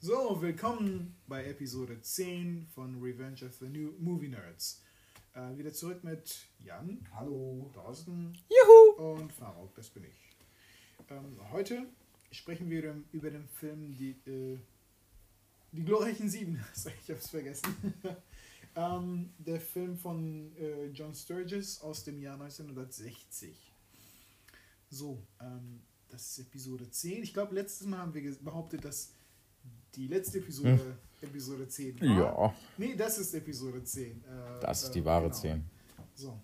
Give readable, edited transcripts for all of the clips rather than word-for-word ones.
So, willkommen bei Episode 10 von Revenge of the New Movie Nerds. Wieder zurück mit Jan. Hallo. Thorsten. Juhu. Und Farok, das bin ich. Heute sprechen wir über den Film Die glorreichen Sieben. Ich hab's vergessen. Der Film von John Sturges aus dem Jahr 1960. So, das ist Episode 10. Ich glaube, letztes Mal haben wir behauptet, dass die letzte Episode Episode 10 war. Ja. Nee, das ist Episode 10. Das ist die wahre genau. 10. So,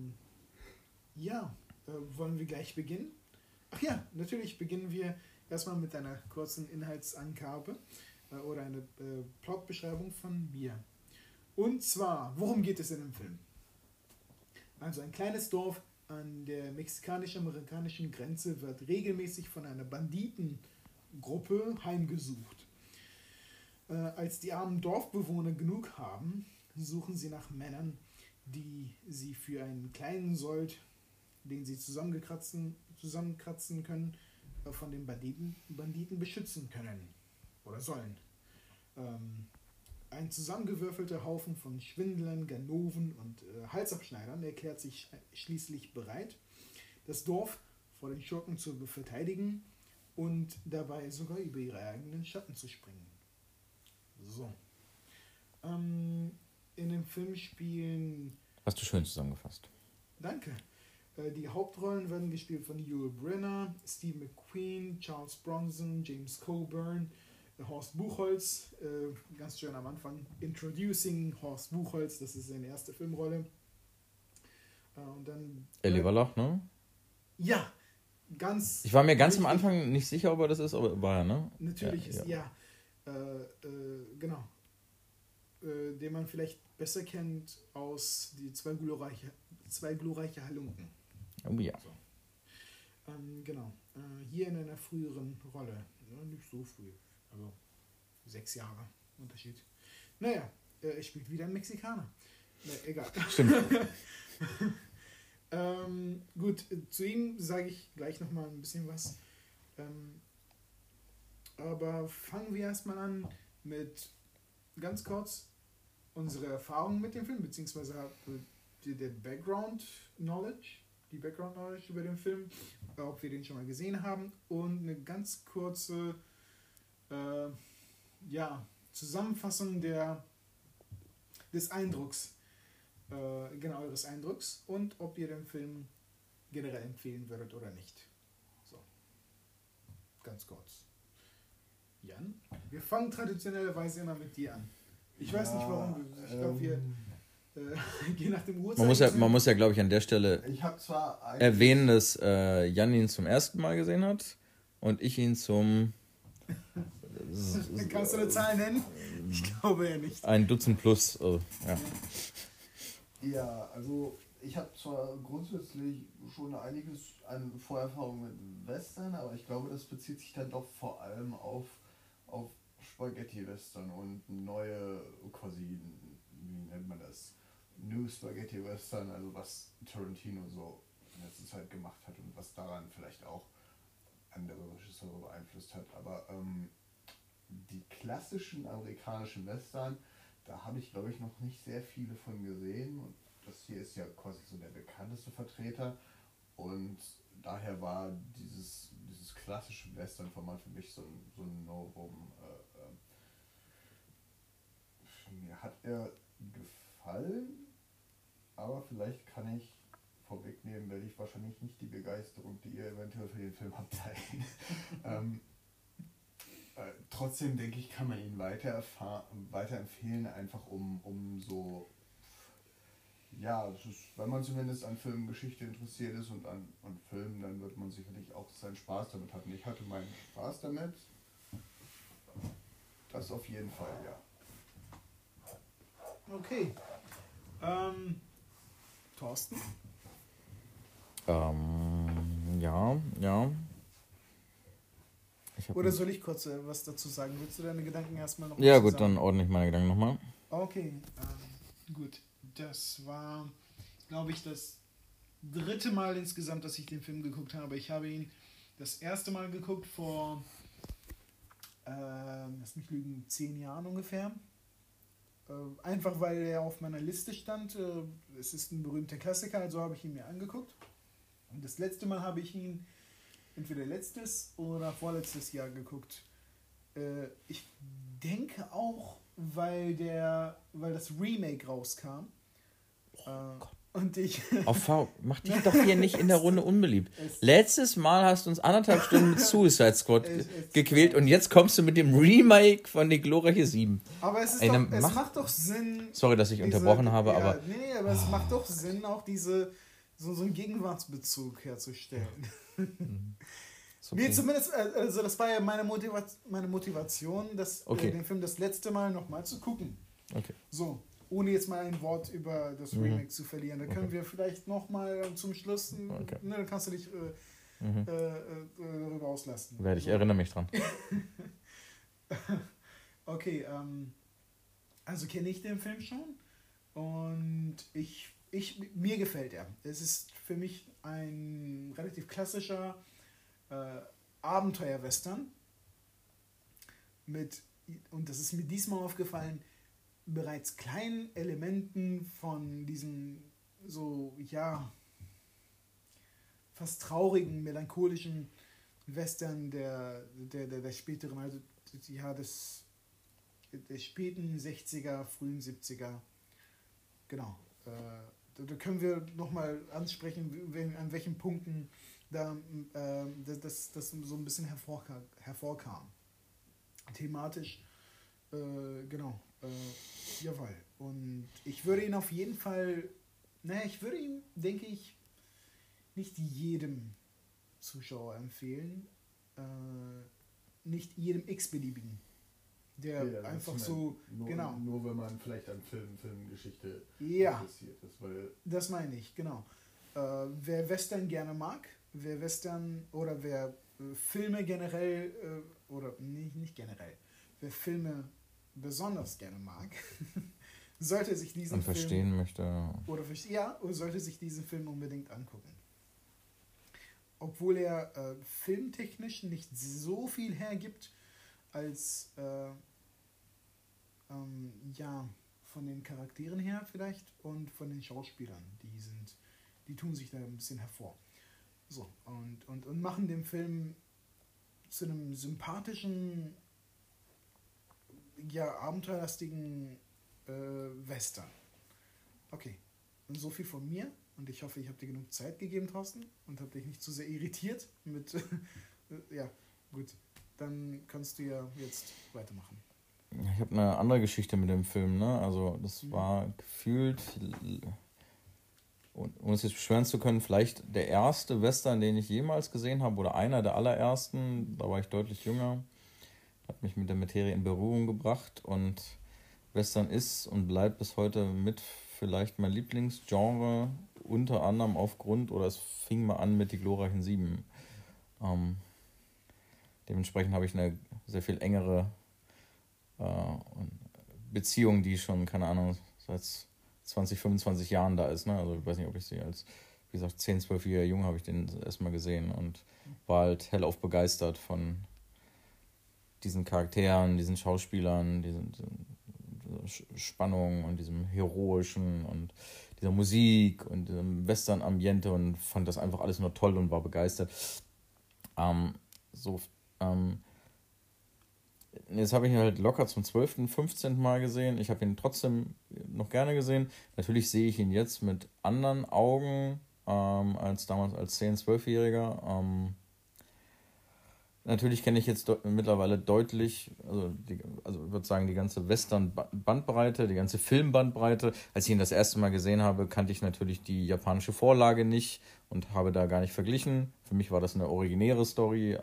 wollen wir gleich beginnen? Ach ja, natürlich beginnen wir erstmal mit einer kurzen Inhaltsangabe oder einer Plotbeschreibung von mir. Und zwar, worum geht es in dem Film? Also ein kleines Dorf an der mexikanisch-amerikanischen Grenze wird regelmäßig von einer Banditengruppe heimgesucht. Als die armen Dorfbewohner genug haben, suchen sie nach Männern, die sie für einen kleinen Sold, den sie zusammenkratzen können, von den Banditen beschützen können oder sollen. Ein zusammengewürfelter Haufen von Schwindlern, Ganoven und Halsabschneidern erklärt sich schließlich bereit, das Dorf vor den Schurken zu verteidigen und dabei sogar über ihre eigenen Schatten zu springen. So. In dem Film spielen... Hast du schön zusammengefasst. Danke. Die Hauptrollen werden gespielt von Yul Brynner, Steve McQueen, Charles Bronson, James Coburn, Horst Buchholz, ganz schön am Anfang, Introducing Horst Buchholz, das ist seine erste Filmrolle. Und dann... Eli Wallach, ne? Ja, ganz... Ich war mir ganz am Anfang nicht sicher, ob er das ist, aber war er, ne? Natürlich ja, ist, ja. Genau. Den man vielleicht besser kennt aus die zwei glorreiche Halunken. Oh ja. So. Genau. Hier in einer früheren Rolle. Ja, nicht so früh. Also 6 Jahre Unterschied. Naja, er spielt wieder einen Mexikaner. Na, egal. Stimmt. Gut, zu ihm sage ich gleich nochmal ein bisschen was. Aber fangen wir erstmal an mit ganz kurz unsere Erfahrungen mit dem Film, beziehungsweise der Background Knowledge über den Film, ob wir den schon mal gesehen haben und eine ganz kurze Zusammenfassung des Eindrucks, eures Eindrucks und ob ihr den Film generell empfehlen würdet oder nicht. So, ganz kurz. Jan, wir fangen traditionellerweise immer mit dir an. Ich weiß nicht warum, ich glaube wir gehen nach dem Uhrzeigersinn. Man muss ja, glaube ich, an der Stelle erwähnen, dass Jan ihn zum ersten Mal gesehen hat und ich ihn zum... Kannst du eine Zahl nennen? Ich glaube ja nicht. 1 Dutzend plus, ja. Ja, also ich habe zwar grundsätzlich schon einiges an Vorerfahrung mit Western, aber ich glaube, das bezieht sich dann doch vor allem auf Spaghetti-Western und neue, quasi, wie nennt man das? New Spaghetti-Western, also was Tarantino so in letzter Zeit gemacht hat und was daran vielleicht auch andere Regisseure beeinflusst hat. Aber die klassischen amerikanischen Western, da habe ich, glaube ich, noch nicht sehr viele von gesehen. Und das hier ist ja quasi so der bekannteste Vertreter. Und daher war dieses klassische Western-Format für mich so ein Novum. Mir hat er gefallen, aber vielleicht kann ich vorwegnehmen, werde ich wahrscheinlich nicht die Begeisterung, die ihr eventuell für den Film habt, teilen. Trotzdem denke ich, kann man ihn weiterempfehlen, einfach um so, ja, wenn man zumindest an Filmgeschichte interessiert ist und an Filmen, dann wird man sicherlich auch seinen Spaß damit haben. Ich hatte meinen Spaß damit, das auf jeden Fall, ja. Okay. Thorsten? Ja. Oder soll ich kurz was dazu sagen? Willst du deine Gedanken erstmal noch Ja gut, sagen? dann ordne ich meine Gedanken nochmal. Okay, gut. Das war, glaube ich, das 3. Mal insgesamt, dass ich den Film geguckt habe. Ich habe ihn das erste Mal geguckt vor lass mich lügen, 10 Jahren ungefähr. Einfach weil er auf meiner Liste stand. Es ist ein berühmter Klassiker, also habe ich ihn mir angeguckt. Und das letzte Mal habe ich ihn entweder letztes oder vorletztes Jahr geguckt. Ich denke auch, weil das Remake rauskam. Und ich. Mach dich doch hier nicht in der Runde unbeliebt. Letztes Mal hast du uns 1,5 Stunden mit Suicide Squad gequält und jetzt kommst du mit dem Remake von Die glorreiche 7. Aber es macht doch Sinn. Sorry, dass ich unterbrochen habe, aber. Nee, aber es macht doch Sinn, auch so einen Gegenwartsbezug herzustellen. Okay. Mir zumindest, also das war ja meine Motivation, den Film das letzte Mal nochmal zu gucken. Okay. So, ohne jetzt mal ein Wort über das Remake zu verlieren. Da können wir vielleicht nochmal zum Schluss, dann kannst du dich darüber auslassen. Ich erinnere mich dran. Okay, also kenne ich den Film schon und mir gefällt er. Es ist für mich ein relativ klassischer Abenteuer-Western und das ist mir diesmal aufgefallen, bereits kleinen Elementen von diesem fast traurigen, melancholischen Western der späteren, also der späten 60er, frühen 70er. Genau. Da können wir nochmal ansprechen, an welchen Punkten das so ein bisschen hervorkam. Thematisch, genau. Jawohl. Und ich würde ihn auf jeden Fall, denke ich, nicht jedem Zuschauer empfehlen. Nicht jedem x-beliebigen. Der einfach so, genau. Nur wenn man vielleicht an Filmgeschichte interessiert ist. Weil das meine ich, genau. Wer Western gerne mag, wer Filme generell, nicht generell, wer Filme besonders gerne mag, sollte sich diesen Film verstehen möchte. Sollte sich diesen Film unbedingt angucken. Obwohl er filmtechnisch nicht so viel hergibt, als von den Charakteren her vielleicht und von den Schauspielern. Die tun sich da ein bisschen hervor. So, und machen den Film zu einem sympathischen, abenteuerlastigen Western. Okay, und so viel von mir und ich hoffe, ich habe dir genug Zeit gegeben, Thorsten, und habe dich nicht zu sehr irritiert mit ja, gut, dann kannst du ja jetzt weitermachen. Ich habe eine andere Geschichte mit dem Film, ne? Also das war gefühlt, um es jetzt beschweren zu können, vielleicht der erste Western, den ich jemals gesehen habe, oder einer der allerersten. Da war ich deutlich jünger, hat mich mit der Materie in Berührung gebracht und Western ist und bleibt bis heute mit vielleicht mein Lieblingsgenre, unter anderem aufgrund, oder es fing mal an mit Die glorreichen 7. Dementsprechend habe ich eine sehr viel engere Beziehung, die schon, keine Ahnung, seit 20, 25 Jahren da ist. Ne? Also ich weiß nicht, ob ich sie als, wie gesagt, 10, 12-jähriger Junge habe ich den erstmal gesehen und war halt hellauf begeistert von diesen Charakteren, diesen Schauspielern, dieser Spannung und diesem Heroischen und dieser Musik und diesem Western-Ambiente und fand das einfach alles nur toll und war begeistert. Jetzt habe ich ihn halt locker zum 12., 15. Mal gesehen. Ich habe ihn trotzdem noch gerne gesehen. Natürlich sehe ich ihn jetzt mit anderen Augen als damals als 10-, 12-Jähriger. Natürlich kenne ich jetzt mittlerweile deutlich, also ich würde sagen, die ganze Western-Bandbreite, die ganze Film-Bandbreite. Als ich ihn das erste Mal gesehen habe, kannte ich natürlich die japanische Vorlage nicht und habe da gar nicht verglichen. Für mich war das eine originäre Story.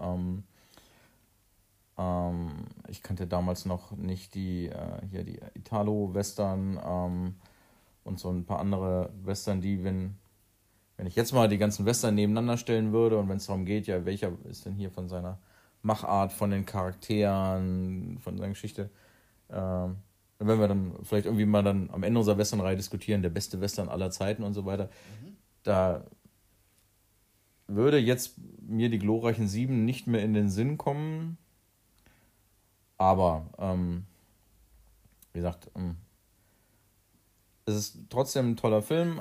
Ich kannte damals noch nicht die Italo-Western und so ein paar andere Western, die, wenn ich jetzt mal die ganzen Western nebeneinander stellen würde und wenn es darum geht, ja, welcher ist denn hier von seiner Machart, von den Charakteren, von seiner Geschichte, wenn wir dann vielleicht irgendwie mal dann am Ende unserer Westernreihe diskutieren, der beste Western aller Zeiten und so weiter, da würde jetzt mir Die glorreichen 7 nicht mehr in den Sinn kommen. Aber, wie gesagt, es ist trotzdem ein toller Film.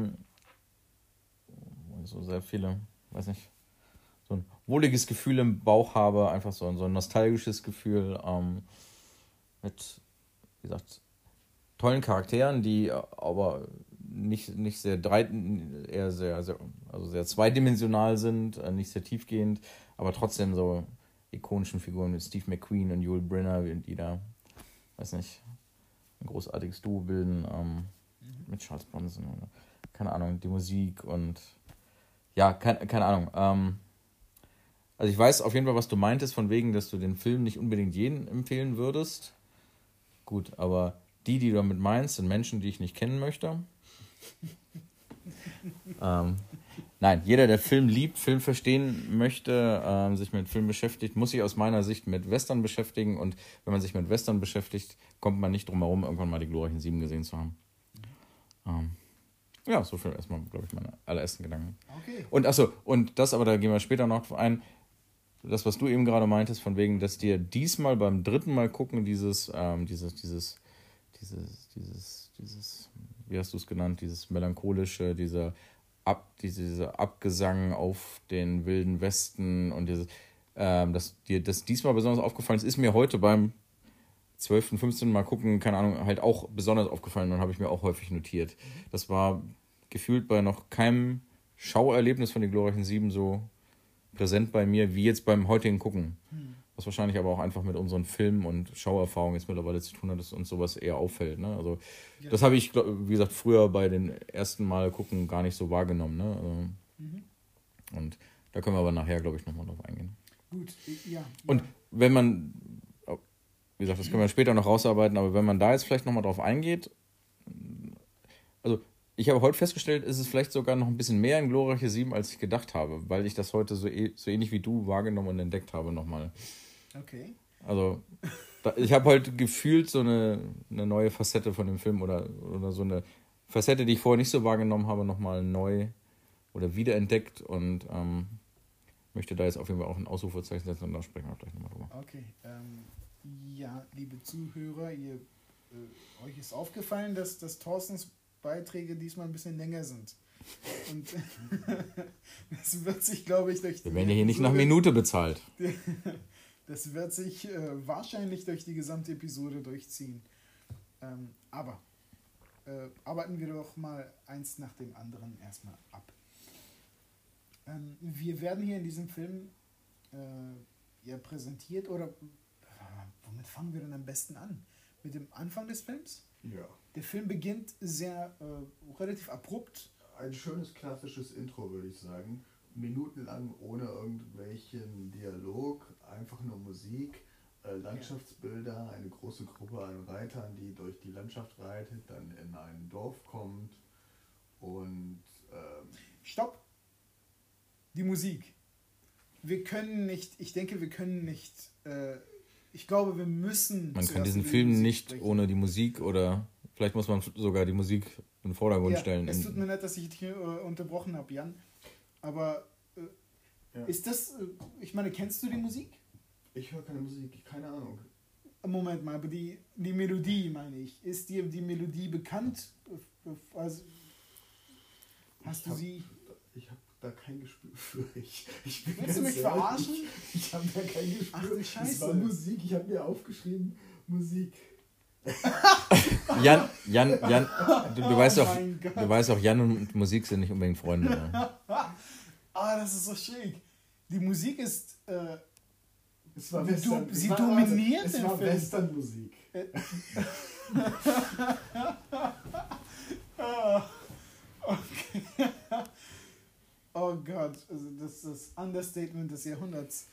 So sehr viele, weiß nicht, so ein wohliges Gefühl im Bauch habe, einfach so ein nostalgisches Gefühl mit, wie gesagt, tollen Charakteren, die aber nicht sehr eher sehr zweidimensional sind, nicht sehr tiefgehend, aber trotzdem so ikonischen Figuren mit Steve McQueen und Yul Brynner, die da, weiß nicht, ein großartiges Duo bilden, mit Charles Bronson oder, keine Ahnung, die Musik und ja, keine Ahnung. Also ich weiß auf jeden Fall, was du meintest, von wegen, dass du den Film nicht unbedingt jedem empfehlen würdest. Gut, aber die du damit meinst, sind Menschen, die ich nicht kennen möchte. Nein, jeder, der Film liebt, Film verstehen möchte, sich mit Film beschäftigt, muss sich aus meiner Sicht mit Western beschäftigen. Und wenn man sich mit Western beschäftigt, kommt man nicht drum herum, irgendwann mal die glorreichen 7 gesehen zu haben. Ja, so viel erstmal, glaube ich, meine allerersten Gedanken. Okay. Und das, aber da gehen wir später noch ein, das, was du eben gerade meintest, von wegen, dass dir diesmal beim dritten Mal gucken, dieses, wie hast du es genannt, dieses melancholische, dieser Abgesang auf den wilden Westen und dass dir das diesmal besonders aufgefallen ist mir heute beim 12., 15. Mal gucken, keine Ahnung, halt auch besonders aufgefallen und habe ich mir auch häufig notiert. Das war gefühlt bei noch keinem Schauerlebnis von den glorreichen 7 so präsent bei mir, wie jetzt beim heutigen Gucken. Was wahrscheinlich aber auch einfach mit unseren Film- und Schauerfahrungen jetzt mittlerweile zu tun hat, dass uns sowas eher auffällt. Ne? Also das habe ich, wie gesagt, früher bei den ersten Mal gucken gar nicht so wahrgenommen. Ne? Also, und da können wir aber nachher, glaube ich, nochmal drauf eingehen. Gut, ja. Und wenn man, wie gesagt, das können wir später noch rausarbeiten, aber wenn man da jetzt vielleicht nochmal drauf eingeht, also ich habe heute festgestellt, ist es vielleicht sogar noch ein bisschen mehr in glorreiche 7, als ich gedacht habe, weil ich das heute so ähnlich wie du wahrgenommen und entdeckt habe nochmal. Okay. Also ich habe heute gefühlt so eine neue Facette von dem Film oder so eine Facette, die ich vorher nicht so wahrgenommen habe, nochmal neu oder wiederentdeckt und möchte da jetzt auf jeden Fall auch ein Ausrufezeichen setzen und da sprechen wir gleich nochmal drüber. Okay. Ja, liebe Zuhörer, euch ist aufgefallen, dass Thorstens Beiträge diesmal ein bisschen länger sind. Und das wird sich, glaube ich, durch die... Wir werden ja hier nicht nach Minute bezahlt. Das wird sich wahrscheinlich durch die gesamte Episode durchziehen. Aber arbeiten wir doch mal eins nach dem anderen erstmal ab. Wir werden hier in diesem Film ja präsentiert, oder womit fangen wir denn am besten an? Mit dem Anfang des Films? Ja. Der Film beginnt sehr relativ abrupt. Ein schönes klassisches Intro, würde ich sagen. Minutenlang ohne irgendwelchen Dialog, einfach nur Musik, Landschaftsbilder, eine große Gruppe an Reitern, die durch die Landschaft reitet, dann in ein Dorf kommt und... Stopp! Die Musik. Wir können nicht, ich denke, wir können nicht, ich glaube, wir müssen... Man kann diesen Film nicht ohne die Musik oder vielleicht muss man sogar die Musik in den Vordergrund stellen. Es tut mir leid, dass ich dich hier unterbrochen habe, Jan. Aber ist das, ich meine, kennst du die Musik? Ich höre keine Musik, keine Ahnung. Moment mal, aber die Melodie, meine ich. Ist dir die Melodie bekannt? Also, hast du sie... Ich habe da kein Gespür für. Willst du mich verarschen? Ich habe da kein Gespür. Ach du Scheiße. Es war Musik, ich habe mir aufgeschrieben, Musik. Jan, du weißt auch, Jan und Musik sind nicht unbedingt Freunde. Ne? Das ist so schräg. Die Musik ist... es war Western. Sie dominiert den Film. Es war Film. Westernmusik. Okay. Oh Gott, also das ist das Understatement des Jahrhunderts.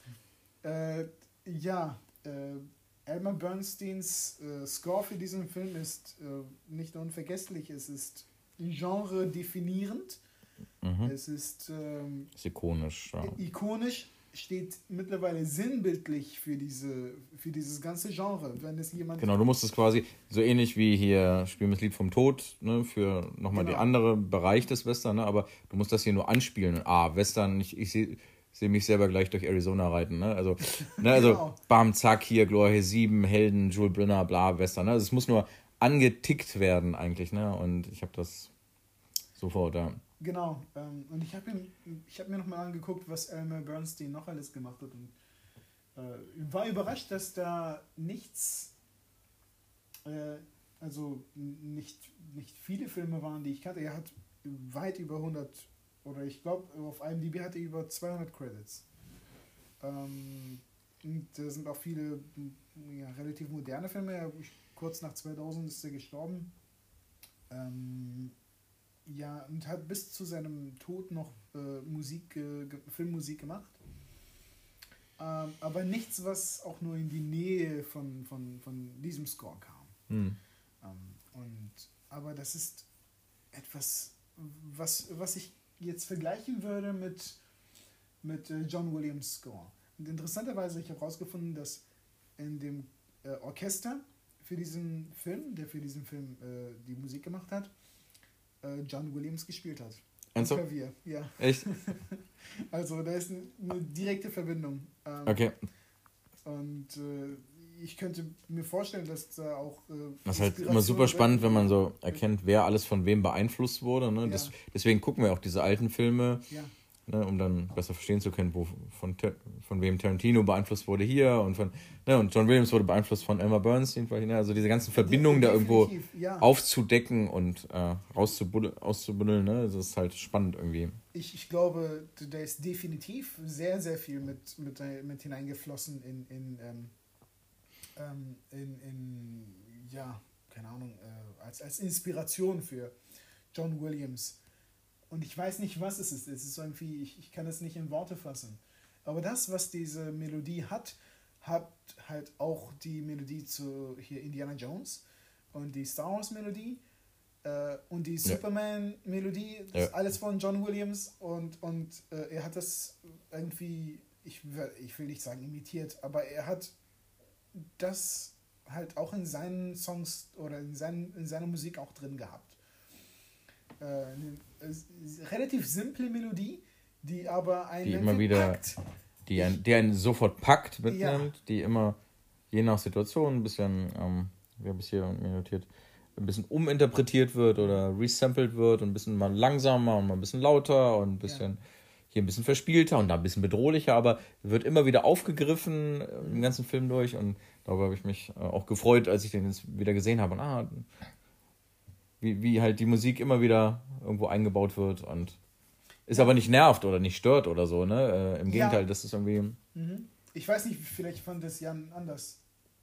Elmer Bernsteins Score für diesen Film ist nicht nur unvergesslich, es ist genre-definierend. Es ist ikonisch. Ja. Ikonisch, steht mittlerweile sinnbildlich für dieses ganze Genre. Wenn es jemand... Genau, du musst es quasi so ähnlich wie hier Spiel mit Lied vom Tod, ne, für nochmal die andere Bereich des Western, ne, aber du musst das hier nur anspielen. Western, ich sehe mich selber gleich durch Arizona reiten. Ne? Also, genau. Bam, zack, hier, Gloria 7, Helden, Jules Brynner, bla, Western. Ne? Also es muss nur angetickt werden eigentlich. Ne? Und ich habe das sofort, ja. Genau. Und ich hab mir nochmal angeguckt, was Elmer Bernstein noch alles gemacht hat. Und war überrascht, dass da nichts, also nicht viele Filme waren, die ich kannte. Er hat weit über 100, oder ich glaube, auf IMDb hatte er über 200 Credits. Und da sind auch viele relativ moderne Filme. Kurz nach 2000 ist er gestorben. Und hat bis zu seinem Tod noch Filmmusik gemacht. Aber nichts, was auch nur in die Nähe von diesem Score kam. Aber das ist etwas, was ich jetzt vergleichen würde mit John Williams Score. Und interessanterweise, ich habe herausgefunden, dass in dem Orchester für diesen Film, der für diesen Film die Musik gemacht hat, John Williams gespielt hat. Ernsthaft? Klavier, ja. Echt? Also da ist eine direkte Verbindung. Okay. Und ich könnte mir vorstellen, dass da auch das ist halt immer super spannend, wenn man so erkennt, wer alles von wem beeinflusst wurde. Ne? Ja. Deswegen gucken wir auch diese alten Filme, ja. Ne, um dann besser verstehen zu können, von wem Tarantino beeinflusst wurde hier und und John Williams wurde beeinflusst von Elmer Bernstein. Ne? Also diese ganzen Verbindungen da irgendwo aufzudecken und auszubuddeln. Ne? Das ist halt spannend irgendwie. Ich glaube, da ist definitiv sehr, sehr viel mit hineingeflossen in keine Ahnung, als Inspiration für John Williams. Und ich weiß nicht, was es ist. Es ist irgendwie, ich kann es nicht in Worte fassen. Aber das, was diese Melodie hat halt auch die Melodie zu hier Indiana Jones und die Star Wars Melodie und die Superman-Melodie. Das ist alles von John Williams und er hat das irgendwie, ich will nicht sagen imitiert, aber er hat das halt auch in seinen Songs oder in seiner Musik auch drin gehabt. Eine relativ simple Melodie, die aber einen immer wieder packt. Die einen sofort packt, mitnimmt, die immer je nach Situation ein bisschen, wir haben es hier notiert, ein bisschen uminterpretiert wird oder resampled wird und ein bisschen mal langsamer und mal ein bisschen lauter und ein bisschen hier ein bisschen verspielter und da ein bisschen bedrohlicher, aber wird immer wieder aufgegriffen im ganzen Film durch und darüber habe ich mich auch gefreut, als ich den jetzt wieder gesehen habe und wie halt die Musik immer wieder irgendwo eingebaut wird und ist aber nicht nervt oder nicht stört oder so, ne? Im Gegenteil, das ist irgendwie... Ich weiß nicht, vielleicht fand das Jan anders.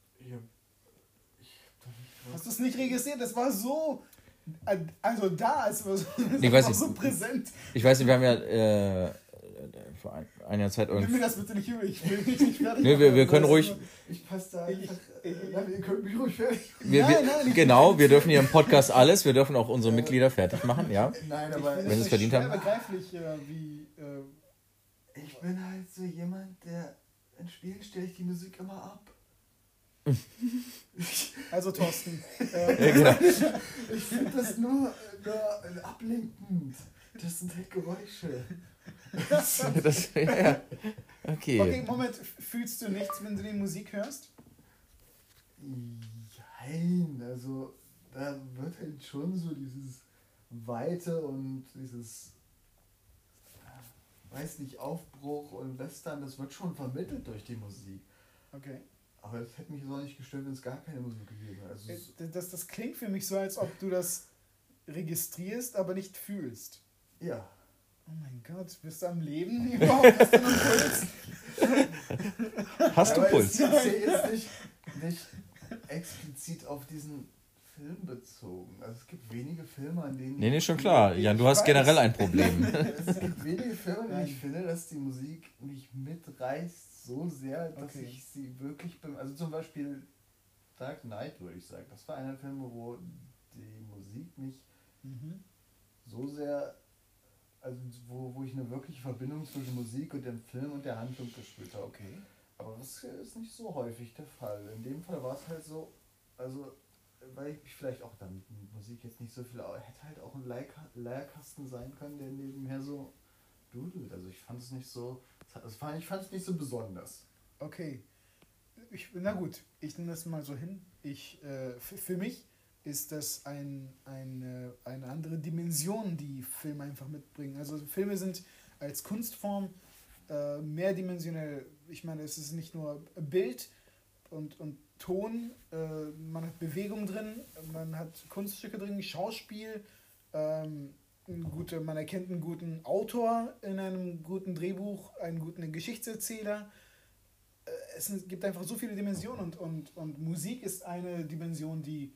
Hast du es nicht registriert? Das war so... Also da, es war so präsent. Ich weiß nicht, wir haben ja vor einer Zeit irgendwie... Nimm mir das bitte nicht über, ich will nicht fertig. Nee, wir können ruhig... Ich passe da einfach... ihr könnt mich ruhig fertig machen. Genau, wir dürfen hier im Podcast alles, wir dürfen auch unsere Mitglieder fertig machen, ja. Nein, aber... Wenn sie es verdient haben. Begreiflich, wie... Ich bin halt so jemand, der... In Spielen stelle ich die Musik immer ab. Also Thorsten. Genau. Ich finde das nur ablenkend. Das sind halt Geräusche. Okay, Moment. Fühlst du nichts, wenn du die Musik hörst? Nein, also da wird halt schon so dieses Weite und dieses, weiß nicht, Aufbruch und Western, das wird schon vermittelt durch die Musik. Okay. Aber das hätte mich so nicht gestört, wenn es gar keine Musik gegeben hätte. Also das klingt für mich so, als ob du das registrierst, aber nicht fühlst. Ja. Oh mein Gott, bist du am Leben überhaupt? Hast du einen Puls? Hast du Puls? Ich sehe jetzt nicht explizit auf diesen Film bezogen. Also es gibt wenige Filme, an denen... Nee, schon klar. Jan, du hast generell ein Problem. Es gibt wenige Filme, in denen ich finde, dass die Musik mich mitreißt so sehr, dass ich sie wirklich... Also zum Beispiel Dark Knight, würde ich sagen. Das war einer der Filme, wo die Musik mich so sehr... Also wo ich eine wirkliche Verbindung zwischen Musik und dem Film und der Handlung gespürt habe. Okay. Aber das ist nicht so häufig der Fall. In dem Fall war es halt so, also weil ich mich vielleicht auch dann mit Musik jetzt nicht so viel, hätte halt auch ein Leerkasten sein können, der nebenher so dudelt. Also ich fand es nicht so, ich fand es nicht so besonders. Okay. Na gut, ich nehme das mal so hin. Für mich ist das eine andere Dimension, die Filme einfach mitbringen. Also Filme sind als Kunstform mehrdimensionell. Ich meine, es ist nicht nur Bild und Ton, man hat Bewegung drin, man hat Kunststücke drin, Schauspiel, man erkennt einen guten Autor in einem guten Drehbuch, einen guten Geschichtserzähler. Es gibt einfach so viele Dimensionen und Musik ist eine Dimension, die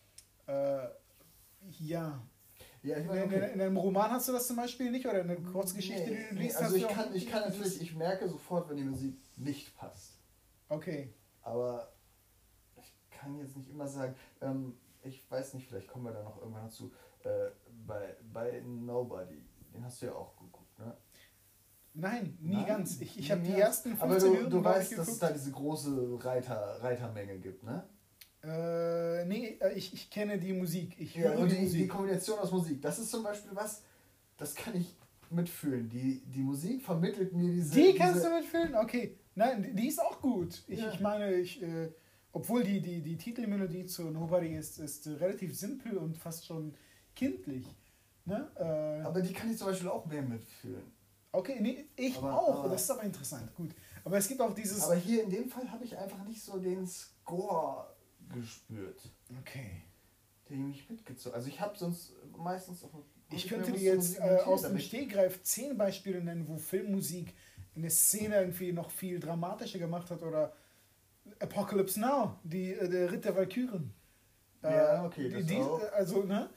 ja, ich meine, okay. In einem Roman hast du das zum Beispiel nicht oder in einer Kurzgeschichte, die du liest. Also ich kann natürlich, ich merke sofort, wenn die Musik nicht passt. Okay. Aber ich kann jetzt nicht immer sagen, ich weiß nicht, vielleicht kommen wir da noch irgendwann dazu, bei Nobody, den hast du ja auch geguckt, ne? Nein, nie ganz. Ich habe die ersten 15 Minuten. Aber du weißt, dass es da diese große Reitermenge gibt, ne? Nee, ich kenne die Musik. Und die Kombination aus Musik, das ist zum Beispiel was, das kann ich mitfühlen. Die Musik vermittelt mir diese... Die kannst du mitfühlen? Okay. Nein, die ist auch gut. Ich meine, obwohl die Titelmelodie zu Nobody ist relativ simpel und fast schon kindlich. Ne? Aber die kann ich zum Beispiel auch mehr mitfühlen. Okay, nee, auch. Das ist aber interessant. Gut. Aber es gibt auch dieses... Aber hier in dem Fall habe ich einfach nicht so den Score gespürt. Okay. Der mich mitgezogen. Also ich habe sonst meistens auch... Ich könnte dir jetzt aus dem Stegreif 10 Beispiele nennen, wo Filmmusik eine Szene irgendwie noch viel dramatischer gemacht hat oder Apocalypse Now, der Ritt der Walküren. Ja, okay, das auch. Also, ne?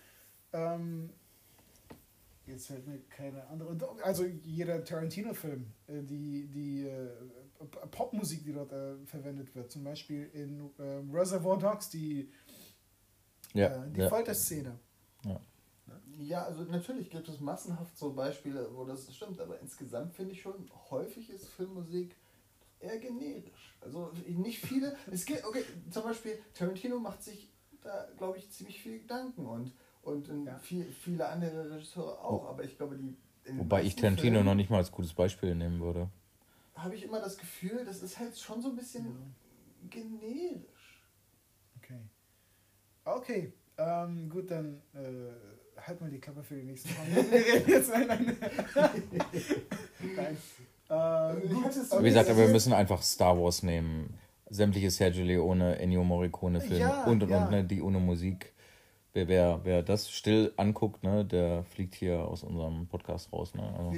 Jetzt fällt mir keine andere... Also jeder Tarantino-Film, die Popmusik, die dort verwendet wird, zum Beispiel in Reservoir Dogs, die Folterszene. Ja, also natürlich gibt es massenhaft so Beispiele, wo das stimmt, aber insgesamt finde ich schon, häufig ist Filmmusik eher generisch. Also nicht viele, es gibt, okay, zum Beispiel Tarantino macht sich da, glaube ich, ziemlich viel Gedanken und viele andere Regisseure auch, aber ich glaube, wobei ich Tarantino Filmen noch nicht mal als gutes Beispiel nehmen würde. Habe ich immer das Gefühl, das ist halt schon so ein bisschen generisch. Okay, gut, dann halt mal die Klappe für die nächsten Fragen. Nein. Wie gesagt, aber wir müssen einfach Star Wars nehmen. Sämtliche Sergio Leone, Ennio Morricone Filme und ne, die ohne Musik. Wer das still anguckt, ne, der fliegt hier aus unserem Podcast raus. Ne? Also.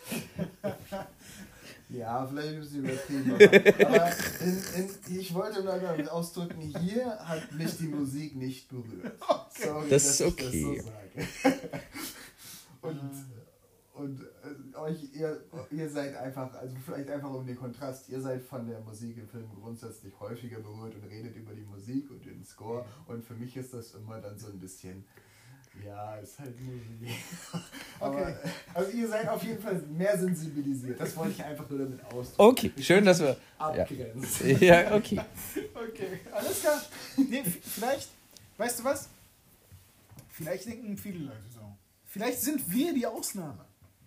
Ja, vielleicht ein bisschen übertrieben. Aber ich wollte nur damit ausdrücken, hier hat mich die Musik nicht berührt. Okay. Sorry, das ist okay. Ich das so sage. Und ihr seid einfach, also vielleicht einfach um den Kontrast, ihr seid von der Musik im Film grundsätzlich häufiger berührt und redet über die Musik und den Score. Und für mich ist das immer dann so ein bisschen, ja, ist halt Musik. Aber, also ihr seid auf jeden Fall mehr sensibilisiert. Das wollte ich einfach nur damit ausdrücken. Okay, schön, dass wir... abgrenzen. Ja, okay. Okay, alles klar. Nee, vielleicht, weißt du was? Vielleicht denken viele Leute so. Vielleicht sind wir die Ausnahme.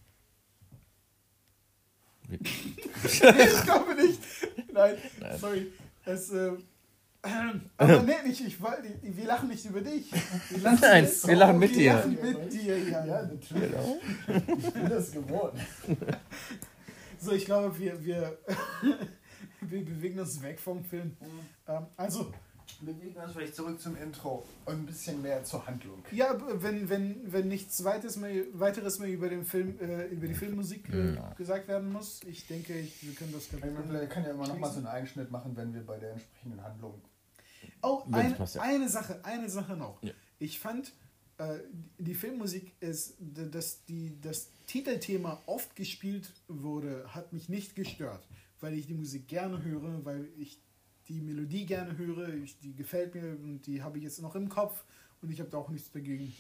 Ich glaube nicht. Nein. Sorry. Aber nee, wir lachen nicht über dich. Wir lachen mit dir. Mit dir, ja. Natürlich. Genau. Ich bin das geworden. So, ich glaube, wir bewegen uns weg vom Film. Also... Wir bewegen uns vielleicht zurück zum Intro und ein bisschen mehr zur Handlung. Ja, wenn nichts weiteres mehr über den Film, über die Filmmusik gesagt werden muss, ich denke, wir können das ganz gut. Wir können ja immer noch mal so einen Einschnitt machen, wenn wir bei der entsprechenden Handlung... Oh, eine Sache noch. Ja. Ich fand, die Filmmusik ist, dass das Titelthema oft gespielt wurde, hat mich nicht gestört, weil ich die Musik gerne höre, weil ich die Melodie gerne höre, die gefällt mir und die habe ich jetzt noch im Kopf und ich habe da auch nichts dagegen.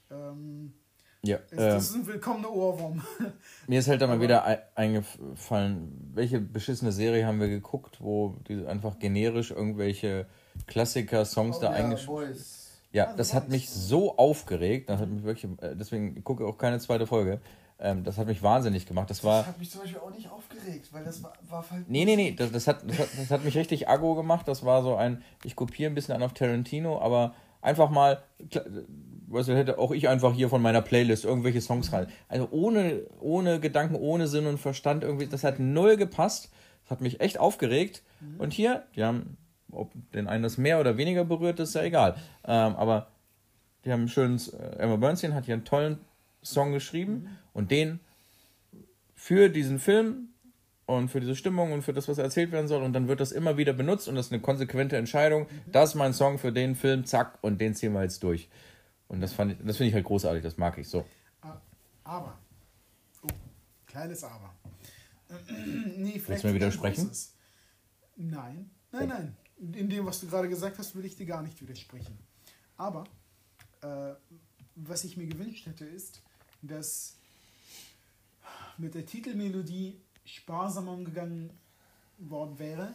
Das ist ein willkommener Ohrwurm. Mir ist halt dann mal wieder eingefallen, welche beschissene Serie haben wir geguckt, wo die einfach generisch irgendwelche Klassiker-Songs da eingespielt. Ja, das hat mich so aufgeregt, das hat mich wirklich, deswegen gucke ich auch keine zweite Folge. Das hat mich wahnsinnig gemacht. Das hat mich zum Beispiel auch nicht aufgeregt, weil das war halt... Nee, das hat mich richtig aggro gemacht. Das war so ich kopiere ein bisschen an auf Tarantino, aber einfach mal, weißt du, hätte auch ich einfach hier von meiner Playlist irgendwelche Songs rein. Also ohne Gedanken, ohne Sinn und Verstand irgendwie, das hat null gepasst. Das hat mich echt aufgeregt. Und hier, die haben, ob den einen das mehr oder weniger berührt, ist ja egal. Aber die haben ein schönes, Emma Bernstein hat hier einen tollen Song geschrieben und den für diesen Film und für diese Stimmung und für das, was erzählt werden soll, und dann wird das immer wieder benutzt und das ist eine konsequente Entscheidung. Das ist mein Song für den Film, zack, und den ziehen wir jetzt durch. Und das finde ich halt großartig, das mag ich so. Aber, kleines Aber. Nee, willst du mir widersprechen? Nein. In dem, was du gerade gesagt hast, will ich dir gar nicht widersprechen. Aber, was ich mir gewünscht hätte, ist, dass mit der Titelmelodie sparsamer umgegangen worden wäre,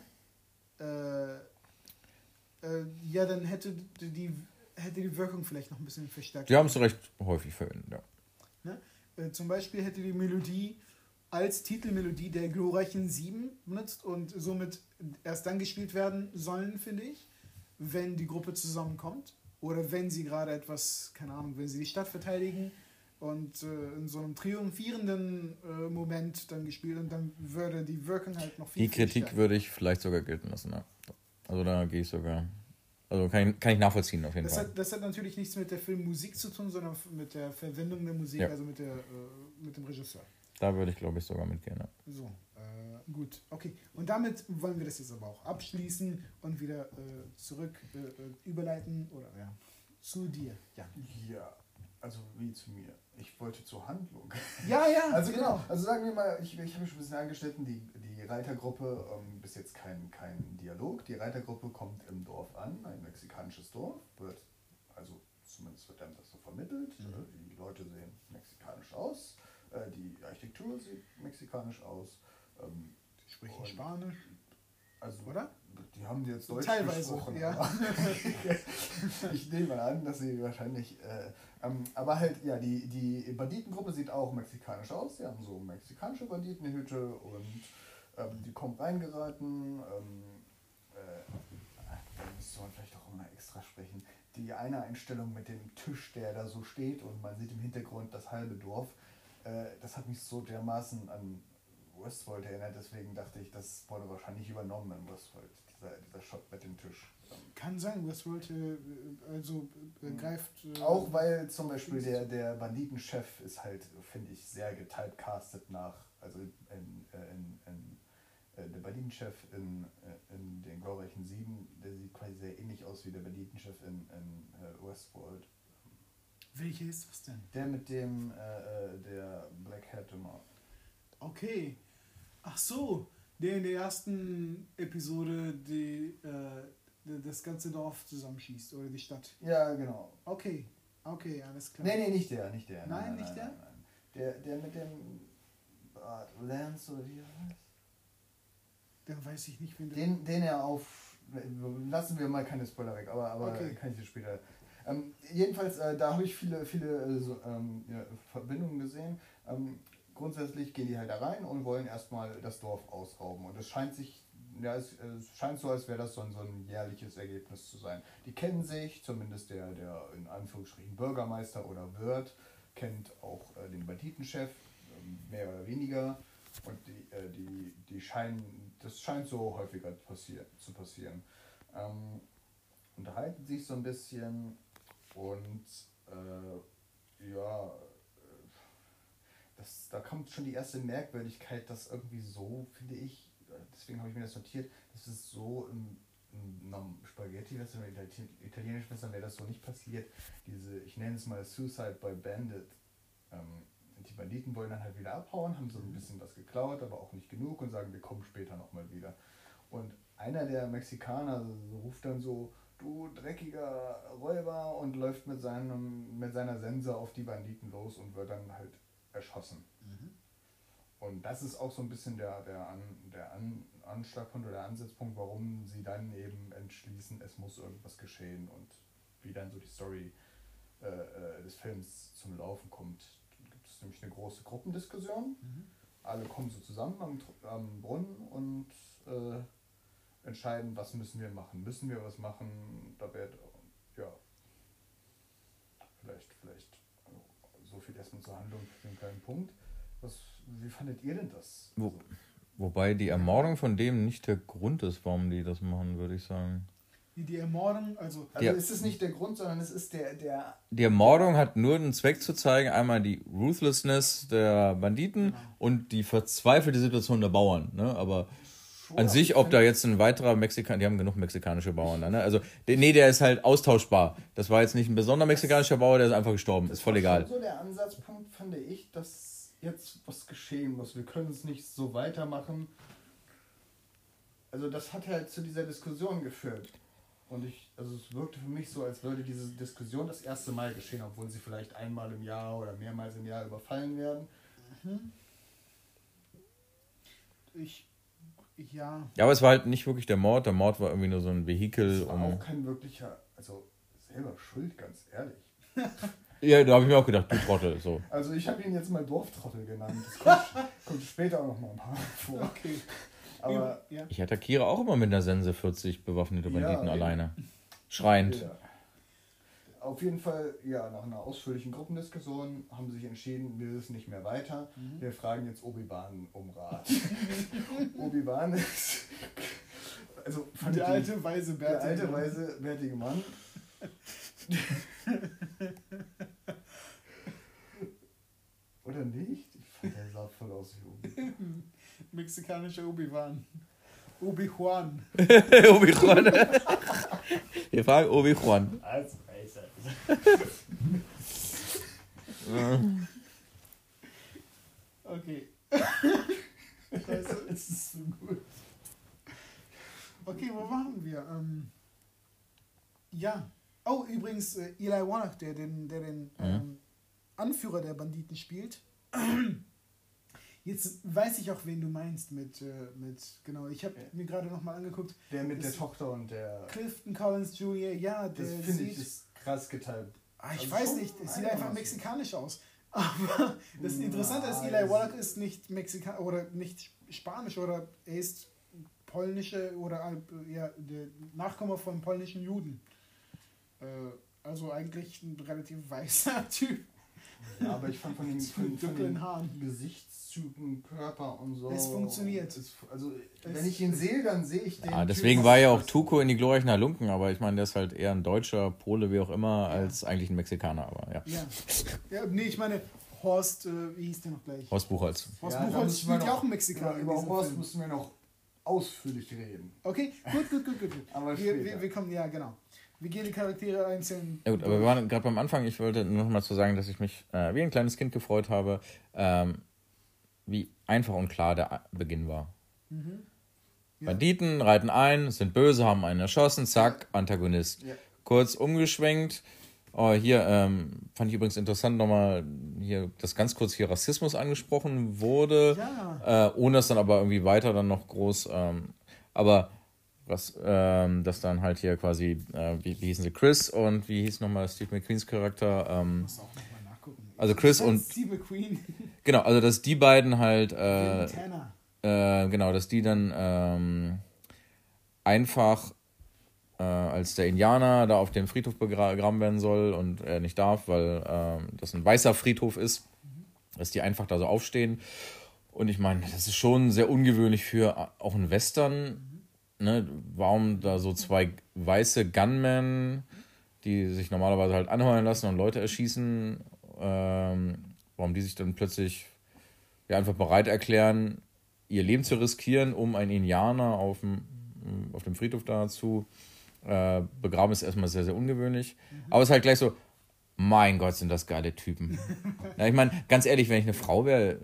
ja, dann hätte die Wirkung vielleicht noch ein bisschen verstärkt. Die haben es recht häufig verwendet, ja. Ne? Zum Beispiel hätte die Melodie als Titelmelodie der glorreichen 7 benutzt und somit erst dann gespielt werden sollen, finde ich, wenn die Gruppe zusammenkommt oder wenn sie gerade etwas, keine Ahnung, wenn sie die Stadt verteidigen und in so einem triumphierenden Moment dann gespielt, und dann würde die Wirkung halt noch viel, die Kritik stärker. würde ich vielleicht sogar gelten lassen, ja. Also da gehe ich sogar, also kann ich nachvollziehen auf jeden Fall. Das hat natürlich nichts mit der Filmmusik zu tun, sondern mit der Verwendung der Musik, ja. Also mit dem Regisseur. Da würde ich, glaube ich, sogar mitgehen, ja. So, gut, okay. Und damit wollen wir das jetzt aber auch abschließen und wieder zurück überleiten oder zu dir. Ja. Ja, also wie zu mir. Ich wollte zur Handlung. Ja, Also genau. Also sagen wir mal, ich habe mich schon ein bisschen angeschnitten, die Reitergruppe, bis jetzt kein Dialog. Die Reitergruppe kommt im Dorf an, ein mexikanisches Dorf, also zumindest wird einem das so vermittelt. Die Leute sehen mexikanisch aus, die Architektur sieht mexikanisch aus. Die sprechen Spanisch. Also, oder? Die haben jetzt Deutsch teilweise gesprochen. Ja. Ich nehme mal an, dass sie wahrscheinlich... aber halt, ja, die Banditengruppe sieht auch mexikanisch aus. Die haben so mexikanische Banditenhüte und die kommen reingeraten. Da müsste man vielleicht auch mal extra sprechen. Die eine Einstellung mit dem Tisch, der da so steht und man sieht im Hintergrund das halbe Dorf, das hat mich so dermaßen an Westworld erinnert, deswegen dachte ich, das wurde wahrscheinlich übernommen in Westworld, dieser Shot mit dem Tisch. Kann sein, Westworld greift... auch weil zum Beispiel der Banditenchef ist halt, finde ich, sehr getypecastet nach, also der Banditenchef in den glorreichen 7, der sieht quasi sehr ähnlich aus wie der Banditenchef in Westworld. Welcher ist das denn? Der mit dem, der Black Hat immer. Okay. Ach so, der in der ersten Episode das ganze Dorf zusammenschießt oder die Stadt. Ja, genau. Okay, alles klar. Nee, nicht der. Nein, nicht der? Nein. Der mit dem Lance oder wie er heißt? Dann weiß ich nicht, wen du... Den er auf... Lassen wir mal keine Spoiler weg, aber okay. Kann ich dir später... jedenfalls, da habe ich viele Verbindungen gesehen. Grundsätzlich gehen die halt da rein und wollen erstmal das Dorf ausrauben. Und es scheint so, als wäre das so ein jährliches Ergebnis zu sein. Die kennen sich, zumindest der in Anführungsstrichen Bürgermeister oder Wirt, kennt auch den Banditenchef, mehr oder weniger. Und das scheint so häufiger zu passieren. Unterhalten sich so ein bisschen und da kommt schon die erste Merkwürdigkeit, dass irgendwie so, finde ich, deswegen habe ich mir das notiert, dass es so im Spaghetti-Western oder italienischen Western wäre das so nicht passiert. Ich nenne es mal Suicide by Bandit. Die Banditen wollen dann halt wieder abhauen, haben so ein bisschen was geklaut, aber auch nicht genug und sagen, wir kommen später nochmal wieder. Und einer der Mexikaner ruft dann so, du dreckiger Räuber, und läuft mit seiner Sense auf die Banditen los und wird dann halt erschossen. Und das ist auch so ein bisschen der Anschlagpunkt oder der Ansatzpunkt, warum sie dann eben entschließen, es muss irgendwas geschehen und wie dann so die Story des Films zum Laufen kommt. Gibt es nämlich eine große Gruppendiskussion. Alle kommen so zusammen am Brunnen und entscheiden, was müssen wir machen. Müssen wir was machen? Da wird, ja, vielleicht so viel erstmal zur Handlung für den kleinen Punkt. Wie fandet ihr denn das? Wobei die Ermordung von dem nicht der Grund ist, warum die das machen, würde ich sagen. Die Ermordung, also ist es nicht der Grund, sondern es ist der... Die Ermordung hat nur den Zweck zu zeigen, einmal die Ruthlessness der Banditen und die verzweifelte Situation der Bauern. Ne? Aber an sich, ob da jetzt ein weiterer Mexikaner, die haben genug mexikanische Bauern da, ne? Also, der ist halt austauschbar. Das war jetzt nicht ein besonderer mexikanischer Bauer, der ist einfach gestorben. Ist voll egal. So der Ansatzpunkt, fand ich, dass jetzt was geschehen muss. Wir können es nicht so weitermachen. Also das hat halt zu dieser Diskussion geführt. Und es wirkte für mich so, als würde diese Diskussion das erste Mal geschehen, obwohl sie vielleicht einmal im Jahr oder mehrmals im Jahr überfallen werden. Ja, aber es war halt nicht wirklich der Mord. Der Mord war irgendwie nur so ein Vehikel. Das war auch kein wirklicher, also selber schuld, ganz ehrlich. Ja, da habe ich mir auch gedacht, du Trottel. So. Also ich habe ihn jetzt mal Dorftrottel genannt. Das kommt später auch noch mal ein paar vor. Okay. Aber ja. Ich attackiere auch immer mit einer Sense 40 bewaffnete Banditen alleine. Schreiend. Ja. Auf jeden Fall, ja, nach einer ausführlichen Gruppendiskussion haben sie sich entschieden, wir wissen nicht mehr weiter. Wir fragen jetzt Obi-Wan um Rat. Obi-Wan ist... Also der alte, weise, bärtige Mann. Oder nicht? Ich fand, der sah voll aus wie Obi-Wan. Mexikanischer Obi-Wan. Obi-Juan. Obi-Juan. Wir fragen Obi-Juan. Also, okay. Scheiße, es ist so gut. Okay, wo waren wir? Ja. Oh, übrigens, Eli Wallach, der den Anführer der Banditen spielt. Jetzt weiß ich auch, wen du meinst mit genau, ich habe mir gerade nochmal angeguckt. Der mit der Tochter und der... Clifton Collins Jr., ja, der das finde ich ist krass geteilt. Ich weiß nicht, es sieht einfach mexikanisch aus. Aber das Interessante ist, Eli Wallach ist nicht Mexikanisch oder nicht Spanisch oder er ist polnische oder der Nachkomme von polnischen Juden. Also eigentlich ein relativ weißer Typ. Ja, aber ich fand von den Haaren. Gesichtszügen, Körper und so... Es funktioniert. Wenn ich ihn sehe, dann sehe ich den... Ja, deswegen war ja auch Tuco in die glorreichen Halunken, aber ich meine, der ist halt eher ein Deutscher, Pole, wie auch immer, als eigentlich ein Mexikaner, aber ja. Nee, ich meine, Horst, wie hieß der noch gleich? Horst Buchholz. Horst Buchholz spielt ja auch ein Mexikaner. Über Horst müssen wir noch ausführlich reden. Okay, gut. Aber wir kommen, ja, genau. Wir gehen die Charaktere einzeln. Ja gut, aber wir waren gerade beim Anfang. Ich wollte noch mal zu sagen, dass ich mich wie ein kleines Kind gefreut habe, wie einfach und klar der Beginn war. Ja. Banditen reiten ein, sind böse, haben einen erschossen, zack, Antagonist. Ja. Kurz umgeschwenkt. Hier fand ich übrigens interessant nochmal, hier, dass ganz kurz hier Rassismus angesprochen wurde, ohne dass dann aber irgendwie weiter dann noch groß, aber dass dann halt hier quasi, wie hießen sie, Chris und wie hieß nochmal Steve McQueens Charakter? Muss auch nochmal nachgucken. Also Chris und... Steve McQueen. Genau, also dass die beiden halt... genau, dass die dann einfach als der Indianer da auf dem Friedhof begraben werden soll und er nicht darf, weil das ein weißer Friedhof ist, dass die einfach da so aufstehen. Und ich meine, das ist schon sehr ungewöhnlich für auch einen Western. Ne, warum da so zwei weiße Gunmen, die sich normalerweise halt anheuern lassen und Leute erschießen, warum die sich dann plötzlich einfach bereit erklären, ihr Leben zu riskieren, um einen Indianer auf dem Friedhof da zu begraben, ist erstmal sehr, sehr ungewöhnlich. Aber es ist halt gleich so, mein Gott, sind das geile Typen. Ja, ich meine, ganz ehrlich, wenn ich eine Frau wäre,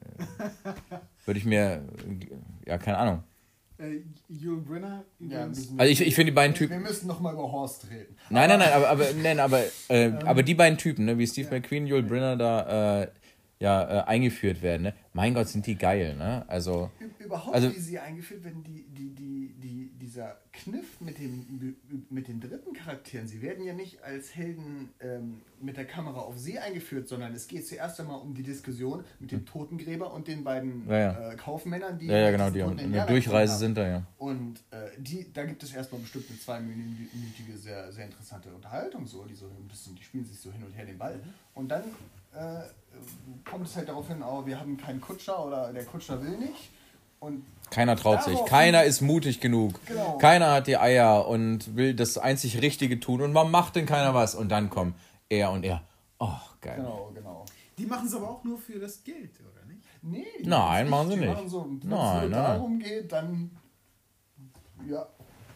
würde ich mir, keine Ahnung. Yul Brynner übrigens. Also ich finde die beiden Typen... Wir müssen noch mal über Horst reden. Nein, aber die beiden Typen, ne, wie Steve McQueen, Yul Brynner da, eingeführt werden. Ne? Mein Gott, sind die geil, ne? Also, Überhaupt, wie sie eingeführt werden, dieser Kniff mit den dritten Charakteren, sie werden ja nicht als Helden mit der Kamera auf sie eingeführt, sondern es geht zuerst einmal um die Diskussion mit dem Totengräber und den beiden Kaufmännern, die die auf eine Durchreise sind da, ja. Und da gibt es erstmal bestimmt eine 2-minütige, sehr, sehr interessante Unterhaltung, so, die spielen sich so hin und her den Ball. Und dann kommt es halt darauf hin, wir haben keinen Kutscher oder der Kutscher will nicht. Und keiner traut sich, keiner ist mutig genug, genau. Keiner hat die Eier und will das einzig Richtige tun und warum macht denn keiner was? Und dann kommen er und er. Oh, geil. Genau. Die machen es aber auch nur für das Geld, oder nicht? Nee, nein, machen sie nicht. Machen so, wenn es darum geht, dann ja.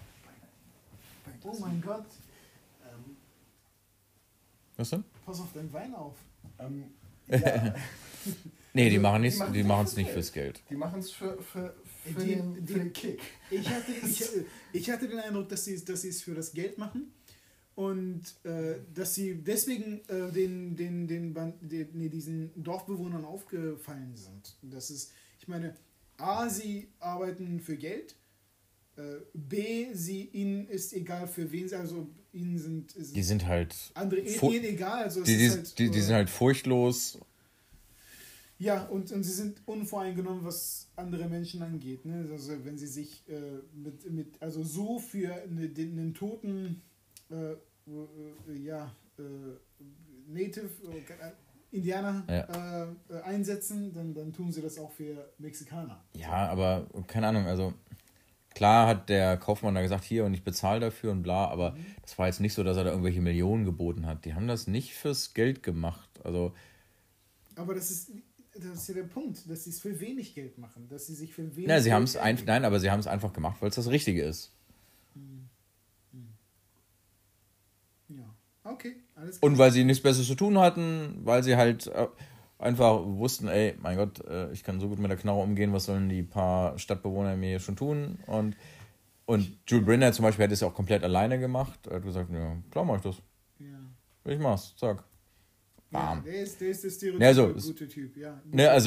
Oh mein Gott. Was denn? Pass auf deinen Wein auf. Ja. Nee, die machen es nicht fürs Geld. Die machen es für den Kick. Ich hatte den Eindruck, dass sie es für das Geld machen und dass sie deswegen diesen Dorfbewohnern aufgefallen sind. Das ist, ich meine, A, sie arbeiten für Geld, B, ihnen ist egal für wen sie, also ihnen sind die sind halt andere ihnen egal, also die sind halt furchtlos. Ja, und sie sind unvoreingenommen, was andere Menschen angeht, ne? Also wenn sie sich also so für einen toten Native Indianer einsetzen, dann tun sie das auch für Mexikaner. Ja, aber keine Ahnung, also klar hat der Kaufmann da gesagt, hier und ich bezahle dafür und bla, aber das war jetzt nicht so, dass er da irgendwelche Millionen geboten hat. Die haben das nicht fürs Geld gemacht. Also. Aber das ist ja der Punkt, dass sie es für wenig Geld machen, dass sie sich für wenig aber sie haben es einfach gemacht, weil es das Richtige ist. Ja, okay, alles klar. Und weil sie nichts Besseres zu tun hatten, weil sie halt einfach wussten, ey, mein Gott, ich kann so gut mit der Knarre umgehen, was sollen die paar Stadtbewohner mir hier schon tun? Und Jules Brynner zum Beispiel hätte es ja auch komplett alleine gemacht. Er hat gesagt, ja, klar mach ich das. Ja. Ich mach's, zack. Bam. Ja, der ist der Stereotyp, gute Typ, ja.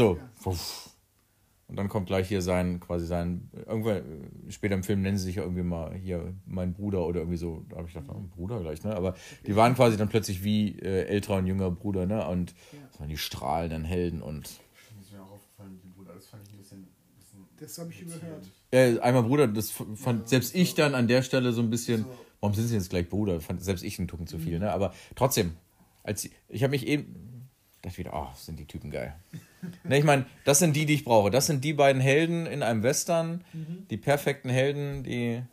Und dann kommt gleich hier irgendwann später im Film nennen sie sich ja irgendwie mal hier mein Bruder oder irgendwie so, da habe ich gedacht, Bruder gleich, ne? Aber die waren quasi dann plötzlich wie älterer und jüngerer Bruder, ne? Und das waren die strahlenden Helden und. Das ist mir auch aufgefallen mit dem Bruder, das fand ich ein bisschen das habe ich überhört. Einmal Bruder, das fand selbst ich dann an der Stelle so ein bisschen, warum sind sie jetzt gleich Bruder? Fand selbst ich einen Tucken zu viel, ne? Aber trotzdem, ich habe mich eben, dachte wieder, sind die Typen geil. Ne, ich meine, das sind die ich brauche. Das sind die beiden Helden in einem Western, die perfekten Helden, die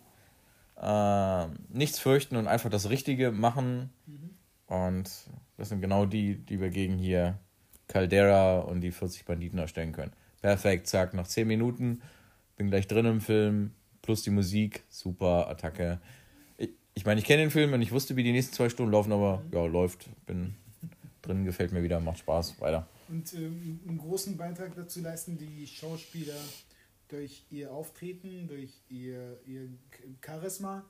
nichts fürchten und einfach das Richtige machen. Und das sind genau die wir gegen hier Caldera und die 40 Banditen erstellen können. Perfekt, zack, nach 10 Minuten bin gleich drin im Film, plus die Musik, super, Attacke. Ich meine, ich kenne den Film und ich wusste, wie die nächsten 2 Stunden laufen, aber ja, läuft, bin drin, gefällt mir wieder, macht Spaß, weiter. Und einen großen Beitrag dazu leisten die Schauspieler durch ihr Auftreten, durch ihr Charisma,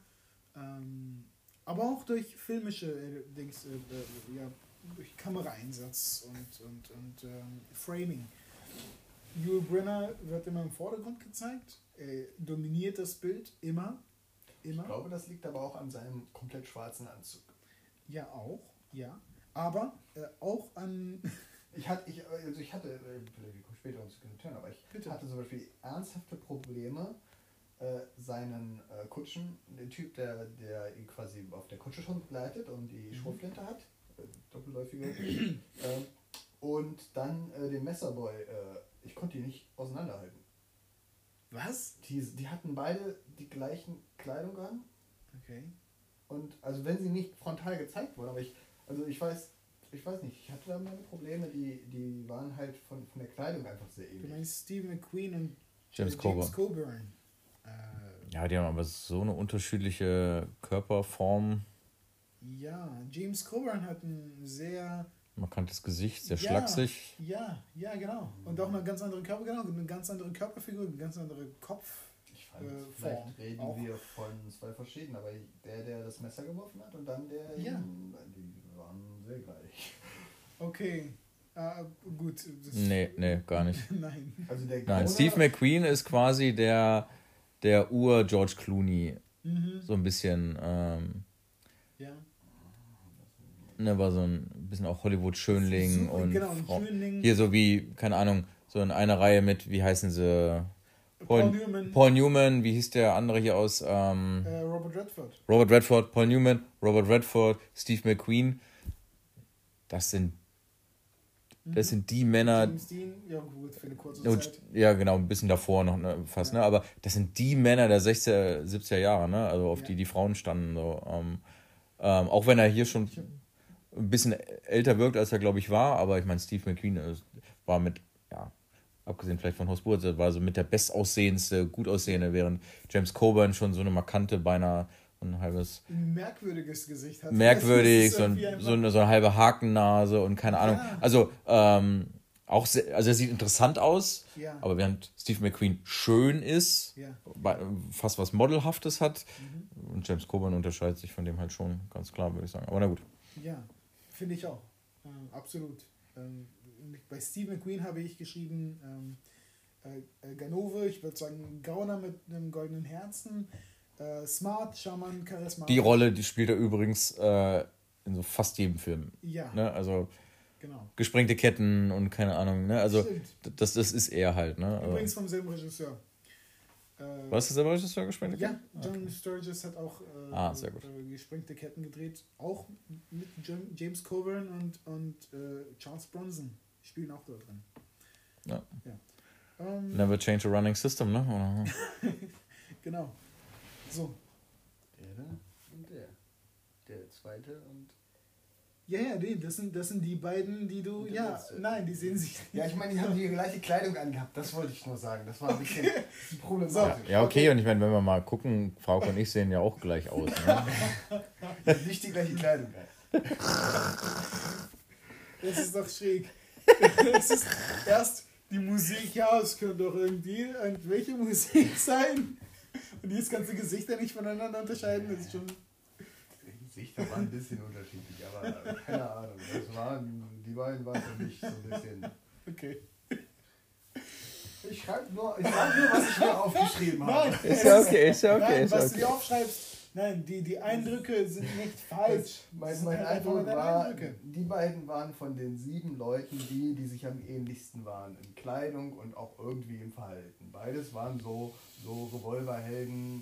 aber auch durch filmische durch Kameraeinsatz und Framing. Yul Brynner wird immer im Vordergrund gezeigt, er dominiert das Bild immer. Ich glaube, das liegt aber auch an seinem komplett schwarzen Anzug. Ja, auch, ja. Aber auch an... Ich hatte, vielleicht später uns können, aber ich hatte zum Beispiel ernsthafte Probleme, seinen Kutschen, den Typ, der ihn quasi auf der Kutsche schon begleitet und die Schrotflinte hat, doppelläufige, und dann den Messerboy, ich konnte die nicht auseinanderhalten. Was? Die hatten beide die gleichen Kleidung an. Okay. Und also wenn sie nicht frontal gezeigt wurden, aber ich weiß nicht, ich hatte da meine Probleme, die waren halt von der Kleidung einfach sehr ähnlich. Du meinst Steve McQueen und James Coburn. Ja, die haben aber so eine unterschiedliche Körperform. Ja, James Coburn hat ein sehr... markantes Gesicht, sehr schlaksig. Ja, genau. Und auch eine ganz andere eine ganz andere Körperfigur, eine ganz andere Kopf. Ich fand, vielleicht reden wir von 2 verschiedenen, aber der das Messer geworfen hat und dann die waren sehr gleich. Okay. Gut. Nee, gar nicht. Nein. Also der Nein, Gauner- Steve McQueen ist quasi der Ur-George Clooney. So ein bisschen, Ja. war so ein bisschen auch Hollywood-Schönling Super, und genau, ein Schönling. hier so wie, keine Ahnung, so in einer Reihe mit, wie heißen sie? Paul Newman. Paul Newman, wie hieß der andere hier aus? Robert Redford. Robert Redford, Paul Newman, Robert Redford, Steve McQueen. Das sind die Männer. James Dean, ja gut, für eine kurze Und, Zeit. ja, genau, ein bisschen davor noch fast, ne? Aber das sind die Männer der 60er, 70er Jahre, ne? Also auf die Frauen standen. So. Auch wenn er hier schon ein bisschen älter wirkt, als er, glaube ich, war, aber ich meine, Steve McQueen war mit, abgesehen vielleicht von Horst Buchholz, war so mit der bestaussehendste, gut aussehende, während James Coburn schon so eine markante, beinahe ein halbes Merkwürdiges Gesicht hat. merkwürdig, Das ist so eine halbe Hakennase und keine Ahnung. Ja. Also, auch also er sieht interessant aus, Ja. aber während Steve McQueen schön ist, Ja. fast was Modelhaftes hat, und James Coburn unterscheidet sich von dem halt schon, ganz klar, würde ich sagen. Aber na gut. Ja, finde ich auch. Absolut. Bei Steve McQueen habe ich geschrieben Ganove, ich würde sagen Gauner mit einem goldenen Herzen, smart, charmant, charismatisch. Die Rolle, die spielt er übrigens in so fast jedem Film. Ja, Ne? Also genau. gesprengte Ketten und keine Ahnung. Ne? Also Stimmt. das ist er halt. Ne? Also, Übrigens vom selben Regisseur. was ist der Regisseur, gesprengte Ja, Ketten? John Sturges hat auch sehr gut. gesprengte Ketten gedreht. Auch mit James Coburn und Charles Bronson spielen auch da drin. Ja. Ja. Never change a running system, ne? Oder? Genau. So. Der da und der. Der zweite und. Ja, das sind die beiden, die du. Und der Ja, letzte. nein, die sehen sich. Ja, ich meine, die haben die gleiche Kleidung angehabt, das wollte ich nur sagen. Das war ein bisschen problematisch. Ja, okay, und ich meine, wenn wir mal gucken, Frauke und ich sehen ja auch gleich aus. Ne? Nicht die gleiche Kleidung. Das ist doch schräg. Es ist erst die Musik, ja, es könnte doch irgendwie welche Musik sein. Und jetzt kannst du Gesichter nicht voneinander unterscheiden. Das ist schon. Die Gesichter waren ein bisschen unterschiedlich, aber keine Ahnung. Die beiden waren für mich so ein bisschen. Okay. Ich sag nur, was ich mir aufgeschrieben habe. Nein, Ist ja okay, nein, ist was okay. du dir aufschreibst, nein, die Eindrücke sind nicht falsch. Das sind Mein halt einfach Eindruck deine war, Eindrücke. die beiden waren von den 7 Leuten die sich am ähnlichsten waren. In Kleidung und auch irgendwie im Verhalten. Beides waren so Revolverhelden.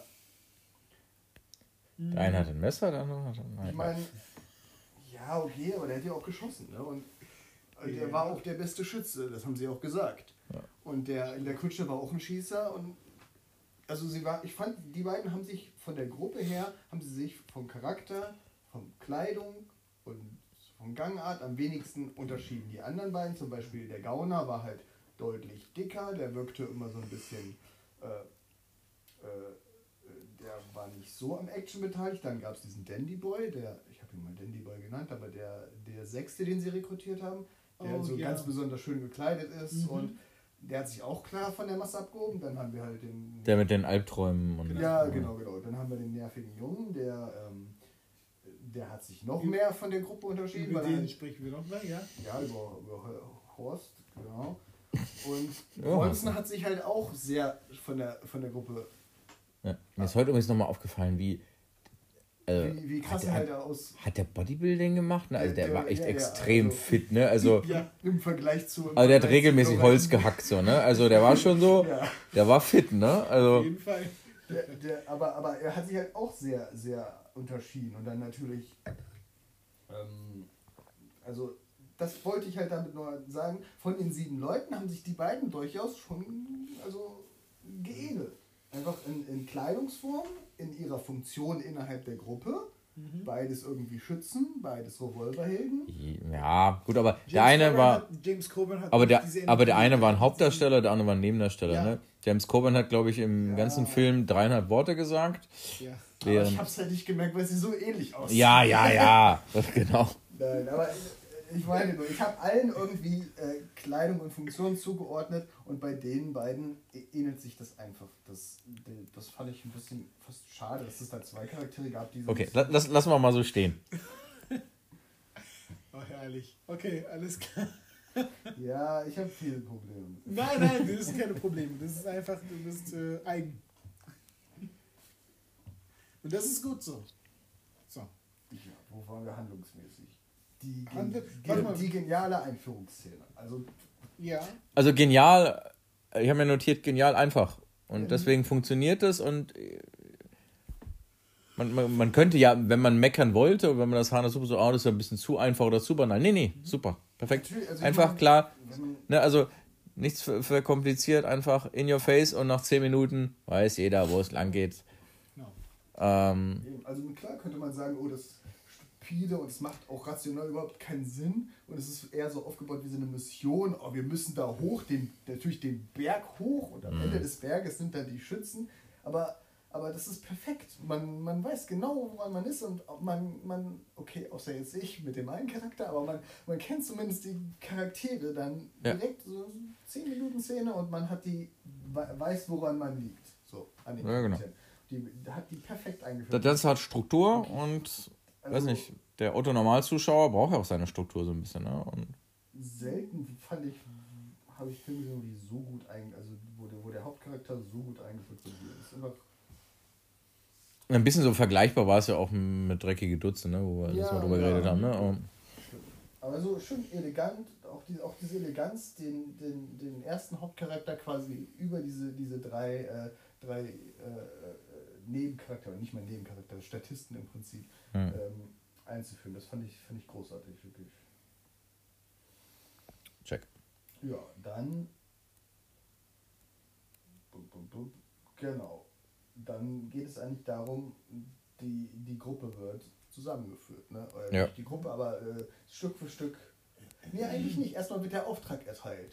Der eine hat ein Messer, der andere hat ein Ich meine, ja, okay, aber der hat ja auch geschossen. Ne? Und der war auch der beste Schütze, das haben sie auch gesagt. Ja. Und der in der Kutsche war auch ein Schießer. Und also ich fand, die beiden haben sich von der Gruppe her, haben sie sich vom Charakter, von Kleidung und von Gangart am wenigsten unterschieden. Die anderen beiden, zum Beispiel der Gauner, war halt deutlich dicker, der wirkte immer so ein bisschen, der war nicht so am Action beteiligt. Dann gab es diesen Dandy Boy, ich habe ihn mal Dandy Boy genannt, aber der Sechste, den sie rekrutiert haben, der so ganz besonders schön gekleidet ist und der hat sich auch klar von der Masse abgehoben. Dann haben wir halt den... Der mit den Albträumen. Und Ja, genau. Dann haben wir den nervigen Jungen, der hat sich noch mehr von der Gruppe unterschieden. Über weil den sprechen wir noch mal, ja? ja, über Horst, genau. Und Ja. Bronson hat sich halt auch sehr von der Gruppe... Ja. Mir ist heute übrigens nochmal aufgefallen, wie wie krass er halt aus... hat der Bodybuilding gemacht? Ne? Also der war echt ja, extrem also- fit, ne? Also, Ja. Im Vergleich zu... also der hat regelmäßig Holz gehackt, so, ne? Also der war schon so, Ja. der war fit, ne? Auf Also jeden Fall. Aber er hat sich halt auch sehr, sehr unterschieden. Und dann natürlich, also das wollte ich halt damit nur sagen, von den 7 Leuten haben sich die beiden durchaus schon geähnelt. Einfach in Kleidungsform, in ihrer Funktion innerhalb der Gruppe. Beides irgendwie Schützen, beides Revolverhelden. ja, gut, aber der eine war, James Coburn hat aber der diese eine war ein Energie, Hauptdarsteller, der andere war ein Nebendarsteller, Ja. ne? James Coburn hat, glaube ich, im ganzen Film 3,5 Worte gesagt. Ja. Aber Während, ich hab's halt nicht gemerkt, weil sie so ähnlich aussehen. ja, genau. Nein, aber ich meine nur, ich habe allen irgendwie Kleidung und Funktion zugeordnet und bei den beiden ähnelt sich das einfach. Das fand ich ein bisschen fast schade, dass es da 2 Charaktere gab, die so... Okay, lassen wir mal so stehen. Oh, herrlich. Okay, alles klar. Ja, ich habe viele Probleme. Nein, das sind keine Probleme. Das ist einfach, du bist eigen. Und das ist gut so. So. Ja, wo waren wir handlungsmäßig? Warte mal. Die geniale Einführungsszene. Also, Ja. Also genial, ich habe mir notiert, genial einfach. Und deswegen funktioniert es und man könnte ja, wenn man meckern wollte und wenn man das Hahn Super so, das ist ja ein bisschen zu einfach oder zu banal. Nee, super, perfekt. also Einfach, klar, ne, also nichts verkompliziert, einfach in your face und nach 10 Minuten weiß jeder, wo es lang geht. Genau. Also klar könnte man sagen, oh, das ist stupide und es macht auch rational überhaupt keinen Sinn und es ist eher so aufgebaut wie so eine Mission, oh, wir müssen da hoch, natürlich den Berg hoch und am Ende des Berges sind dann die Schützen, aber das ist perfekt. Man weiß genau, woran man ist und man okay, außer jetzt ich mit dem einen Charakter, aber man kennt zumindest die Charaktere dann direkt so 10 Minuten Szene und man hat weiß, woran man liegt. So, an den Charakteren. Die hat die perfekt eingeführt. Das hat Struktur und, weiß nicht, der Otto-Normalzuschauer braucht ja auch seine Struktur so ein bisschen. Ne? Und selten habe ich Filme irgendwie so gut also wo der Hauptcharakter so gut eingeführt wird. Das ist immer ein bisschen so vergleichbar war es ja auch mit Dreckige Dutze, ne? Wo wir das mal drüber geredet haben. Ne? Aber so schön elegant, auch diese Eleganz, den ersten Hauptcharakter quasi über diese drei Nebencharaktere, nicht mal Nebencharaktere, Statisten im Prinzip, einzuführen. Das fand ich großartig, wirklich. Check. Ja, dann genau. Dann geht es eigentlich darum, die Gruppe wird zusammengeführt. Ne? Ja. Nicht die Gruppe, aber Stück für Stück. Nee, eigentlich nicht. Erstmal wird der Auftrag erteilt.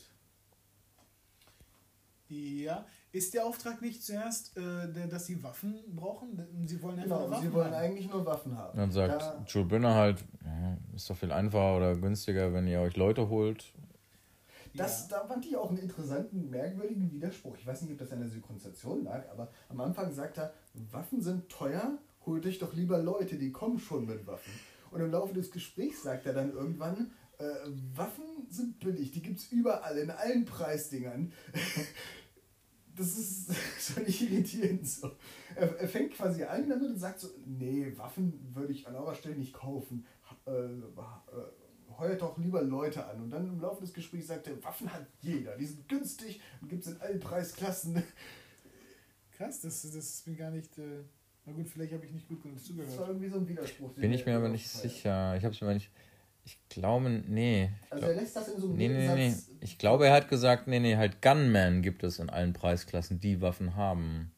Ja. Ist der Auftrag nicht zuerst, dass sie Waffen brauchen? Sie wollen einfach nur Waffen sie wollen haben. eigentlich nur Waffen haben. Dann sagt Joel Brynner halt, ist doch viel einfacher oder günstiger, wenn ihr euch Leute holt. Da fand ich auch einen interessanten, merkwürdigen Widerspruch. Ich weiß nicht, ob das an der Synchronisation lag, aber am Anfang sagt er, Waffen sind teuer, holt euch doch lieber Leute, die kommen schon mit Waffen. Und im Laufe des Gesprächs sagt er dann irgendwann, Waffen sind billig, die gibt es überall, in allen Preisdingern. Das ist völlig irritierend. So. Er fängt quasi an damit und sagt so, nee, Waffen würde ich an eurer Stelle nicht kaufen. Heuert doch lieber Leute an. Und dann im Laufe des Gesprächs sagt er, Waffen hat jeder, die sind günstig und gibt es in allen Preisklassen. Krass, das ist mir gar nicht... na gut, vielleicht habe ich nicht gut genug zugehört. Das war irgendwie so ein Widerspruch. Bin ich mir aber nicht sicher. Ich habe es mir nicht... Ich glaube, nee. Also er lässt das in so einem Nee. Nebensatz... Ich glaube, er hat gesagt, halt Gunman gibt es in allen Preisklassen, die Waffen haben.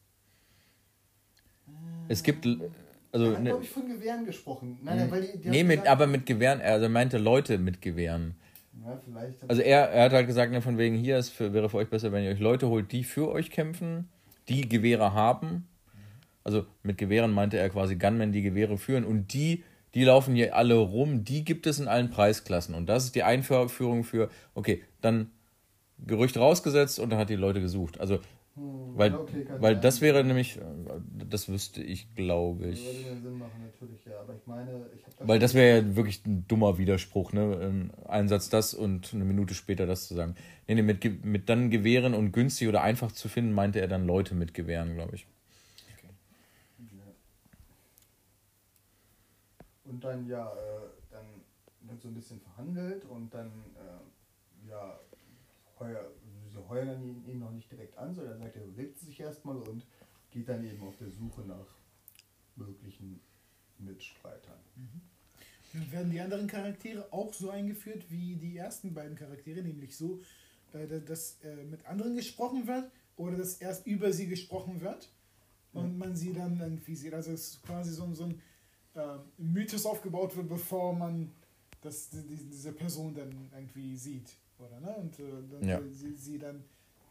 Es gibt... Also, er hat, glaube ich, von Gewehren gesprochen. Nein, weil aber mit Gewehren, er meinte Leute mit Gewehren. Ja, vielleicht. Also er hat halt gesagt, von wegen hier, wäre für euch besser, wenn ihr euch Leute holt, die für euch kämpfen, die Gewehre haben. Also mit Gewehren meinte er quasi Gunmen, die Gewehre führen und die laufen hier alle rum, die gibt es in allen Preisklassen. Und das ist die Einführung für, okay, dann Gerücht rausgesetzt und dann hat die Leute gesucht. Also weil das wäre nämlich, das wüsste ich, glaube ich. Das würde Sinn machen, natürlich, ja. Aber ich meine, weil das wäre ja wirklich ein dummer Widerspruch, ne? Ein Satz das und eine Minute später das zu sagen. Nee, mit dann Gewehren und günstig oder einfach zu finden, meinte er dann Leute mit Gewehren, glaube ich. Okay. Ja. Und dann, dann wird so ein bisschen verhandelt und dann, sie heuern ihn noch nicht direkt an, sondern sagt er, bewegt sich erstmal und geht dann eben auf der Suche nach möglichen Mitstreitern. Dann werden die anderen Charaktere auch so eingeführt wie die ersten beiden Charaktere, nämlich so, dass mit anderen gesprochen wird oder dass erst über sie gesprochen wird und man sie dann irgendwie sieht. Also es ist quasi so ein Mythos aufgebaut wird, bevor man diese Person dann irgendwie sieht. Oder, ne? Und dann sie dann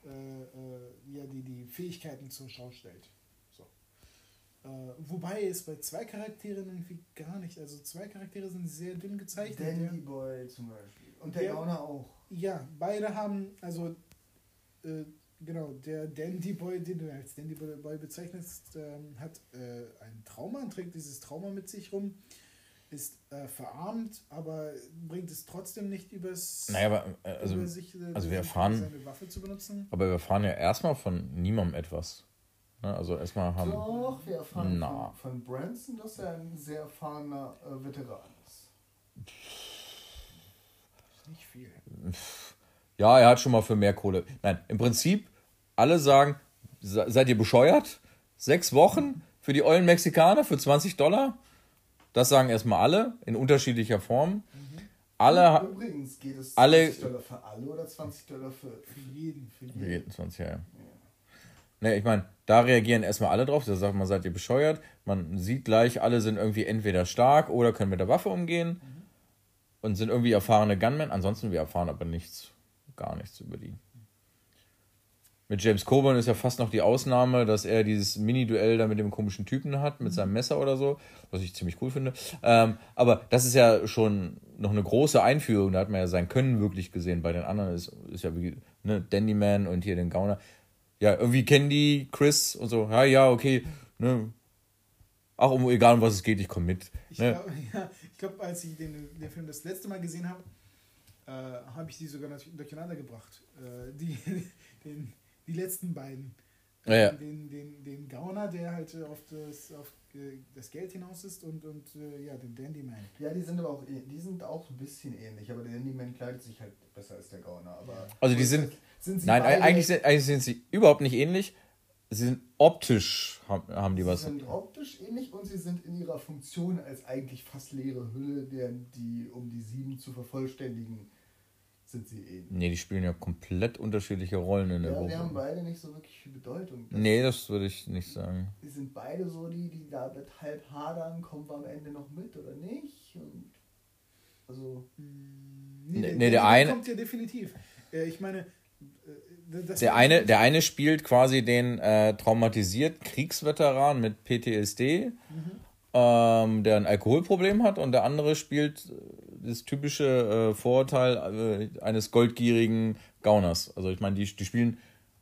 die Fähigkeiten zur Schau stellt. So. Wobei es bei zwei Charakteren irgendwie gar nicht, also zwei Charaktere sind sehr dünn gezeichnet. Dandy Boy zum Beispiel. Und der Gauner auch. Ja, beide haben, also genau, der Dandy Boy, den du als Dandy Boy bezeichnest, hat ein Trauma und trägt dieses Trauma mit sich rum. verarmt, aber bringt es trotzdem nicht übers... Naja, aber über sich, wir erfahren... seine Waffe zu benutzen. Aber wir erfahren ja erstmal von niemandem etwas. Ne? Also erstmal haben... Doch, wir erfahren von Branson, dass er ein sehr erfahrener Veteran ist. Nicht viel. Ja, er hat schon mal für mehr Kohle. Nein, im Prinzip, alle sagen, seid ihr bescheuert? 6 Wochen für die ollen Mexikaner für $20? Das sagen erstmal alle, in unterschiedlicher Form. Alle, übrigens, geht es alle, $20 für alle oder $20 für jeden? Für jeden 20, ja. Ne, ich meine, da reagieren erstmal alle drauf. Da sagt man, seid ihr bescheuert? Man sieht gleich, alle sind irgendwie entweder stark oder können mit der Waffe umgehen und sind irgendwie erfahrene Gunmen. Ansonsten, wir erfahren aber gar nichts über die. Mit James Coburn ist ja fast noch die Ausnahme, dass er dieses Mini-Duell da mit dem komischen Typen hat, mit seinem Messer oder so, was ich ziemlich cool finde. Aber das ist ja schon noch eine große Einführung, da hat man ja sein Können wirklich gesehen. Bei den anderen ist ja wie Dandyman und hier den Gauner. Ja, irgendwie kennen die Chris und so, ja, okay, ne. Ach, egal um was es geht, ich komme mit. Ich glaube, als ich den Film das letzte Mal gesehen habe, habe ich die sogar durcheinander gebracht. Die letzten beiden. Ja. Den Gauner, der halt auf das Geld hinaus ist und den Dandyman. Ja, die sind auch ein bisschen ähnlich, aber der Dandyman kleidet sich halt besser als der Gauner. Aber also die sind eigentlich sind sie überhaupt nicht ähnlich. Sie sind optisch, haben die was. Sie sind optisch ähnlich und sie sind in ihrer Funktion als eigentlich fast leere Hülle, um die 7 zu vervollständigen, sind sie ähnlich. Nee, die spielen ja komplett unterschiedliche Rollen in der Gruppe. Ja, die haben beide nicht so wirklich viel Bedeutung. Das würde ich nicht sagen. Die sind beide so die damit halb hadern, kommen wir am Ende noch mit oder nicht? Und also... Der eine kommt ja definitiv. Ich meine... Der eine spielt quasi den traumatisierten Kriegsveteran mit PTSD, der ein Alkoholproblem hat, und der andere spielt das typische Vorurteil eines goldgierigen Gauners. Also ich meine, die spielen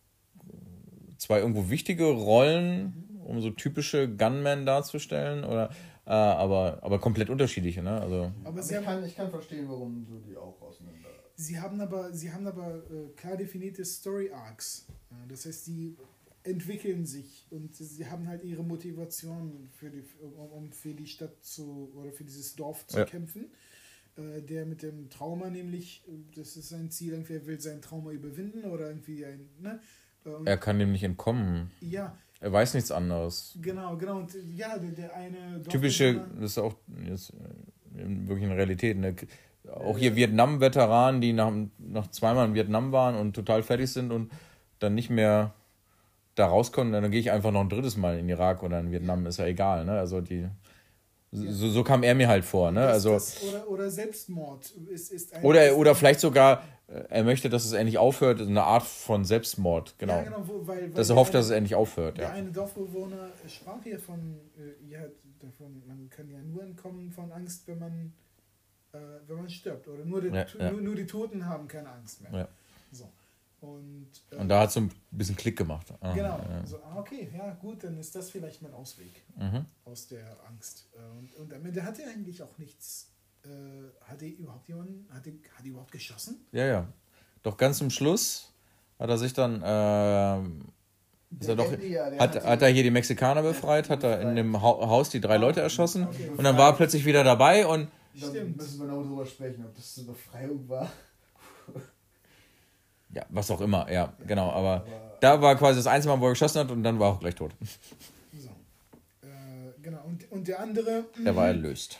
zwar irgendwo wichtige Rollen, um so typische Gunmen darzustellen, aber komplett unterschiedliche. Ne? Also, aber ich kann verstehen, warum du die auch auseinander... Sie haben aber klar definierte Story Arcs. Das heißt, die entwickeln sich und sie haben halt ihre Motivation um für die Stadt oder für dieses Dorf zu kämpfen. Der mit dem Trauma nämlich, das ist sein Ziel, irgendwie er will sein Trauma überwinden oder irgendwie er kann dem nicht entkommen. Ja. Er weiß nichts anderes. Genau. Und ja, der eine... Typische, das ist auch wirklich eine Realität, ne? Auch hier Vietnam-Veteranen, die nach 2 Mal in Vietnam waren und total fertig sind und dann nicht mehr da rauskommen, dann gehe ich einfach noch ein 3. Mal in Irak oder in Vietnam, ist ja egal. Ne? Also so kam er mir halt vor. Ne? Oder Selbstmord ist ein... Oder vielleicht sogar, er möchte, dass es endlich aufhört, eine Art von Selbstmord. Genau. Ja, genau, weil dass er hofft, dass es endlich aufhört. Der eine Dorfbewohner sprach hier davon, man kann ja nur entkommen von Angst, wenn man stirbt. Oder nur die Toten haben keine Angst mehr. Ja. So. Und da hat es so ein bisschen Klick gemacht. Genau. Ja. So, okay, ja gut, dann ist das vielleicht mein Ausweg aus der Angst. Und am Ende hat er eigentlich auch nichts. Hat er überhaupt geschossen? Ja. Doch ganz zum Schluss hat er sich dann... hat er hier die Mexikaner befreit, hat er in dem Haus die 3 Leute erschossen und dann war er plötzlich wieder dabei und... Dann müssen wir noch drüber sprechen, ob das eine Befreiung war. Ja, was auch immer, ja, genau. Aber da war quasi das einzige Mal, wo er geschossen hat und dann war er auch gleich tot. So. Genau, und der andere... Der war erlöst.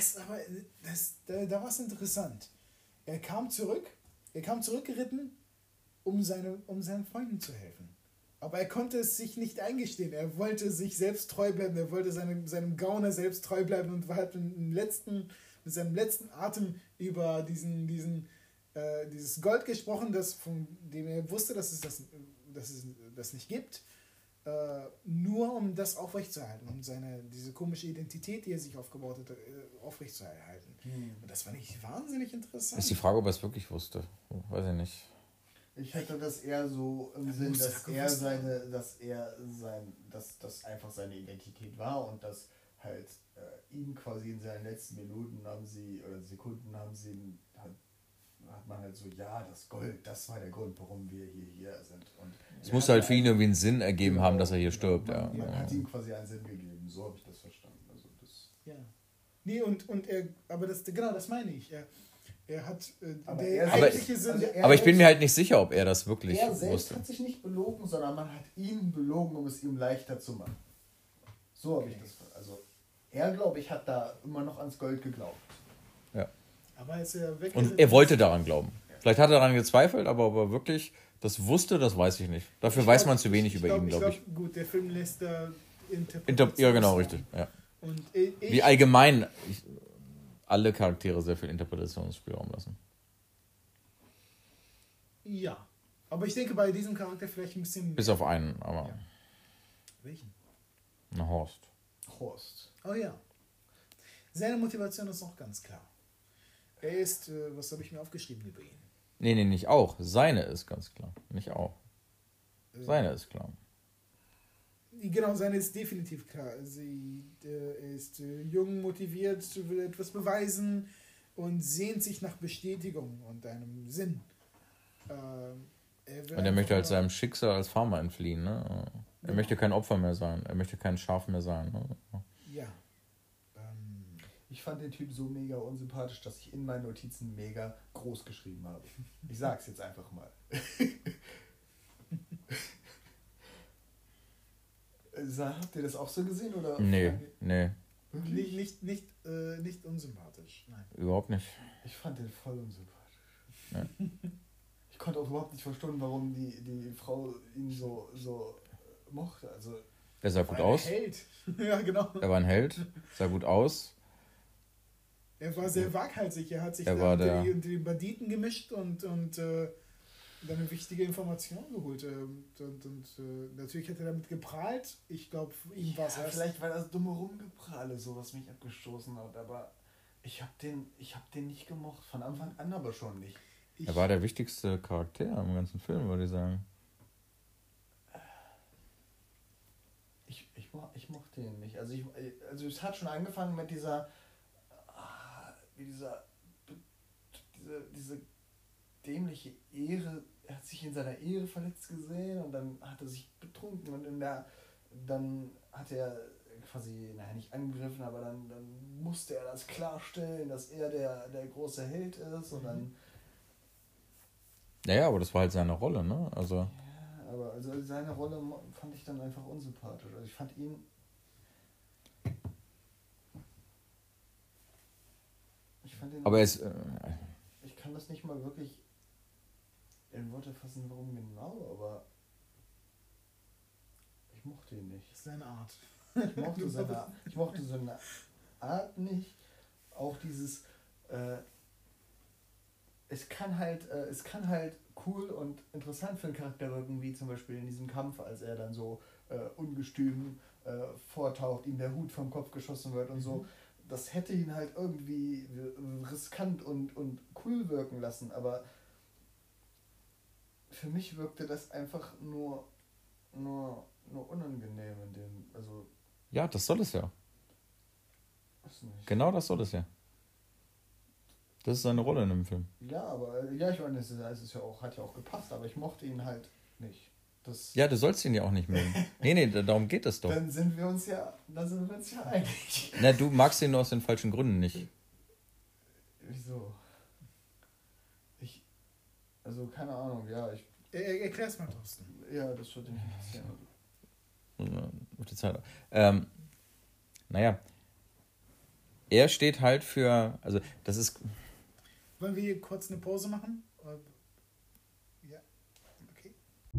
Da war es interessant. Er kam zurückgeritten, um seinen Freunden zu helfen. Aber er konnte es sich nicht eingestehen. Er wollte sich selbst treu bleiben, er wollte seinem Gauner selbst treu bleiben und hat mit seinem letzten Atem über dieses Gold gesprochen, von dem er wusste, dass es das nicht gibt, nur um das aufrechtzuerhalten, um diese komische Identität, die er sich aufgebaut hat, aufrechtzuerhalten. Und das fand ich wahnsinnig interessant. Ist die Frage, ob er es wirklich wusste. Weiß ich nicht. Ich hatte das eher so im Sinn, dass das einfach seine Identität war und dass halt ihn quasi in seinen letzten Minuten Sekunden hat man halt so, ja, das Gold, das war der Grund, warum wir hier sind. Und es muss halt für ihn irgendwie einen Sinn ergeben haben, dass er hier stirbt. Man hat ihm quasi einen Sinn gegeben, so habe ich das verstanden. Also das Nee, aber das meine ich. Er hat aber ich bin mir halt nicht sicher, ob er das wirklich wusste. Er selbst wusste. hat sich nicht belogen, sondern man hat ihn belogen, um es ihm leichter zu machen. So habe ich das. Also er, glaube ich, hat da immer noch ans Gold geglaubt. Ja. Aber als er weg Und er wollte daran glauben. Vielleicht hat er daran gezweifelt, aber ob er wirklich das wusste, das weiß ich nicht. Dafür weiß man zu wenig über ihn, glaube ich. Gut, der Film lässt da Ja, genau, richtig. Ja. Und wie allgemein alle Charaktere sehr viel Interpretationsspielraum lassen. Ja. Aber ich denke bei diesem Charakter vielleicht ein bisschen... Bis auf einen, aber... Ja. Welchen? Na, Horst. Oh ja. Seine Motivation ist auch ganz klar. Er ist, was habe ich mir aufgeschrieben über ihn? Nee, nicht auch. Seine ist ganz klar. Nicht auch. Seine ist klar. Genau, seine ist definitiv klar. Er ist jung, motiviert, will etwas beweisen und sehnt sich nach Bestätigung und einem Sinn. Und er möchte halt seinem Schicksal als Farmer entfliehen. Ne? Er möchte kein Opfer mehr sein. Er möchte kein Schaf mehr sein. Ne? Ja. Ich fand den Typ so mega unsympathisch, dass ich in meinen Notizen mega groß geschrieben habe. Ich sag's jetzt einfach mal. Habt ihr das auch so gesehen? Oder? Nee. Nicht unsympathisch. Nein. Überhaupt nicht. Ich fand den voll unsympathisch. Ja. Ich konnte auch überhaupt nicht verstehen, warum die Frau ihn so mochte. Also, Er sah gut aus. Ein Held. Ja, genau. Er war ein Held. Sah gut aus. Er war sehr waghalsig. Er hat sich unter die Banditen gemischt und eine wichtige Information geholt. Natürlich hat er damit geprahlt. Ich glaube, für ihn war es vielleicht war das dumme Rumgeprahle so, was mich abgestoßen hat. Aber ich hab den nicht gemocht. Von Anfang an aber schon nicht. Er war der wichtigste Charakter im ganzen Film, würde ich sagen. Ich mochte ihn nicht. Also es hat schon angefangen mit diese dämliche Ehre. Er hat sich in seiner Ehre verletzt gesehen und dann hat er sich betrunken und dann hat er quasi, nicht angegriffen, aber dann musste er das klarstellen, dass er der große Held ist und dann... Naja, aber das war halt seine Rolle, ne? Also... Ja, aber also seine Rolle fand ich dann einfach unsympathisch. Also ich fand ihn... Aber es... ich kann das nicht mal wirklich in Worte fassen, warum genau, aber ich mochte ihn nicht. Das ist seine Art. Ich mochte seine Art nicht. Auch dieses... Es kann halt cool und interessant für einen Charakter wirken, wie zum Beispiel in diesem Kampf, als er dann so ungestüm vortaucht, ihm der Hut vom Kopf geschossen wird und so. Das hätte ihn halt irgendwie riskant und cool wirken lassen, aber für mich wirkte das einfach nur unangenehm in dem, also... Ja, das soll es ja. Weiß nicht. Genau das soll es ja. Das ist seine Rolle in dem Film. Ja, aber ich meine, es ist ja auch, hat ja auch gepasst, aber ich mochte ihn halt nicht. Ja, du sollst ihn ja auch nicht mögen. Nee, darum geht es doch. Dann sind wir uns ja einig. Na, du magst ihn nur aus den falschen Gründen nicht. Wieso? Also, keine Ahnung, ja. Erklär's mal, Thorsten. Ja, das würde mich interessieren. Auf die Zeit. Naja. Er steht halt für, also das ist... Wollen wir hier kurz eine Pause machen? Ja, okay.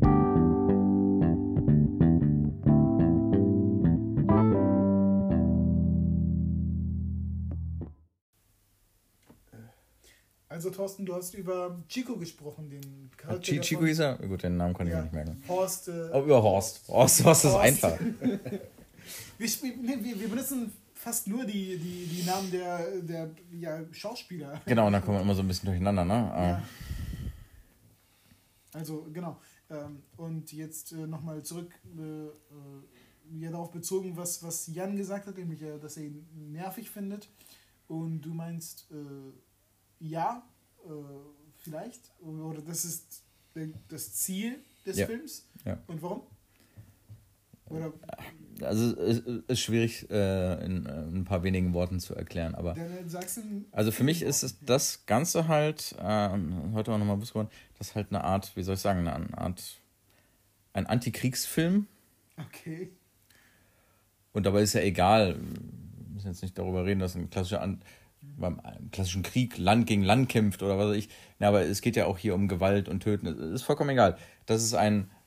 Also Thorsten, du hast über Chico gesprochen, den Charakter. Chico hieß er? Gut, den Namen kann ich mir nicht merken. Horst. Über Horst. Horst ist einfach. Wir benutzen fast nur die Namen der Schauspieler. Genau, und dann kommen wir immer so ein bisschen durcheinander, ne? Ja. Also, genau. Und jetzt nochmal zurück ja darauf bezogen, was Jan gesagt hat, nämlich, dass er ihn nervig findet. Und du meinst, ja, vielleicht. Oder das ist das Ziel des Films. Ja. Und warum? Oder? Also es ist schwierig in ein paar wenigen Worten zu erklären, aber also für mich ist es das Ganze halt, heute auch nochmal bewusst geworden, das ist halt eine Art, wie soll ich sagen, ein Antikriegsfilm. Okay. Und dabei ist ja egal, wir müssen jetzt nicht darüber reden, dass beim klassischen Krieg Land gegen Land kämpft oder was weiß ich. Ja, aber es geht ja auch hier um Gewalt und Töten. Es ist vollkommen egal. Das ist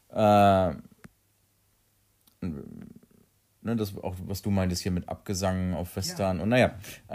das auch, was du meintest hier mit Abgesang auf Western. Ja. Und naja,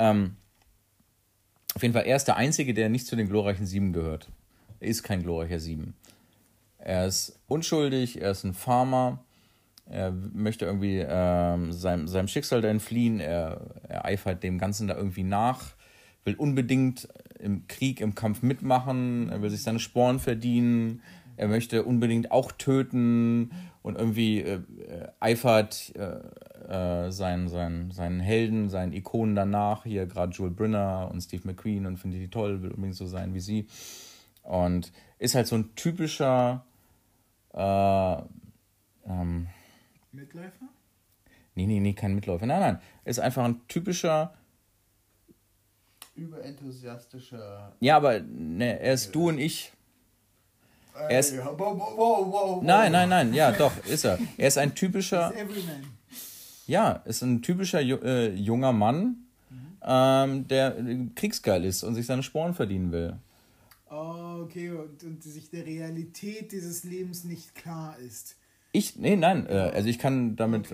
auf jeden Fall, er ist der Einzige, der nicht zu den glorreichen 7 gehört. Er ist kein glorreicher 7. Er ist unschuldig, er ist ein Farmer. Er möchte irgendwie seinem Schicksal da entfliehen. Er eifert dem Ganzen da irgendwie nach. Will unbedingt im Krieg, im Kampf mitmachen. Er will sich seine Sporen verdienen. Er möchte unbedingt auch töten. Und irgendwie eifert seinen Helden, seinen Ikonen danach. Hier gerade Joel Brynner und Steve McQueen und findet die toll, will unbedingt so sein wie sie. Und ist halt so ein typischer Mitläufer? Nee, kein Mitläufer. Nein. Ist einfach ein typischer überenthusiastischer. Ja, aber ne, er ist du und ich. Er ist. Wow. Nein, ja, doch, ist er. Er ist ein typischer. Ist Everyman. Ja, ist ein typischer junger Mann, der kriegsgeil ist und sich seine Sporen verdienen will. Oh, okay, und sich der Realität dieses Lebens nicht klar ist. Also ich kann damit,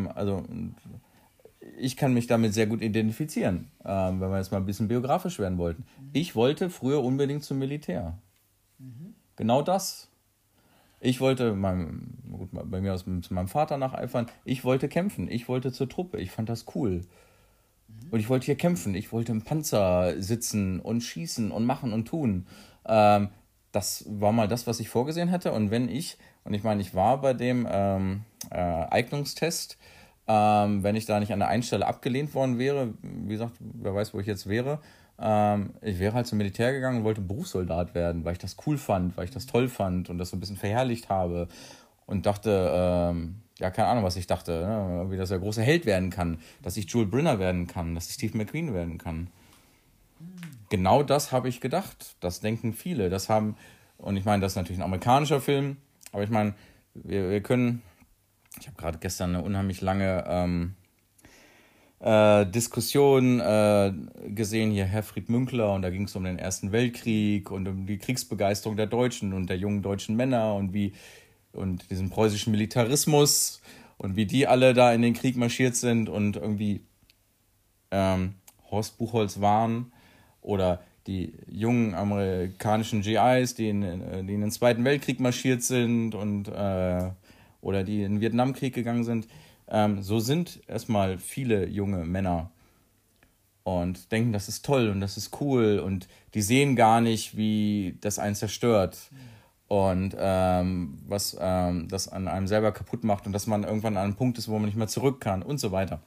ich kann mich damit sehr gut identifizieren, wenn wir jetzt mal ein bisschen biografisch werden wollten. Ich wollte früher unbedingt zum Militär. Genau das. Ich wollte bei mir zu meinem Vater nacheifern. Ich wollte kämpfen. Ich wollte zur Truppe. Ich fand das cool. Und ich wollte hier kämpfen. Ich wollte im Panzer sitzen und schießen und machen und tun. Das war mal das, was ich vorgesehen hatte. Und ich war bei dem Eignungstest, wenn ich da nicht an der einen Stelle abgelehnt worden wäre, wie gesagt, wer weiß, wo ich jetzt wäre, ich wäre halt zum Militär gegangen und wollte Berufssoldat werden, weil ich das cool fand, weil ich das toll fand und das so ein bisschen verherrlicht habe und dachte, keine Ahnung, was ich dachte, ne? Irgendwie, dass er großer Held werden kann, dass ich Joel Brynner werden kann, dass ich Steve McQueen werden kann. Genau das habe ich gedacht. Das denken viele. Und ich meine, das ist natürlich ein amerikanischer Film, aber ich meine, wir können, ich habe gerade gestern eine unheimlich lange Diskussion gesehen, hier Herfried Münkler, und da ging es um den Ersten Weltkrieg und um die Kriegsbegeisterung der Deutschen und der jungen deutschen Männer und diesen preußischen Militarismus und wie die alle da in den Krieg marschiert sind und irgendwie Horst Buchholz waren oder die jungen amerikanischen GIs, die in den Zweiten Weltkrieg marschiert sind und oder die in den Vietnamkrieg gegangen sind. So sind erstmal viele junge Männer und denken, das ist toll und das ist cool und die sehen gar nicht, wie das einen zerstört und was das an einem selber kaputt macht und dass man irgendwann an einem Punkt ist, wo man nicht mehr zurück kann und so weiter.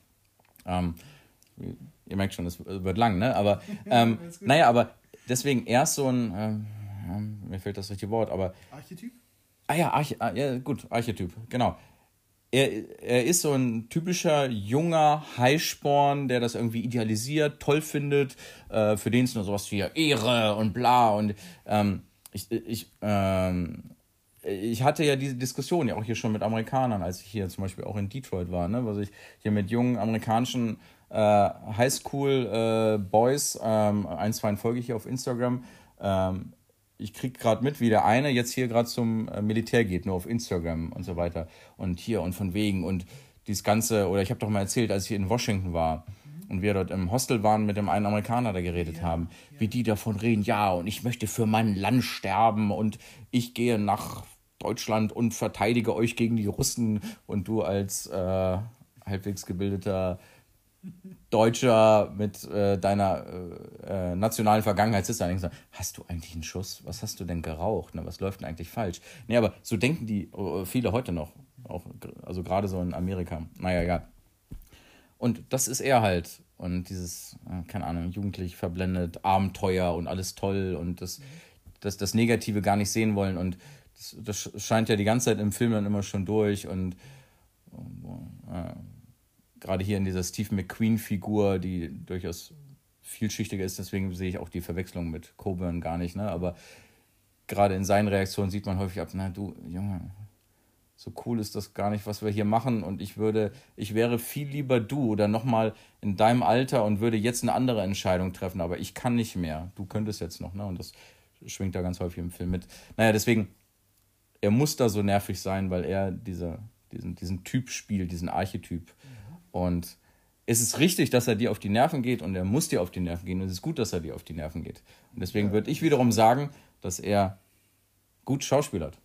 Ihr merkt schon, es wird lang, ne? Aber aber deswegen erst so ein, mir fehlt das richtige Wort, aber Archetyp? Archetyp, genau. Er ist so ein typischer junger Heißsporn, der das irgendwie idealisiert, toll findet, für den es nur sowas wie Ehre und bla und ich hatte ja diese Diskussion ja auch hier schon mit Amerikanern, als ich hier zum Beispiel auch in Detroit war, ne, was ich hier mit jungen amerikanischen Highschool-Boys, 1, 2 folge ich hier auf Instagram, ich kriege gerade mit, wie der eine jetzt hier gerade zum Militär geht, nur auf Instagram und so weiter. Und hier und von wegen und dieses Ganze, oder ich habe doch mal erzählt, als ich in Washington war und wir dort im Hostel waren mit dem einen Amerikaner, da geredet haben, wie die davon reden, ja, und ich möchte für mein Land sterben und ich gehe nach Deutschland und verteidige euch gegen die Russen und du als halbwegs gebildeter Deutscher mit deiner nationalen Vergangenheit sitzt da und denkst, hast du eigentlich einen Schuss? Was hast du denn geraucht? Ne? Was läuft denn eigentlich falsch? Nee, aber so denken die viele heute noch. Auch, also gerade so in Amerika. Naja, egal. Und das ist er halt. Und dieses, keine Ahnung, jugendlich verblendet, Abenteuer und alles toll und das Negative gar nicht sehen wollen. Und das scheint ja die ganze Zeit im Film dann immer schon durch. Und gerade hier in dieser Steve McQueen-Figur, die durchaus vielschichtiger ist, deswegen sehe ich auch die Verwechslung mit Coburn gar nicht. Ne? Aber gerade in seinen Reaktionen sieht man häufig ab, na du, Junge, so cool ist das gar nicht, was wir hier machen und ich wäre viel lieber du oder nochmal in deinem Alter und würde jetzt eine andere Entscheidung treffen, aber ich kann nicht mehr. Du könntest jetzt noch, ne? Und das schwingt da ganz häufig im Film mit. Naja, deswegen, er muss da so nervig sein, weil er diesen Typ spielt, diesen Archetyp. Und es ist richtig, dass er dir auf die Nerven geht und er muss dir auf die Nerven gehen und es ist gut, dass er dir auf die Nerven geht. Und deswegen würde ich wiederum sagen, dass er gut schauspielert.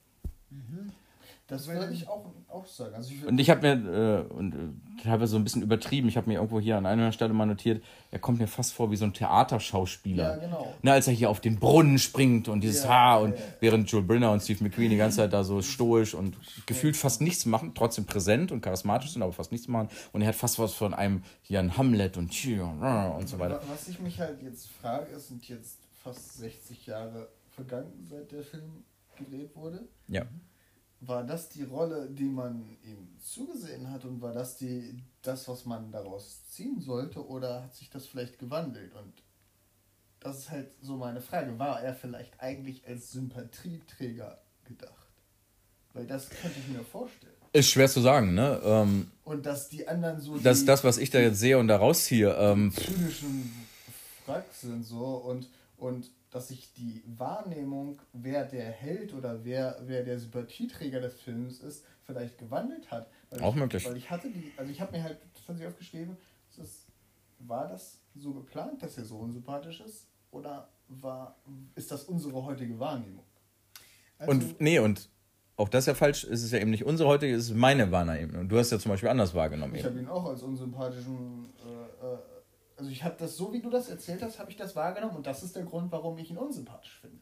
Das würde ich auch sagen. Also ich habe mir, ich habe so ein bisschen übertrieben, ich habe mir irgendwo hier an einer Stelle mal notiert, er kommt mir fast vor wie so ein Theaterschauspieler. Ja, genau. Ne, als er hier auf den Brunnen springt und dieses Haar und während Joel Brynner und Steve McQueen die ganze Zeit da so stoisch und gefühlt fast nichts machen, trotzdem präsent und charismatisch sind, aber fast nichts machen. Und er hat fast was von einem, hier ein Hamlet und so weiter. Was ich mich halt jetzt frage, es sind jetzt fast 60 Jahre vergangen, seit der Film gedreht wurde. Ja. War das die Rolle, die man ihm zugesehen hat und war das das, was man daraus ziehen sollte oder hat sich das vielleicht gewandelt? Und das ist halt so meine Frage. War er vielleicht eigentlich als Sympathieträger gedacht? Weil das könnte ich mir vorstellen. Ist schwer zu sagen, ne? Und dass die anderen so das, was ich da jetzt sehe und da rausziehe, zynischen Wracks sind so und dass sich die Wahrnehmung, wer der Held oder wer der Sympathieträger des Films ist, vielleicht gewandelt hat. Möglich. Weil ich habe mir halt tatsächlich aufgeschrieben, war das so geplant, dass er so unsympathisch ist? Oder ist das unsere heutige Wahrnehmung? Also, und auch das ist ja falsch, es ist ja eben nicht unsere heutige, es ist meine Wahrnehmung. Du hast ja zum Beispiel anders wahrgenommen. Ich habe ihn auch als unsympathischen... Also ich habe das, so wie du das erzählt hast, habe ich das wahrgenommen und das ist der Grund, warum ich ihn unsympathisch finde.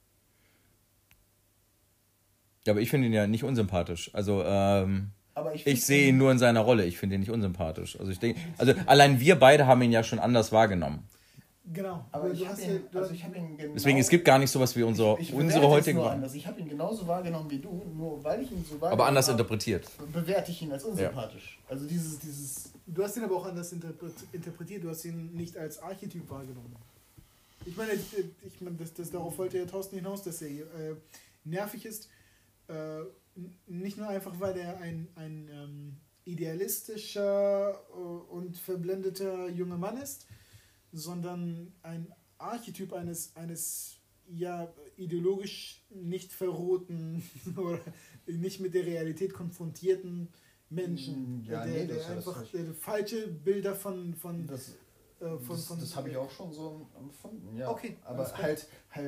Ja, aber ich finde ihn ja nicht unsympathisch. Also, aber ich sehe ihn nur in seiner Rolle. Ich finde ihn nicht unsympathisch. Also allein wir beide haben ihn ja schon anders wahrgenommen. Genau. Aber ich habe ihn genau... Deswegen, es gibt gar nicht sowas wie unsere heutige Wahrnehmung. Ich habe ihn genauso wahrgenommen wie du, nur weil ich ihn so wahrgenommen aber anders interpretiert. Bewerte ich ihn als unsympathisch. Ja. Also dieses... Du hast ihn aber auch anders interpretiert. Du hast ihn nicht als Archetyp wahrgenommen. Ich meine, darauf wollte ja Thorsten hinaus, dass er nervig ist. Nicht nur einfach, weil er ein idealistischer und verblendeter junger Mann ist, sondern ein Archetyp eines ideologisch nicht verrohten oder nicht mit der Realität konfrontierten Menschen, der einfach falsche Bilder von das habe ich auch schon so empfunden, ja. Okay, aber halt,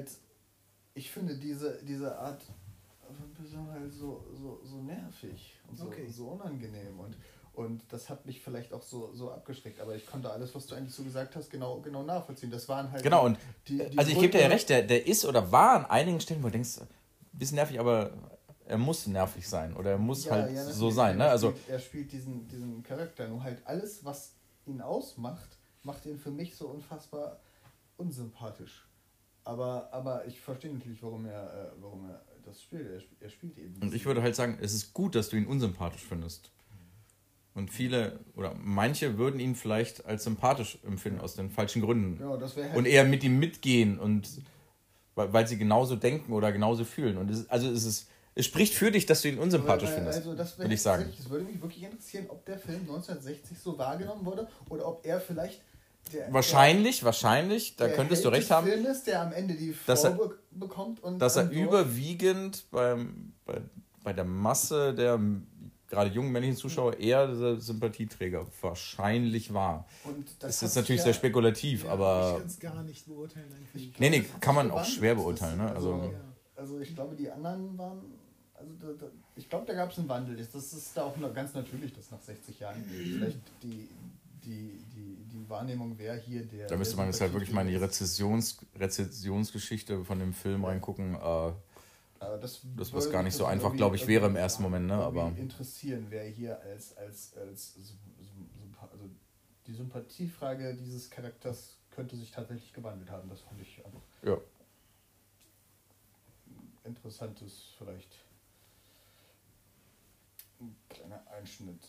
ich finde diese Art halt so nervig und so unangenehm und das hat mich vielleicht auch so abgeschreckt, aber ich konnte alles, was du eigentlich so gesagt hast, genau nachvollziehen. Das waren halt genau, und also ich gebe dir ja recht, der ist oder war an einigen Stellen, wo du denkst, ein bisschen nervig, aber er muss nervig sein oder er muss so sein. Ne? Er spielt diesen Charakter, nur halt alles, was ihn ausmacht, macht ihn für mich so unfassbar unsympathisch. Aber ich verstehe natürlich, warum er das spielt. Er spielt eben. Und ich würde halt sagen, es ist gut, dass du ihn unsympathisch findest. Und viele oder manche würden ihn vielleicht als sympathisch empfinden, aus den falschen Gründen. Ja, das halt und eher mit ihm mitgehen, und weil sie genauso denken oder genauso fühlen. Und es spricht für dich, dass du ihn unsympathisch findest, also das würde ich sagen. Es würde mich wirklich interessieren, ob der Film 1960 so wahrgenommen wurde oder ob er vielleicht wahrscheinlich, da könntest du recht haben, Film ist, der am Ende die Frau bekommt und dass er überwiegend bei der Masse der gerade jungen männlichen Zuschauer eher der Sympathieträger wahrscheinlich war. Und das ist natürlich sehr spekulativ, aber... Ich kann es gar nicht beurteilen eigentlich. Nee, kann man auch schwer beurteilen. Ne? Also ich glaube, die anderen waren... ich glaube, da gab es einen Wandel. Das ist da auch ganz natürlich, dass nach 60 Jahren vielleicht die Wahrnehmung, wer hier der... Da müsste man jetzt halt wirklich mal in die Rezessionsgeschichte von dem Film reingucken. Das was gar nicht so würde einfach, mich glaube ich, wäre im irgendwie ersten Moment, ne? Aber interessieren, wer hier als also die Sympathiefrage dieses Charakters könnte sich tatsächlich gewandelt haben. Das fand ich einfach ja. interessantes, vielleicht ein kleiner Einschnitt.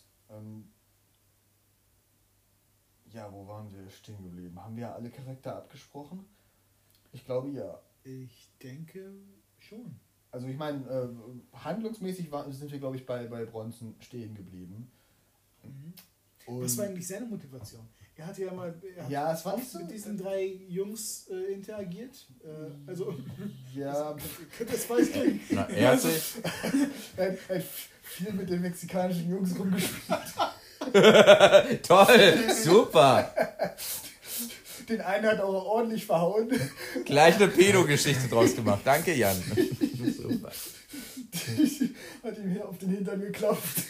Ja, wo waren wir stehen geblieben? Haben wir alle Charakter abgesprochen? Ich glaube ja. Ich denke schon. Also ich meine, handlungsmäßig sind wir, glaube ich, bei Bronson stehen geblieben. Und Was war eigentlich seine Motivation? Er hatte ja mal es war nicht so mit diesen 3 Jungs interagiert. Also, ja, könnte das falsch klingen. Na, er hat sich. er hat viel mit den mexikanischen Jungs rumgespielt. Toll, super. Den einen hat auch ordentlich verhauen. Gleich eine Pedo-Geschichte draus gemacht. Danke, Jan. Super. Hat ihm hier auf den Hintern geklopft.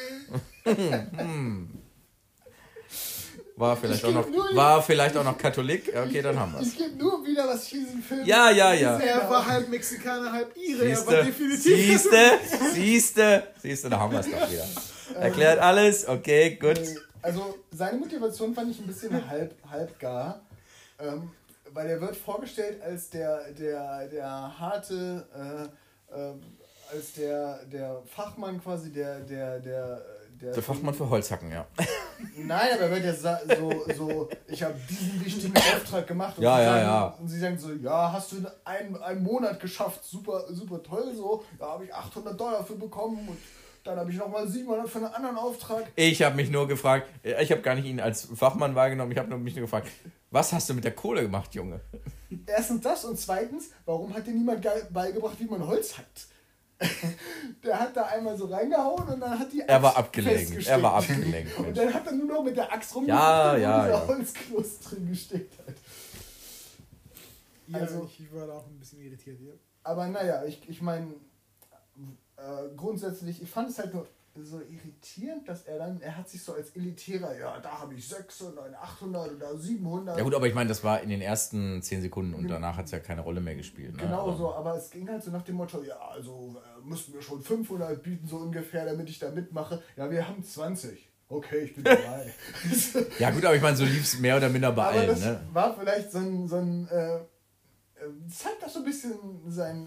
War vielleicht auch noch Katholik? Okay, dann haben wir es. Ich gebe nur wieder was für diesen Film. Ja. Er war halb Mexikaner, halb Ire. Er war definitiv. Siehste, da haben wir es doch wieder. Erklärt alles, okay, gut. Also seine Motivation fand ich ein bisschen halb gar. Weil er wird vorgestellt als der harte, als der Fachmann quasi, der Fachmann für Holzhacken, ja. Nein, aber er wird ja so ich habe diesen wichtigen Auftrag gemacht und und sie sagen so, ja, hast du einen Monat geschafft, super, super toll, so, da habe ich $800 für bekommen und dann habe ich nochmal 700 für einen anderen Auftrag. Ich habe mich nur gefragt, ich habe gar nicht ihn als Fachmann wahrgenommen, ich habe mich nur gefragt, was hast du mit der Kohle gemacht, Junge? Erstens das und zweitens, warum hat dir niemand beigebracht, wie man Holz hackt? Der hat da einmal so reingehauen und dann hat die Axt Er war abgelenkt. Und dann hat er nur noch mit der Axt wo dieser Holzkloß drin gesteckt hat. Ja, Also, ich war da auch ein bisschen irritiert. Ja. Aber naja, ich meine, grundsätzlich, ich fand es halt nur so irritierend, dass er hat sich so als elitärer, ja, da habe ich 600, 800 oder 700. Ja gut, aber ich meine, das war in den ersten 10 Sekunden und danach hat es ja keine Rolle mehr gespielt. Ne? Genau so, aber es ging halt so nach dem Motto, ja, also müssten wir schon 500 bieten, so ungefähr, damit ich da mitmache. Ja, wir haben 20. Okay, ich bin dabei. Ja gut, aber ich meine, so lief es mehr oder minder bei aber allen. Das ne? war vielleicht so ein zeigt auch so ein bisschen sein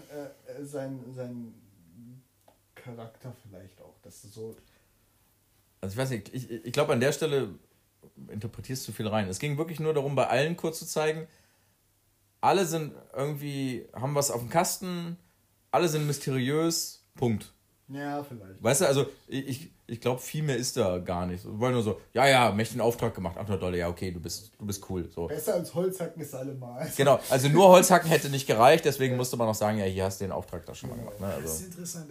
Charakter vielleicht auch. Das ist so. Also ich weiß nicht, ich glaube an der Stelle interpretierst du viel rein. Es ging wirklich nur darum, bei allen kurz zu zeigen, alle sind irgendwie, haben was auf dem Kasten, alle sind mysteriös, Punkt. Ja, vielleicht. Weißt du, also ich glaube, viel mehr ist da gar nicht. Wir wollen nur so, ja, mächtigen Auftrag gemacht, $800, ja, okay, du bist cool. So. Besser als Holzhacken ist allemal. Genau, also nur Holzhacken hätte nicht gereicht, deswegen musste man auch sagen, ja, hier hast du den Auftrag da schon mal gemacht. Ne? Also. Das ist interessant,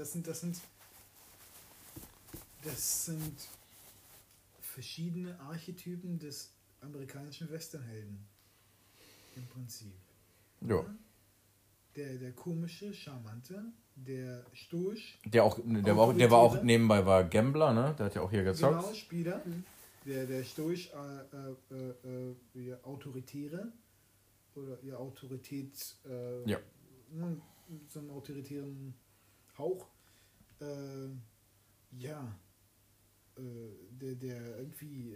das sind verschiedene Archetypen des amerikanischen Westernhelden. Im Prinzip. Ja. Der komische, charmante, der stoisch. Der war auch nebenbei war Gambler, ne? Der hat ja auch hier gezockt. Genau, Spieler. Der stoisch autoritäre oder ihr Autorität ja. So einen autoritären Hauch. Der irgendwie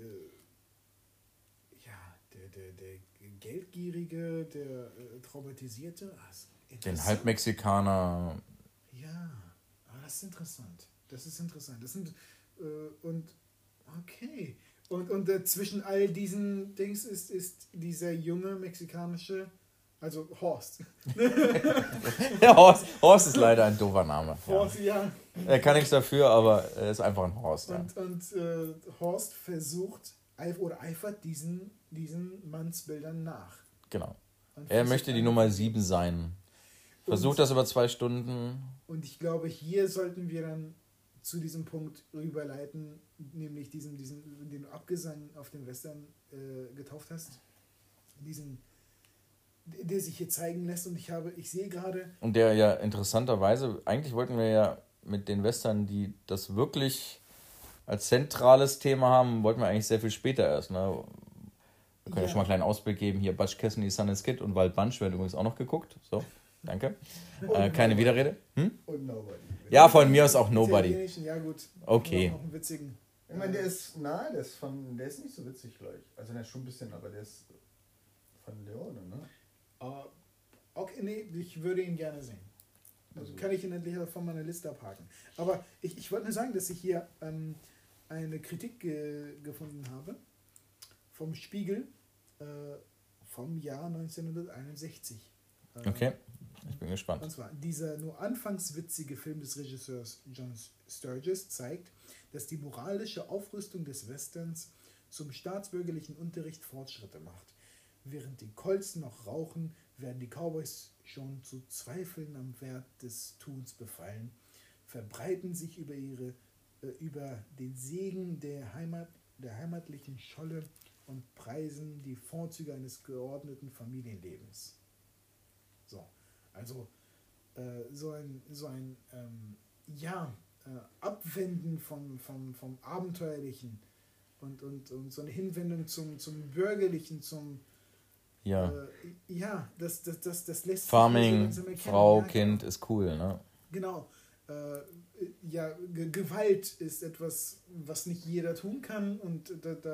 der Geldgierige, der Traumatisierte. Den Halbmexikaner. Ja, aber das ist interessant. Das sind und okay. Und zwischen all diesen Dings ist dieser junge mexikanische, also Horst. Ja, Horst ist leider ein doofer Name. Horst, ja. Er kann nichts dafür, aber er ist einfach ein Horst. Ja. Und Horst versucht oder eifert diesen Mannsbildern nach. Genau. Er möchte die Nummer 7 sein. Versucht das über 2 Stunden. Und ich glaube, hier sollten wir dann zu diesem Punkt rüberleiten, nämlich den du Abgesang auf den Western getauft hast. Der sich hier zeigen lässt und ich sehe gerade... Und der ja interessanterweise, eigentlich wollten wir ja mit den Western, die das wirklich als zentrales Thema haben, wollten wir eigentlich sehr viel später erst. Ne? Wir können ja schon mal einen kleinen Ausblick geben. Hier Butch Cassidy, Sundance Kid und Wild Bunch werden übrigens auch noch geguckt. So. Danke. Keine Widerrede. Und Nobody. Ja, von mir aus auch Nobody. Ja, gut. Okay. Noch einen witzigen. Ich meine, der ist nicht so witzig, glaube ich. Also der ist schon ein bisschen, aber der ist von Leone, ne? Okay, nee, ich würde ihn gerne sehen. Also kann ich ihn endlich von meiner Liste abhaken. Aber ich wollte nur sagen, dass ich hier eine Kritik gefunden habe vom Spiegel vom Jahr 1961. Okay, ich bin gespannt. Und zwar, dieser nur anfangs witzige Film des Regisseurs John Sturges zeigt, dass die moralische Aufrüstung des Westerns zum staatsbürgerlichen Unterricht Fortschritte macht. Während die Colts noch rauchen, werden die Cowboys schon zu Zweifeln am Wert des Tuns befallen, verbreiten sich über den Segen der heimatlichen Scholle und preisen die Vorzüge eines geordneten Familienlebens. So, also so ein Abwenden vom Abenteuerlichen und so eine Hinwendung zum Bürgerlichen, das lässt Farming, sich Frau, ja, Kind ist cool, ne? Genau. Gewalt ist etwas, was nicht jeder tun kann, und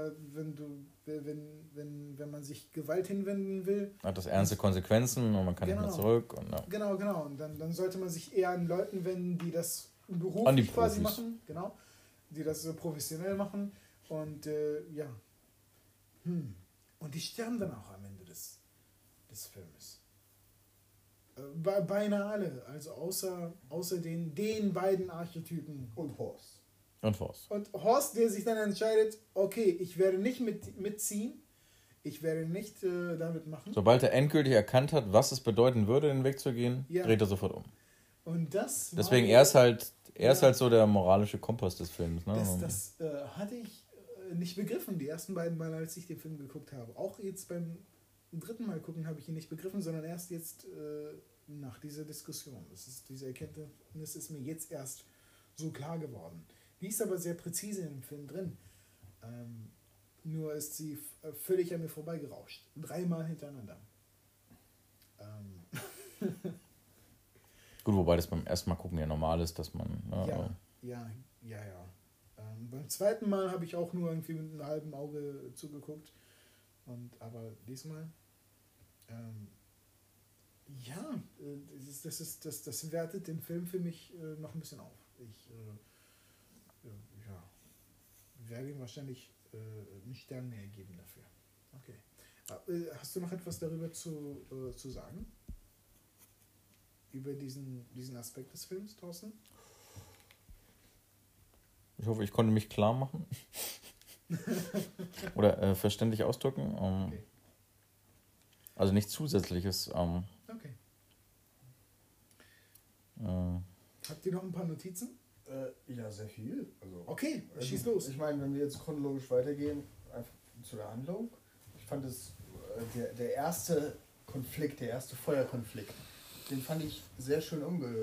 wenn man sich Gewalt hinwenden will, Hat das ernste Konsequenzen und man kann nicht mehr zurück. Und, ja. Genau. Und dann sollte man sich eher an Leuten wenden, die das An die beruflich quasi Profis. machen, genau, die das so professionell machen, und und die sterben dann auch am Ende des Filmes. Beinahe alle, also außer den beiden Archetypen. Und Horst. Und Forst. Und Horst, der sich dann entscheidet, okay, ich werde nicht mitziehen, ich werde nicht damit machen. Sobald er endgültig erkannt hat, was es bedeuten würde, den Weg zu gehen, Ja. dreht er sofort um. Und das war- Deswegen, er ist halt so der moralische Kompass des Films. Ne? Das hatte ich nicht begriffen, die ersten beiden Mal, als ich den Film geguckt habe. Auch jetzt beim dritten Mal gucken habe ich ihn nicht begriffen, sondern erst jetzt nach dieser Diskussion. Diese Erkenntnis ist mir jetzt erst so klar geworden. Die ist aber sehr präzise im Film drin. Nur ist sie völlig an mir vorbeigerauscht. 3 Mal hintereinander. Gut, wobei das beim ersten Mal gucken ja normal ist, dass man... Ja. Beim zweiten Mal habe ich auch nur irgendwie mit einem halben Auge zugeguckt. Aber diesmal, das wertet den Film für mich noch ein bisschen auf. Ich werde ihm wahrscheinlich einen Stern mehr geben dafür. Okay. Hast du noch etwas darüber zu sagen? Über diesen Aspekt des Films, Thorsten? Ich hoffe, ich konnte mich klar machen. Oder verständlich ausdrücken. Okay. Also nichts Zusätzliches. Okay. Habt ihr noch ein paar Notizen? Ja, sehr viel. Also, Okay, schieß los. Ich meine, wenn wir jetzt chronologisch weitergehen, einfach zu der Handlung. Ich fand es, der erste Konflikt, der erste Feuerkonflikt, den fand ich sehr schön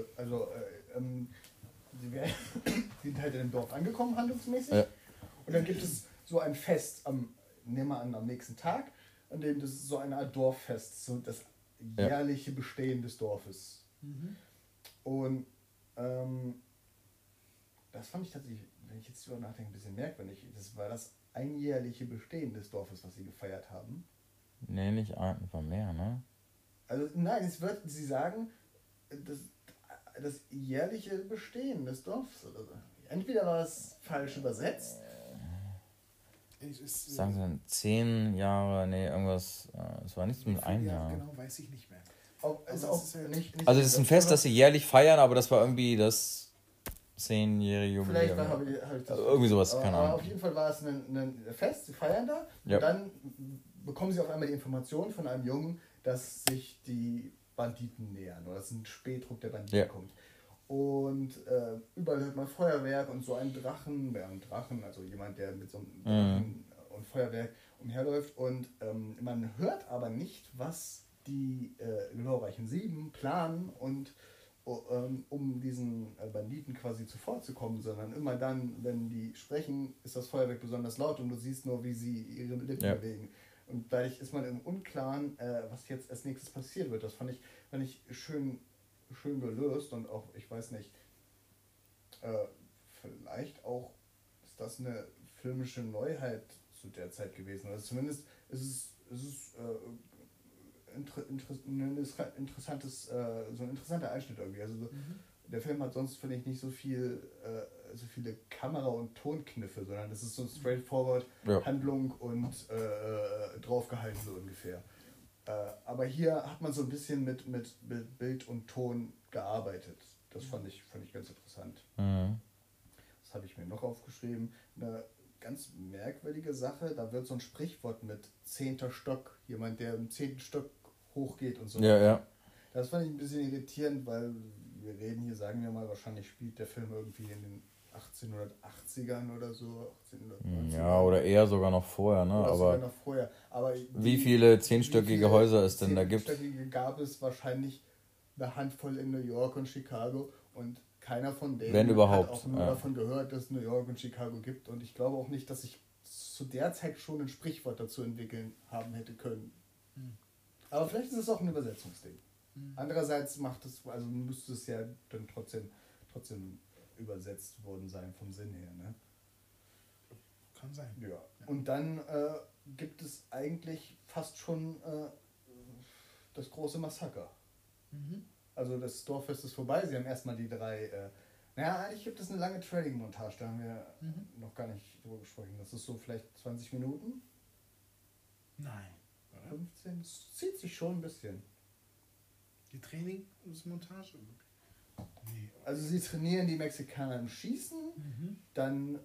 die sind halt in dem Dorf angekommen, handlungsmäßig. Ja. Und dann gibt es so ein Fest am nächsten Tag, an dem das ist so eine Art Dorffest, so das jährliche Bestehen des Dorfes. Mhm. Und das fand ich tatsächlich, wenn ich jetzt drüber nachdenke, ein bisschen merkwürdig. Das war das einjährliche Bestehen des Dorfes, was sie gefeiert haben. Nee, nicht ein, war mehr, ne? Also nein, sie sagen, das jährliche Bestehen des Dorfes. Oder so. Entweder war es falsch übersetzt. Sagen sie dann 10 Jahre, nee, irgendwas, es war nichts mit einem Jahr. Genau, weiß ich nicht mehr. Ist Aber auch es ist halt nicht Also das ist ein Fest, das sie jährlich feiern, aber das war irgendwie das 10-jährige Vielleicht Jubiläum. habe ich das. Irgendwie sowas, keine aber Ahnung. auf jeden Fall war es ein Fest, sie feiern da. Ja. Und dann bekommen sie auf einmal die Information von einem Jungen, dass sich die Banditen nähern oder dass ein Spähdruck der Banditen kommt. Und überall hört man Feuerwerk und so ein Drachen, also jemand, der mit so einem Drachen und Feuerwerk umherläuft. Und man hört aber nicht, was die glorreichen 7 planen und um diesen Banditen quasi zuvorzukommen, sondern immer dann, wenn die sprechen, ist das Feuerwerk besonders laut und du siehst nur, wie sie ihre Lippen bewegen. Und dadurch ist man im Unklaren, was jetzt als nächstes passieren wird. Das fand ich schön gelöst und auch, ich weiß nicht, vielleicht auch ist das eine filmische Neuheit zu der Zeit gewesen. Also zumindest ist es ein interessanter Einschnitt irgendwie. Also der Film hat sonst, finde ich, nicht so viele Kamera- und Tonkniffe, sondern das ist so straightforward Handlung und draufgehalten so ungefähr. Aber hier hat man so ein bisschen mit Bild und Ton gearbeitet. Das fand ich ganz interessant. Mhm. Das habe ich mir noch aufgeschrieben. Eine ganz merkwürdige Sache, da wird so ein Sprichwort mit 10. Stock, jemand, der im 10. Stock hochgeht und so. Ja. Das fand ich ein bisschen irritierend, weil wir reden hier, sagen wir mal, wahrscheinlich spielt der Film irgendwie in den 1880ern oder so. 1890ern. Ja, oder eher sogar noch vorher, ne? Oder sogar noch vorher. Aber wie viele 10-stöckige Häuser es denn da gibt? 10-stöckige gab es wahrscheinlich eine Handvoll in New York und Chicago und keiner von denen Wenn überhaupt, hat auch nur davon gehört, dass es New York und Chicago gibt. Und ich glaube auch nicht, dass ich zu der Zeit schon ein Sprichwort dazu entwickeln haben hätte können. Aber vielleicht ist es auch ein Übersetzungsding. Andererseits müsste es ja dann trotzdem übersetzt worden sein vom Sinn her. Ne? Kann sein. Ja. Und dann gibt es eigentlich fast schon das große Massaker. Also das Dorffest ist vorbei. Sie haben erstmal die 3... eigentlich gibt es eine lange Training-Montage. Da haben wir noch gar nicht drüber gesprochen. Das ist so vielleicht 20 Minuten. Nein. 15? Das zieht sich schon ein bisschen. Die Trainingsmontage? Nee. Also sie trainieren die Mexikaner im Schießen, dann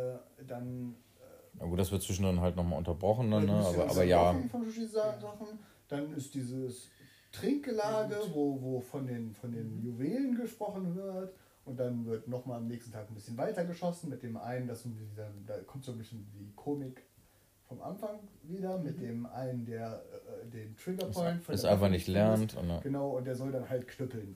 Na gut, das wird zwischendrin halt nochmal unterbrochen, dann, ne? aber ja. Dann ist dieses Trinkgelage, wo von den Juwelen gesprochen wird. Und dann wird nochmal am nächsten Tag ein bisschen weiter geschossen mit dem einen, da kommt so ein bisschen die Komik vom Anfang wieder, mit dem einen, der den Triggerpoint ist einfach nicht lernt. Genau, und der soll dann halt knüppeln.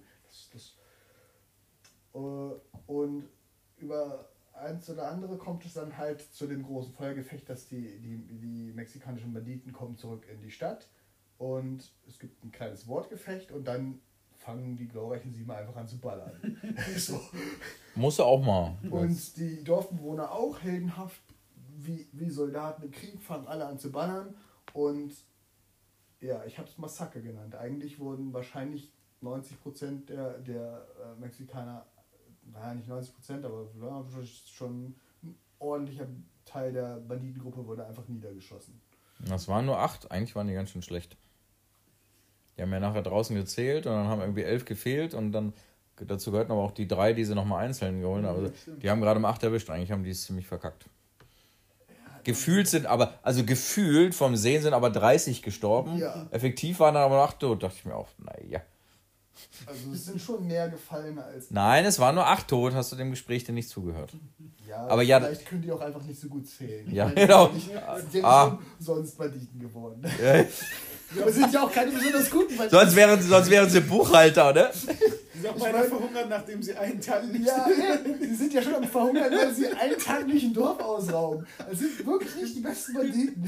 Und über eins oder andere kommt es dann halt zu dem großen Feuergefecht, dass die mexikanischen Banditen kommen zurück in die Stadt und es gibt ein kleines Wortgefecht und dann fangen die glorreichen 7 einfach an zu ballern. So. Muss er auch mal. Und die Dorfbewohner auch heldenhaft, wie Soldaten im Krieg, fangen alle an zu ballern und ja, ich habe es Massaker genannt. Eigentlich wurden wahrscheinlich 90% der Mexikaner, naja, nicht 90%, aber schon ein ordentlicher Teil der Banditengruppe wurde einfach niedergeschossen. Das waren nur 8, eigentlich waren die ganz schön schlecht. Die haben ja nachher draußen gezählt und dann haben irgendwie 11 gefehlt und dann dazu gehörten aber auch die 3, die sie nochmal einzeln geholt haben. Also die haben gerade mal 8 erwischt, eigentlich haben die es ziemlich verkackt. Gefühlt vom Sehen sind aber 30 gestorben. Ja. Effektiv waren dann aber noch 8 tot. Dachte ich mir auch, naja. Also es sind schon mehr gefallen als... Nein, es waren nur 8 tot. Hast du dem Gespräch denn nicht zugehört? Ja, aber vielleicht können die auch einfach nicht so gut zählen. Ja, genau. Die sind sonst Banditen geworden. Ja. Aber sind ja auch keine besonders guten Banditen. Sonst wären sie Buchhalter, ne? Die sind auch beinahe verhungert, nachdem sie einen Tag nicht... Ja, die sind ja schon am Verhungern, weil sie einen Tag nicht ein Dorf ausrauben. Das sind wirklich nicht die besten Banditen.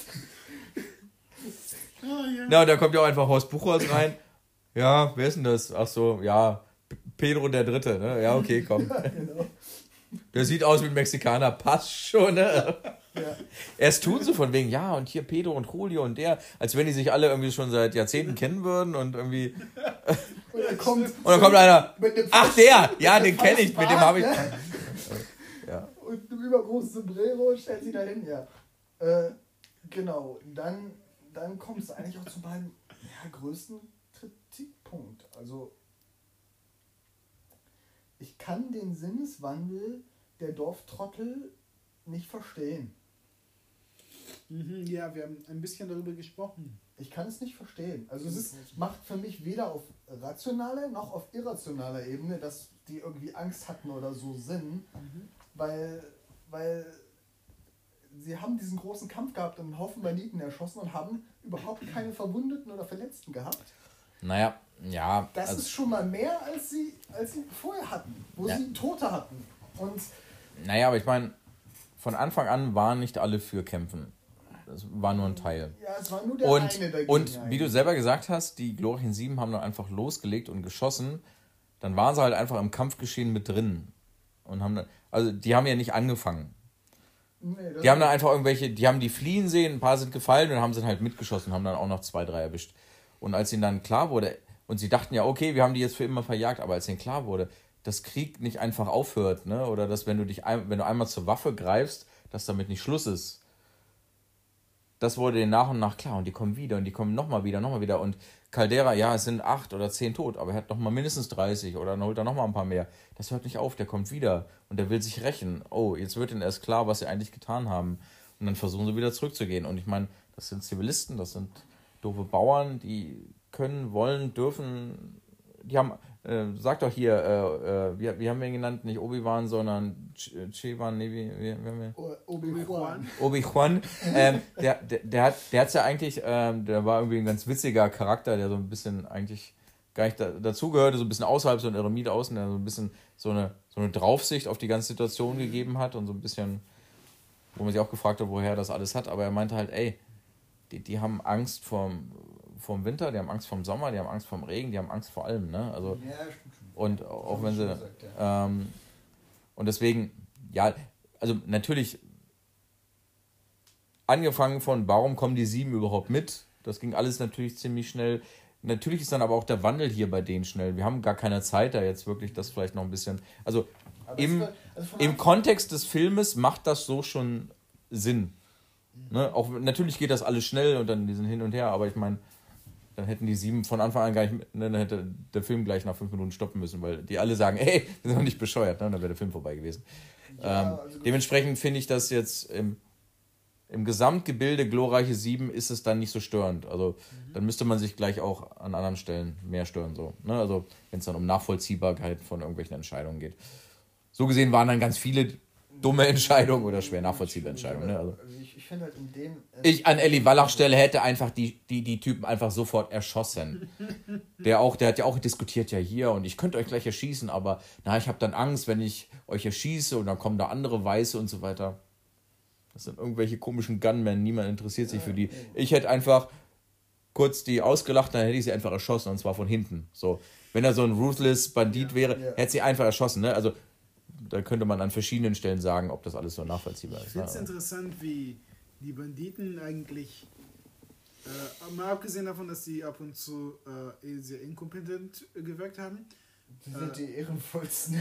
Ja, da kommt ja auch einfach Horst Buchholz rein. Ja, wer ist denn das? Ach so, ja, Pedro der Dritte, ne? Ja, okay, komm. Ja, genau. Der sieht aus wie ein Mexikaner, passt schon, ne? Ja. Erst tun sie von wegen, ja, und hier Pedro und Julio und der, als wenn die sich alle irgendwie schon seit Jahrzehnten kennen würden und irgendwie... Und dann kommt einer, ach der, ja, den kenne ich, mit dem habe ich... Ja. Und ein übergroßes Sombrero stellt sie da hin, ja. Genau, dann kommt es eigentlich auch zu meinem größten Kritikpunkt. Also, ich kann den Sinneswandel der Dorftrottel nicht verstehen. Ja, wir haben ein bisschen darüber gesprochen. Ich kann es nicht verstehen. Also macht für mich weder auf rationaler noch auf irrationaler Ebene, dass die irgendwie Angst hatten oder so sind, weil sie haben diesen großen Kampf gehabt und einen Haufen Banditen erschossen und haben überhaupt keine Verwundeten oder Verletzten gehabt. Naja, ja. Das ist schon mal mehr, als sie vorher hatten, wo sie Tote hatten. Und naja, aber ich meine, von Anfang an waren nicht alle für Kämpfen. es war nur ein Teil. Ja, es war nur der Und, eine dagegen. und wie eigentlich. du selber gesagt hast, die glorreichen 7 haben dann einfach losgelegt und geschossen. Dann waren sie halt einfach im Kampfgeschehen mit drin. Und haben dann, also die haben ja nicht angefangen. Nee, Die haben dann einfach irgendwelche, die haben die fliehen sehen, ein paar sind gefallen und haben sie halt mitgeschossen, haben dann auch noch 2, 3 erwischt. Und als ihnen dann klar wurde, und sie dachten ja, okay, wir haben die jetzt für immer verjagt, aber als ihnen klar wurde, dass Krieg nicht einfach aufhört, ne? Oder dass wenn du einmal zur Waffe greifst, dass damit nicht Schluss ist. Das wurde denen nach und nach klar und die kommen wieder und die kommen nochmal wieder und Caldera, ja, es sind 8 oder 10 tot, aber er hat nochmal mindestens 30 oder dann holt er nochmal ein paar mehr. Das hört nicht auf, der kommt wieder und der will sich rächen. Oh, jetzt wird ihnen erst klar, was sie eigentlich getan haben und dann versuchen sie wieder zurückzugehen und ich meine, das sind Zivilisten, das sind doofe Bauern, die können, wollen, dürfen, die haben, sag doch hier, wie haben wir ihn genannt, nicht Obi-Wan, sondern Chewan, nee, wie haben wir? Obi-Wan. Obi-Wan, der hat's ja eigentlich, der war irgendwie ein ganz witziger Charakter, der so ein bisschen eigentlich gar nicht dazugehörte, so ein bisschen außerhalb, so ein Eremit außen, der so ein bisschen so eine Draufsicht auf die ganze Situation gegeben hat und so ein bisschen, wo man sich auch gefragt hat, woher er das alles hat, aber er meinte halt, ey, die haben Angst vorm Winter, die haben Angst vorm Sommer, die haben Angst vorm Regen, die haben Angst vor allem, ne? Also, ja, stimmt schon. und auch wenn sie, gesagt, ja. und deswegen, ja, also natürlich angefangen von, warum kommen die 7 überhaupt mit? Das ging alles natürlich ziemlich schnell. Natürlich ist dann aber auch der Wandel hier bei denen schnell. Wir haben gar keine Zeit da jetzt wirklich, das vielleicht noch ein bisschen, also im Kontext des Filmes macht das so schon Sinn. Ne? Auch natürlich geht das alles schnell und dann die sind hin und her, aber ich meine, dann hätten die 7 von Anfang an gar nicht, ne, dann hätte der Film gleich nach 5 Minuten stoppen müssen, weil die alle sagen, ey, wir sind doch nicht bescheuert, ne? Dann wäre der Film vorbei gewesen. Ja, also dementsprechend finde ich das jetzt im Gesamtgebilde glorreiche 7 ist es dann nicht so störend. Also dann müsste man sich gleich auch an anderen Stellen mehr stören. So, ne? Also wenn es dann um Nachvollziehbarkeit von irgendwelchen Entscheidungen geht. So gesehen waren dann ganz viele dumme Entscheidungen oder schwer nachvollziehbare Entscheidungen. Ne? Also ich finde halt in dem... Ich an Eli Wallach Stelle hätte einfach die Typen einfach sofort erschossen. Der hat ja auch diskutiert ja hier und ich könnte euch gleich erschießen, aber ich habe dann Angst, wenn ich euch erschieße und dann kommen da andere Weiße und so weiter. Das sind irgendwelche komischen Gunmen, niemand interessiert sich für die. Ich hätte einfach kurz die ausgelacht, dann hätte ich sie einfach erschossen und zwar von hinten. So, wenn er so ein ruthless Bandit wäre, hätte sie einfach erschossen. Ne? Also da könnte man an verschiedenen Stellen sagen, ob das alles so nachvollziehbar ist. Ich finde es interessant, wie die Banditen eigentlich, mal abgesehen davon, dass sie ab und zu sehr inkompetent gewirkt haben. Die sind die ehrenvollsten.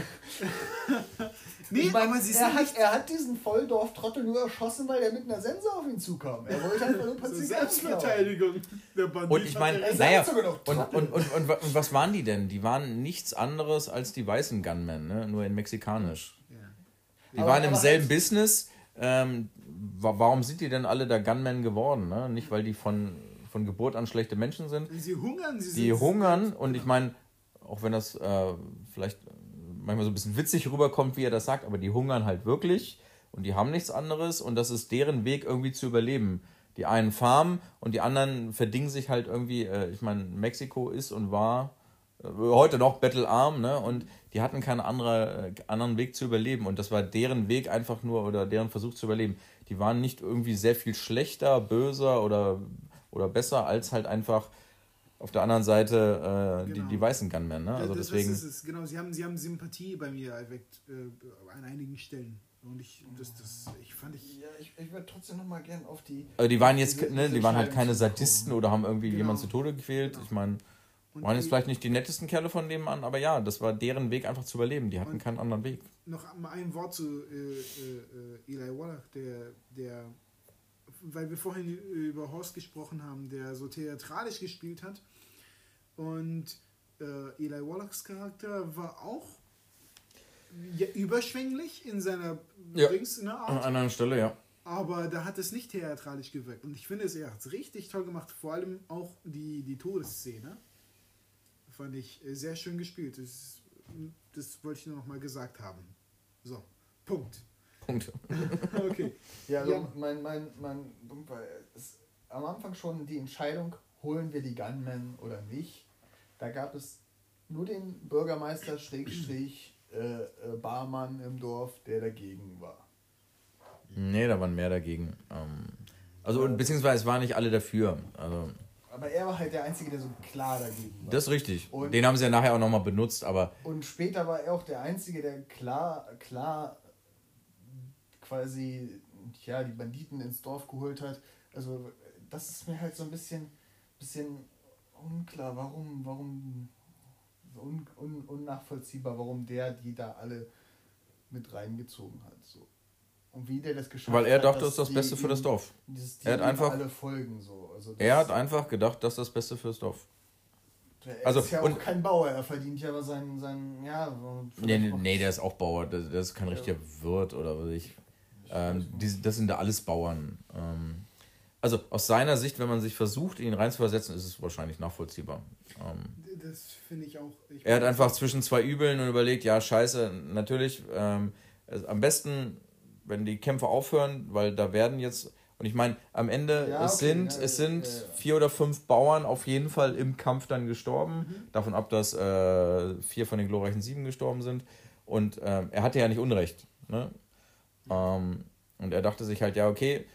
Nee, ich mein, aber sie er hat diesen Volldorf-Trottel nur erschossen, weil er mit einer Sense auf ihn zukam. Er wollte einfach nur so Selbstverteidigung der Banditen. Und ich meine, und was waren die denn? Die waren nichts anderes als die weißen Gunmen, ne? Nur in mexikanisch. Ja. Die waren im selben Business. Warum sind die denn alle da Gunmen geworden? Ne? Nicht, weil die von Geburt an schlechte Menschen sind. Sie hungern. Die hungern und ich meine, auch wenn das vielleicht manchmal so ein bisschen witzig rüberkommt, wie er das sagt, aber die hungern halt wirklich und die haben nichts anderes und das ist deren Weg irgendwie zu überleben. Die einen farmen und die anderen verdingen sich halt irgendwie, ich meine, Mexiko ist und war heute noch bettelarm, ne? Und die hatten keinen anderen Weg zu überleben und das war deren Weg einfach nur oder deren Versuch zu überleben. Die waren nicht irgendwie sehr viel schlechter, böser oder besser als halt einfach auf der anderen Seite genau. die weißen Gunmen, ne? Also deswegen. Das ist es. Genau, sie haben Sympathie bei mir erweckt an einigen Stellen. Und ich würde trotzdem noch mal gern auf die. Also die waren jetzt, die waren halt keine Sadisten oder haben irgendwie jemanden zu Tode gequält. Genau. Ich meine, waren jetzt vielleicht nicht die nettesten Kerle von dem an, aber ja, das war deren Weg einfach zu überleben. Die hatten keinen anderen Weg. Noch mal ein Wort zu Eli Wallach, der weil wir vorhin über Horst gesprochen haben, der so theatralisch gespielt hat. Und Eli Wallachs Charakter war auch überschwänglich in seiner Dings in der Art. An einer anderen Stelle, ja. Aber da hat es nicht theatralisch gewirkt. Und ich finde er hat es richtig toll gemacht. Vor allem auch die Todesszene. Fand ich sehr schön gespielt. Das wollte ich nur noch mal gesagt haben. So, Punkt. Okay. Ja, also mein Punkt war am Anfang schon die Entscheidung, holen wir die Gunmen oder nicht. Da gab es nur den Bürgermeister Barmann im Dorf, der dagegen war. Nee, da waren mehr dagegen. Also, und beziehungsweise es waren nicht alle dafür. Also, aber er war halt der Einzige, der so klar dagegen war. das ist richtig. Und den haben sie ja nachher auch nochmal benutzt, aber... Und später war er auch der Einzige, der klar quasi die Banditen ins Dorf geholt hat. Also das ist mir halt so ein bisschen unklar, warum so unnachvollziehbar, warum der die da alle mit reingezogen hat. So. Und wie der das geschafft hat. Weil er dachte, das ist das Beste für das Dorf. Er hat einfach alle folgen so. Also er hat einfach gedacht, das ist das Beste fürs Dorf. Er ist ja auch kein Bauer, er verdient ja aber sein Nee, der ist auch Bauer, das ist kein richtiger Wirt oder was ich. Das sind da alles Bauern. Also aus seiner Sicht, wenn man sich versucht, ihn reinzuversetzen, ist es wahrscheinlich nachvollziehbar. Das finde ich auch. Er hat einfach zwischen zwei Übeln und überlegt, ja scheiße, natürlich, am besten, wenn die Kämpfe aufhören, weil da werden jetzt, und ich meine, am Ende, es sind 4 oder 5 Bauern auf jeden Fall im Kampf dann gestorben, davon ab, dass 4 von den glorreichen 7 gestorben sind, und er hatte ja nicht Unrecht, ne? Und er dachte sich halt, ja okay,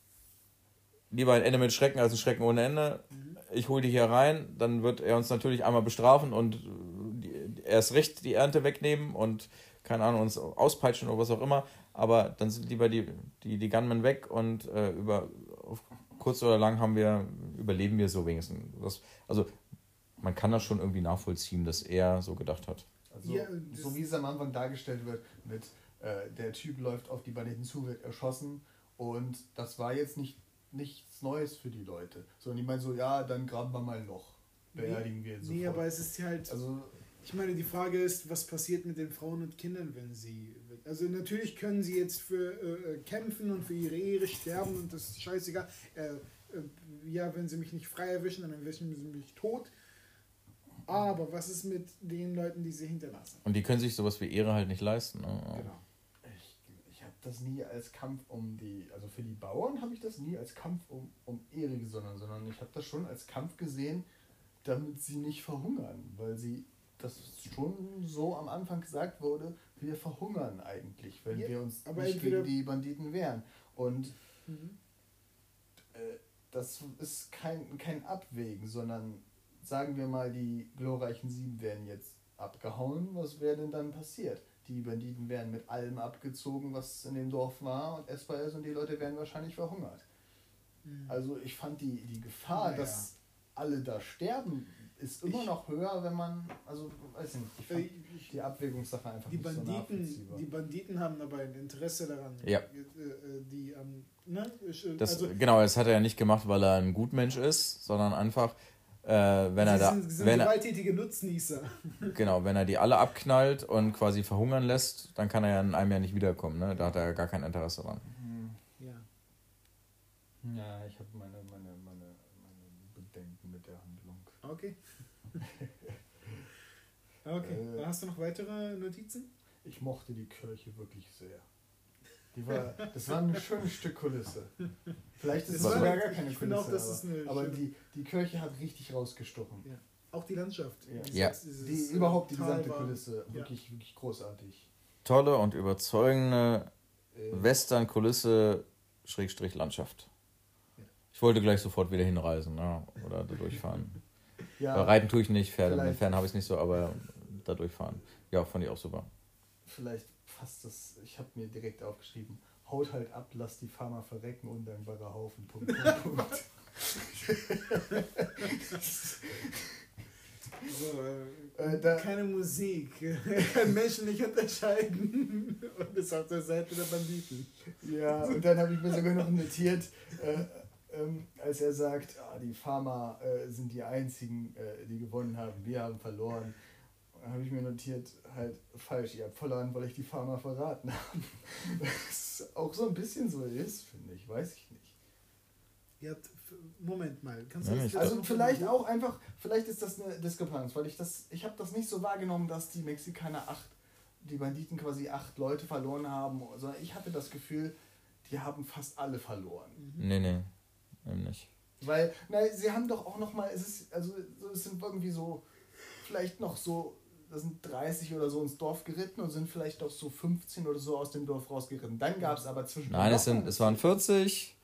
lieber ein Ende mit Schrecken als ein Schrecken ohne Ende. Ich hole die hier rein, dann wird er uns natürlich einmal bestrafen und erst recht die Ernte wegnehmen und, keine Ahnung, uns auspeitschen oder was auch immer, aber dann sind lieber die Gunmen weg und auf kurz oder lang überleben wir so wenigstens. Also man kann das schon irgendwie nachvollziehen, dass er so gedacht hat. Also, so wie es am Anfang dargestellt wird, mit der Typ läuft auf die Banditen zu, wird erschossen, und das war jetzt nichts Neues für die Leute, sondern die meinen so, ja, dann graben wir mal ein Loch, beerdigen wir jetzt sofort. Nee, aber es ist halt, also, ich meine, die Frage ist, was passiert mit den Frauen und Kindern, wenn sie, also natürlich können sie jetzt für kämpfen und für ihre Ehre sterben und das ist scheißegal, wenn sie mich nicht frei erwischen, dann erwischen sie mich tot. Aber was ist mit den Leuten, die sie hinterlassen? Und die können sich sowas wie Ehre halt nicht leisten. Ne? Genau. Ich habe das nie als Kampf also für die Bauern habe ich das nie als Kampf um Ehre gesehen, sondern ich habe das schon als Kampf gesehen, damit sie nicht verhungern, weil das schon so am Anfang gesagt wurde, wir verhungern eigentlich, wenn wir uns nicht gegen die Banditen wehren. Und das ist kein Abwägen, sondern sagen wir mal, die glorreichen 7 wären jetzt abgehauen, was wäre denn dann passiert? Die Banditen wären mit allem abgezogen, was in dem Dorf war und essbar ist, und die Leute wären wahrscheinlich verhungert. Also ich fand die Gefahr, dass alle da sterben, ist immer noch höher, wenn man, also weiß nicht, ich fand die Abwägungssache einfach nicht so nachvollziehbar. Die Banditen haben aber ein Interesse daran, Genau, das hat er ja nicht gemacht, weil er ein Gutmensch ist, sondern einfach, sie sind gewalttätige Nutznießer. Genau, wenn er die alle abknallt und quasi verhungern lässt, dann kann er ja in einem Jahr nicht wiederkommen, ne? Da hat er ja gar kein Interesse dran. Ja, ich habe meine Bedenken mit der Handlung. Okay. Hast du noch weitere Notizen? Ich mochte die Kirche wirklich sehr. Das war ein schönes Stück Kulisse. Vielleicht ist es sogar gar keine Kulisse, aber die Kirche hat richtig rausgestochen. Ja. Auch die Landschaft. Ja. Die gesamte Kulisse, wirklich großartig. Tolle und überzeugende Western-Kulisse / Landschaft. Ja. Ich wollte gleich sofort wieder hinreisen, ne? Oder da durchfahren. Reiten tue ich nicht, mit Pferden habe ich es nicht so, aber da durchfahren. Ja, fand ich auch super. Vielleicht passt das, ich habe mir direkt aufgeschrieben, haut halt ab, lasst die Farmer verrecken, undankbarer Haufen, Punkt. Keine Musik, kann Menschen nicht unterscheiden und ist auf der Seite der Banditen. Ja, und dann habe ich mir sogar noch notiert, als er sagt, die Farmer sind die einzigen, die gewonnen haben, wir haben verloren. Habe ich mir notiert, halt falsch, ihr habt verloren, weil ich die Farmer verraten habe. Was auch so ein bisschen so ist, finde ich, weiß ich nicht. Moment mal, kannst du das also vielleicht auch einfach, vielleicht ist das eine Diskrepanz, weil ich habe das nicht so wahrgenommen, dass die Mexikaner die Banditen quasi 8 Leute verloren haben, sondern ich hatte das Gefühl, die haben fast alle verloren. Nee, nicht. Weil, sie haben doch auch nochmal, es sind irgendwie so, vielleicht noch so, da sind 30 oder so ins Dorf geritten und sind vielleicht doch so 15 oder so aus dem Dorf rausgeritten. Dann gab es aber zwischendurch. Nein, es waren 40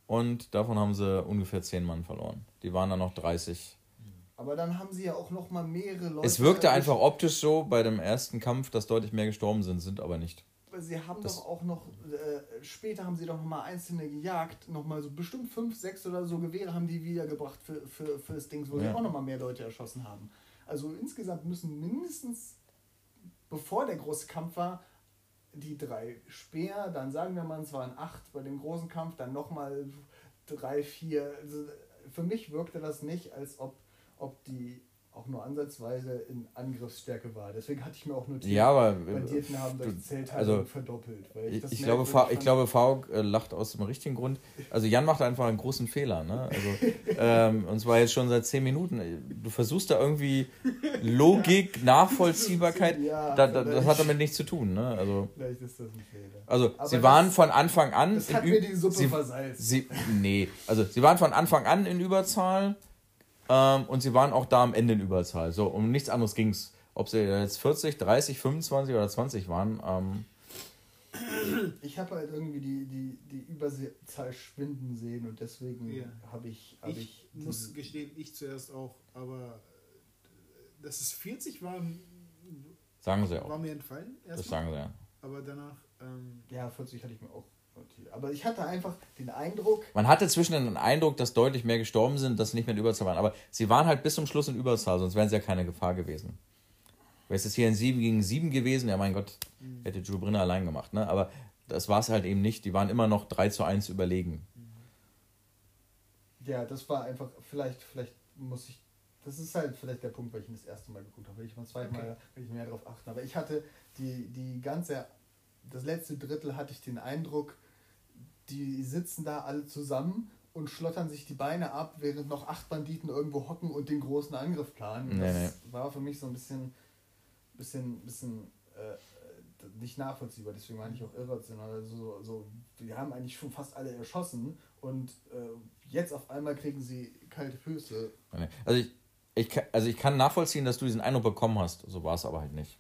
und davon haben sie ungefähr 10 Mann verloren. Die waren dann noch 30. Aber dann haben sie ja auch noch mal mehrere Leute... Es wirkte einfach optisch so bei dem ersten Kampf, dass deutlich mehr gestorben sind aber nicht. Sie haben doch auch noch, später haben sie doch noch mal Einzelne gejagt, noch mal so bestimmt 5, 6 oder so Gewehre haben die wiedergebracht für das Ding, wo sie auch noch mal mehr Leute erschossen haben. Also insgesamt müssen mindestens, bevor der große Kampf war, die 3 Speer, dann sagen wir mal, es waren 8 bei dem großen Kampf, dann noch mal 3, 4. Also für mich wirkte das nicht, als ob die auch nur ansatzweise in Angriffsstärke war. Deswegen hatte ich mir auch notiert, ja, aber Banditen haben das Zelt verdoppelt. Weil ich glaube, Fauk lacht aus dem richtigen Grund. Also Jan macht einfach einen großen Fehler. Ne? Also, und zwar jetzt schon seit 10 Minuten. Du versuchst da irgendwie Logik, Nachvollziehbarkeit. Ja, das hat damit nichts zu tun. Ne? Also, vielleicht ist das ein Fehler. Also aber sie waren von Anfang an... Das hat mir die Suppe versalzt. Sie waren von Anfang an in Überzahl. Und sie waren auch da am Ende in Überzahl. So, um nichts anderes ging es. Ob sie jetzt 40, 30, 25 oder 20 waren. Ich habe halt irgendwie die Überzahl schwinden sehen und deswegen habe ich... Ich muss gestehen, ich zuerst auch, aber dass es 40 waren, sagen sie auch. War mir entfallen. Das sagen sie ja. Aber danach... ja, 40 hatte ich mir auch... Aber ich hatte einfach den Eindruck... Man hatte zwischendurch den Eindruck, dass deutlich mehr gestorben sind, dass sie nicht mehr in Überzahl waren. Aber sie waren halt bis zum Schluss in Überzahl, sonst wären sie ja keine Gefahr gewesen. Wäre es jetzt hier ein 7 gegen 7 gewesen, ja mein Gott, hätte Jules Brinner allein gemacht. Ne? Aber das war es halt eben nicht. Die waren immer noch 3:1 überlegen. Ja, das war einfach... Vielleicht muss ich... Das ist halt vielleicht der Punkt, weil ich ihn das erste Mal geguckt habe. Weil ich beim zweiten Mal will ich mehr darauf achten. Aber ich hatte das letzte Drittel hatte ich den Eindruck, die sitzen da alle zusammen und schlottern sich die Beine ab, während noch 8 Banditen irgendwo hocken und den großen Angriff planen. Das war für mich so ein bisschen nicht nachvollziehbar, deswegen meine ich auch irrational. Also die haben eigentlich schon fast alle erschossen und jetzt auf einmal kriegen sie kalte Füße. Also ich kann nachvollziehen, dass du diesen Eindruck bekommen hast, so war es aber halt nicht.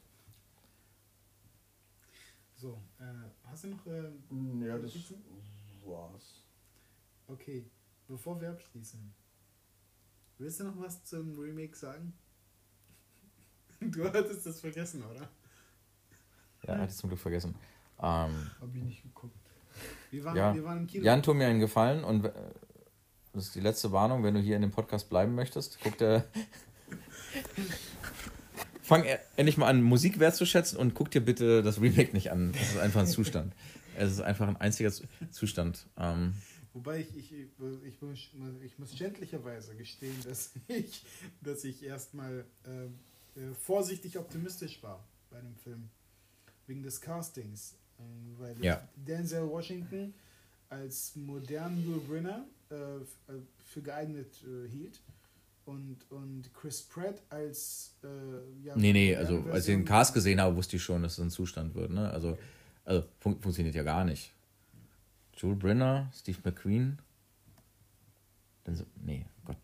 So, hast du noch... ja, das war's. Okay, bevor wir abschließen, willst du noch was zum Remake sagen? Du hattest das vergessen, oder? Ja, hatte ich zum Glück vergessen. Hab ich nicht geguckt. Wir waren im Kino. Jan, tu mir einen Gefallen und das ist die letzte Warnung, wenn du hier in dem Podcast bleiben möchtest, fang endlich mal an, Musik wertzuschätzen und guck dir bitte das Remake nicht an. Das ist einfach ein Zustand. Es ist einfach ein einziger Zustand. Wobei ich muss schändlicherweise gestehen, dass ich erstmal vorsichtig optimistisch war bei dem Film. Wegen des Castings. Weil ich Denzel Washington als modernen Yul Brynner für geeignet hielt. Und Chris Pratt als... also als ich den Cast gesehen habe, wusste ich schon, dass es ein Zustand wird. Ne? Also funktioniert ja gar nicht. Yul Brynner, Steve McQueen. Gott.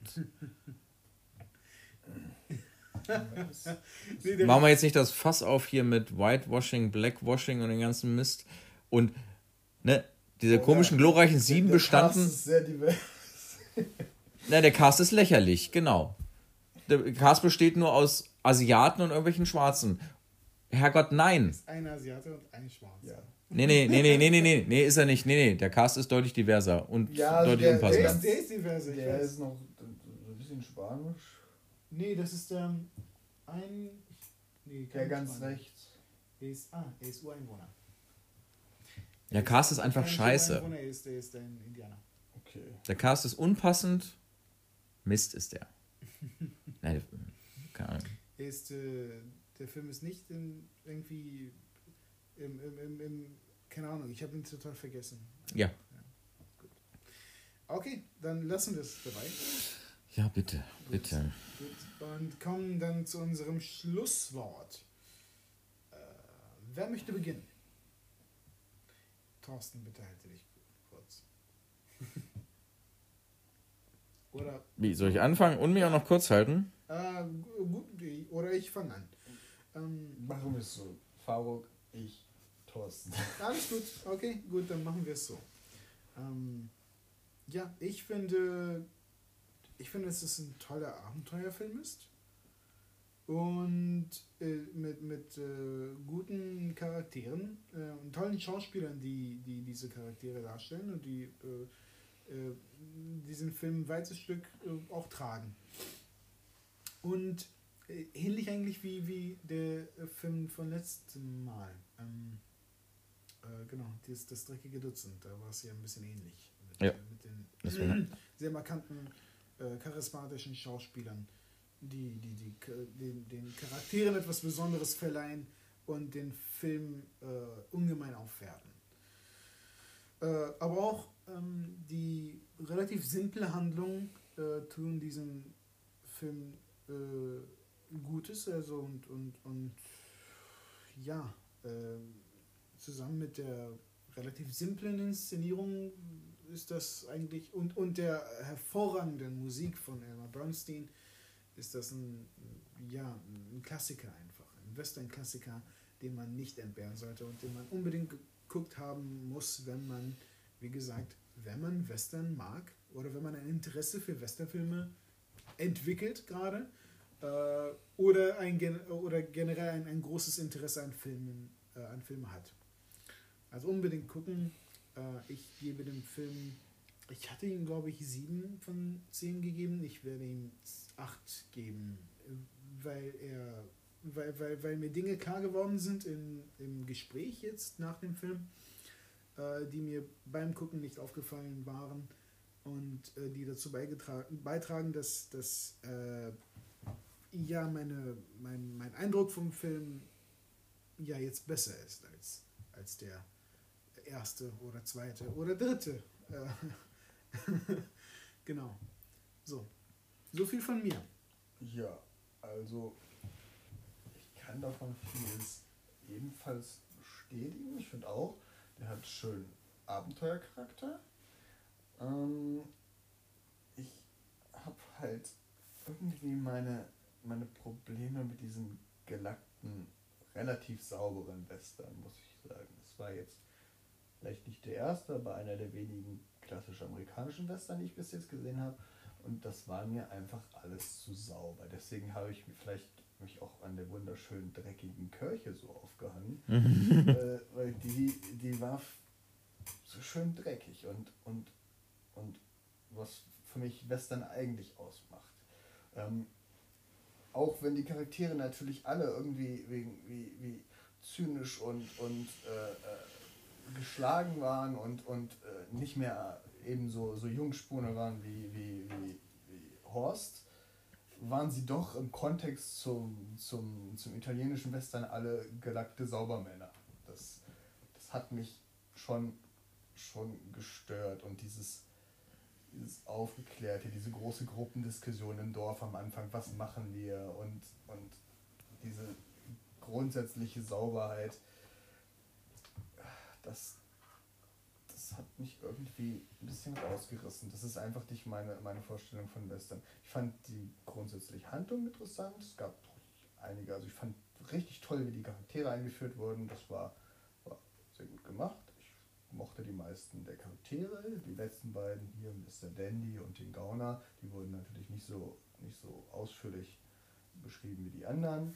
Machen wir jetzt nicht das Fass auf hier mit Whitewashing, Blackwashing und den ganzen Mist. Und diese komischen, glorreichen 7 bestanden... Cast ist sehr divers. Der Cast ist lächerlich, genau. Der Cast besteht nur aus Asiaten und irgendwelchen Schwarzen. Herrgott, nein. Ist ein Asiate und ein Schwarzer. Ja. Nee, ist er nicht. Nee, der Cast ist deutlich diverser und deutlich unpassender. Der ist diverser. Der ist noch ein bisschen Spanisch. Nee, das ist der ganz Spanisch. Rechts. Er ist Ureinwohner. Der Cast ist einfach scheiße. Er ist ein Indianer. Okay. Der Cast ist unpassend. Mist ist der. Nein, keine Ahnung. Der Film ist nicht irgendwie keine Ahnung, ich habe ihn total vergessen. Ja. Gut. Okay, dann lassen wir es dabei. Ja, bitte. Gut. Und kommen dann zu unserem Schlusswort. Wer möchte beginnen? Thorsten, bitte halte dich kurz. Oder wie, soll ich anfangen und mich auch noch kurz halten? Gut, oder ich fange an. Machen wir es so. Faruk, ich, Thorsten. Alles gut, okay, gut, dann machen wir es so. Ja, ich finde, dass es ein toller Abenteuerfilm ist und mit guten Charakteren und tollen Schauspielern, die diese Charaktere darstellen und die diesen Film ein weites Stück auch tragen. Und ähnlich eigentlich wie der Film von letztem Mal. Genau, das dreckige Dutzend, da war es ja ein bisschen ähnlich. Ja. Mit den Deswegen. sehr markanten, charismatischen Schauspielern, die den Charakteren etwas Besonderes verleihen und den Film ungemein aufwerten. Aber auch die relativ simple Handlung tun diesem Film Gutes, also und ja, zusammen mit der relativ simplen Inszenierung ist das eigentlich und der hervorragenden Musik von Elmer Bernstein ist das ein Klassiker einfach, ein Western-Klassiker, den man nicht entbehren sollte und den man unbedingt geguckt haben muss, wenn man, wie gesagt, wenn man Western mag oder wenn man ein Interesse für Westernfilme entwickelt gerade oder generell ein großes Interesse an Filmen hat. Also unbedingt gucken. Ich gebe dem Film, ich hatte ihm glaube ich 7 von 10 gegeben, ich werde ihm 8 geben, weil mir Dinge klar geworden sind im Gespräch jetzt nach dem Film, die mir beim Gucken nicht aufgefallen waren und die dazu beitragen, dass mein Eindruck vom Film ja jetzt besser ist als der erste oder zweite oder dritte. Genau. So viel von mir. Ja, also ich kann davon vieles ebenfalls bestätigen. Ich finde auch, der hat schön Abenteuercharakter. Ich habe halt irgendwie meine Probleme mit diesem gelackten, relativ sauberen Western, muss ich sagen. Es war jetzt vielleicht nicht der erste, aber einer der wenigen klassisch amerikanischen Western, die ich bis jetzt gesehen habe. Und das war mir einfach alles zu sauber. Deswegen habe ich mich auch an der wunderschönen dreckigen Kirche so aufgehangen. Weil die war so schön dreckig und was für mich Western eigentlich ausmacht. Auch wenn die Charaktere natürlich alle irgendwie wie zynisch und geschlagen waren und nicht mehr eben so Jungspune waren wie Horst, waren sie doch im Kontext zum italienischen Western alle gelackte Saubermänner. Das hat mich schon gestört und dieses Aufgeklärte, diese große Gruppendiskussion im Dorf am Anfang, was machen wir und diese grundsätzliche Sauberheit, das hat mich irgendwie ein bisschen rausgerissen. Das ist einfach nicht meine Vorstellung von Western. Ich fand die grundsätzliche Handlung interessant. Es gab einige, also ich fand richtig toll, wie die Charaktere eingeführt wurden. Das war sehr gut gemacht. Ich mochte die meisten der Charaktere. Die letzten beiden hier, Mr. Dandy und den Gauner, die wurden natürlich nicht so ausführlich beschrieben wie die anderen.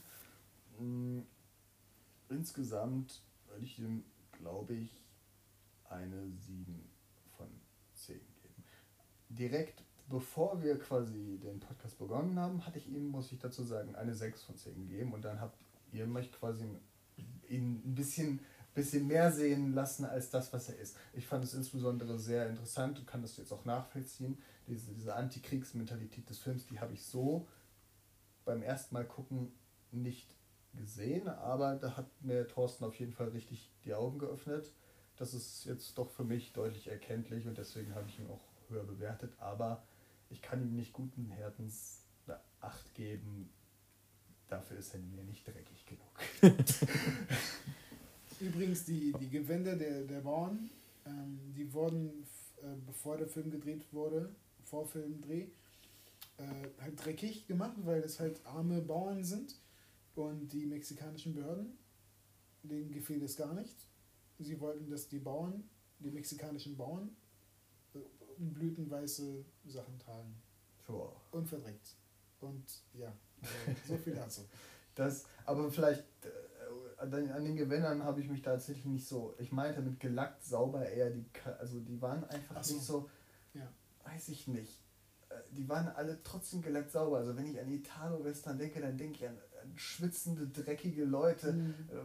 Insgesamt würde ich ihm, glaube ich, eine 7 von 10 geben. Direkt bevor wir quasi den Podcast begonnen haben, hatte ich ihm, muss ich dazu sagen, eine 6 von 10 gegeben und dann habt ihr mich quasi ihn ein bisschen mehr sehen lassen als das, was er ist. Ich fand es insbesondere sehr interessant und kann das jetzt auch nachvollziehen. Diese Antikriegsmentalität des Films, die habe ich so beim ersten Mal gucken nicht gesehen, aber da hat mir Thorsten auf jeden Fall richtig die Augen geöffnet. Das ist jetzt doch für mich deutlich erkenntlich und deswegen habe ich ihn auch höher bewertet, aber ich kann ihm nicht guten Herzens eine 8 geben. Dafür ist er mir nicht dreckig genug. Übrigens, die Gewänder der Bauern, die wurden, bevor der Film gedreht wurde, vor Filmdreh, halt dreckig gemacht, weil es halt arme Bauern sind und die mexikanischen Behörden, denen gefiel es gar nicht. Sie wollten, dass die mexikanischen Bauern blütenweiße Sachen tragen. Sure. Unverdreckt. Und ja, so viel dazu. Aber vielleicht an den Gewändern habe ich mich tatsächlich nicht so. Ich meinte mit gelackt sauber eher die waren einfach nicht so. Ja. Weiß ich nicht. Die waren alle trotzdem gelackt sauber. Also wenn ich an Italo-Western denke, dann denke ich an schwitzende, dreckige Leute,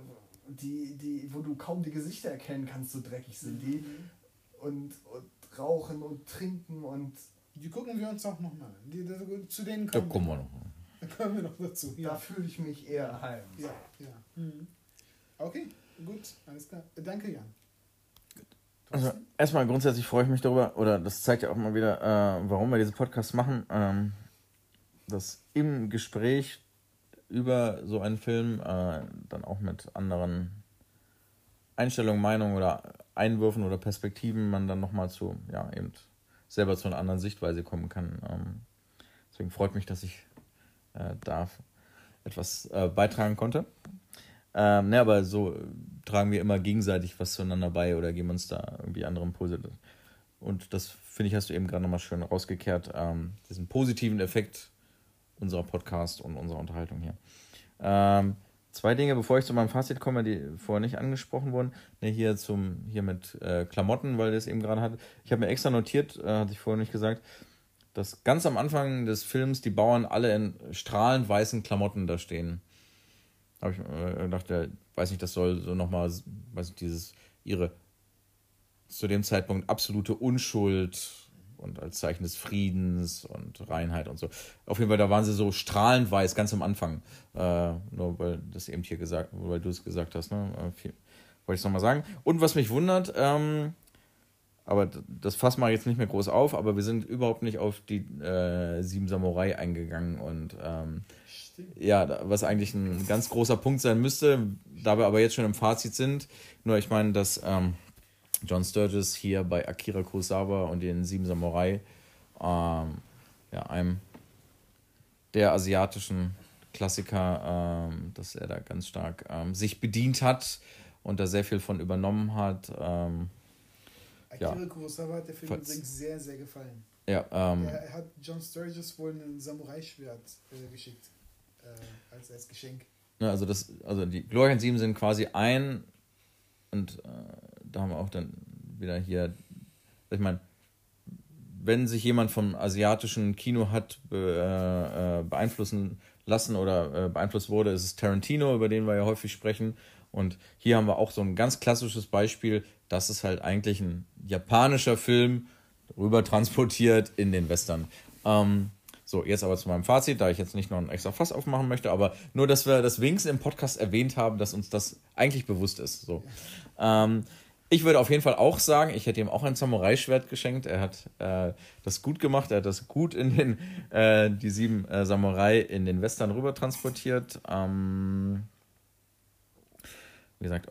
wo du kaum die Gesichter erkennen kannst, so dreckig sind die. Und rauchen und trinken und. Die gucken wir uns auch nochmal an. Zu denen kommen wir noch. Da kommen wir noch dazu. Da fühle ich mich eher heim. Ja. Okay, gut, alles klar. Danke, Jan. Also erstmal grundsätzlich freue ich mich darüber, oder das zeigt ja auch mal wieder, warum wir diese Podcasts machen, dass im Gespräch über so einen Film dann auch mit anderen Einstellungen, Meinungen oder Einwürfen oder Perspektiven man dann nochmal eben selber zu einer anderen Sichtweise kommen kann. Deswegen freut mich, dass ich da etwas beitragen konnte. Aber so tragen wir immer gegenseitig was zueinander bei oder geben uns da irgendwie andere Impulse. Und das, finde ich, hast du eben gerade nochmal schön rausgekehrt, diesen positiven Effekt unserer Podcast und unserer Unterhaltung hier. 2 Dinge, bevor ich zu meinem Fazit komme, die vorher nicht angesprochen wurden. Hier mit Klamotten, weil das eben gerade hat. Ich habe mir extra notiert, hatte ich vorher nicht gesagt, dass ganz am Anfang des Films die Bauern alle in strahlend weißen Klamotten da stehen. Habe ich gedacht, weiß nicht, das soll so nochmal, ihre zu dem Zeitpunkt absolute Unschuld und als Zeichen des Friedens und Reinheit und so. Auf jeden Fall, da waren sie so strahlend weiß, ganz am Anfang. Nur weil das eben hier weil du es gesagt hast, ne? Wollte ich es nochmal sagen. Und was mich wundert, aber das fassen wir jetzt nicht mehr groß auf, aber wir sind überhaupt nicht auf die 7 Samurai eingegangen und was eigentlich ein ganz großer Punkt sein müsste, da wir aber jetzt schon im Fazit sind. Nur ich meine, dass John Sturges hier bei Akira Kurosawa und den 7 Samurai einem der asiatischen Klassiker, dass er da ganz stark sich bedient hat und da sehr viel von übernommen hat. Akira Kurosawa hat der Film übrigens sehr, sehr gefallen. Ja, er hat John Sturges wohl ein Samurai-Schwert geschickt. Als Geschenk. Ja, also die Glorien 7 sind quasi und da haben wir auch dann wieder hier, ich meine, wenn sich jemand vom asiatischen Kino hat beeinflussen lassen oder beeinflusst wurde, ist es Tarantino, über den wir ja häufig sprechen. Und hier haben wir auch so ein ganz klassisches Beispiel, das ist halt eigentlich ein japanischer Film, rüber transportiert in den Western. So, jetzt aber zu meinem Fazit, da ich jetzt nicht noch ein extra Fass aufmachen möchte, aber nur, dass wir das wenigstens im Podcast erwähnt haben, dass uns das eigentlich bewusst ist. So. Ich würde auf jeden Fall auch sagen, ich hätte ihm auch ein Samurai-Schwert geschenkt. Er hat das gut gemacht, er hat das gut in die 7 Samurai in den Western rüber transportiert. Wie gesagt,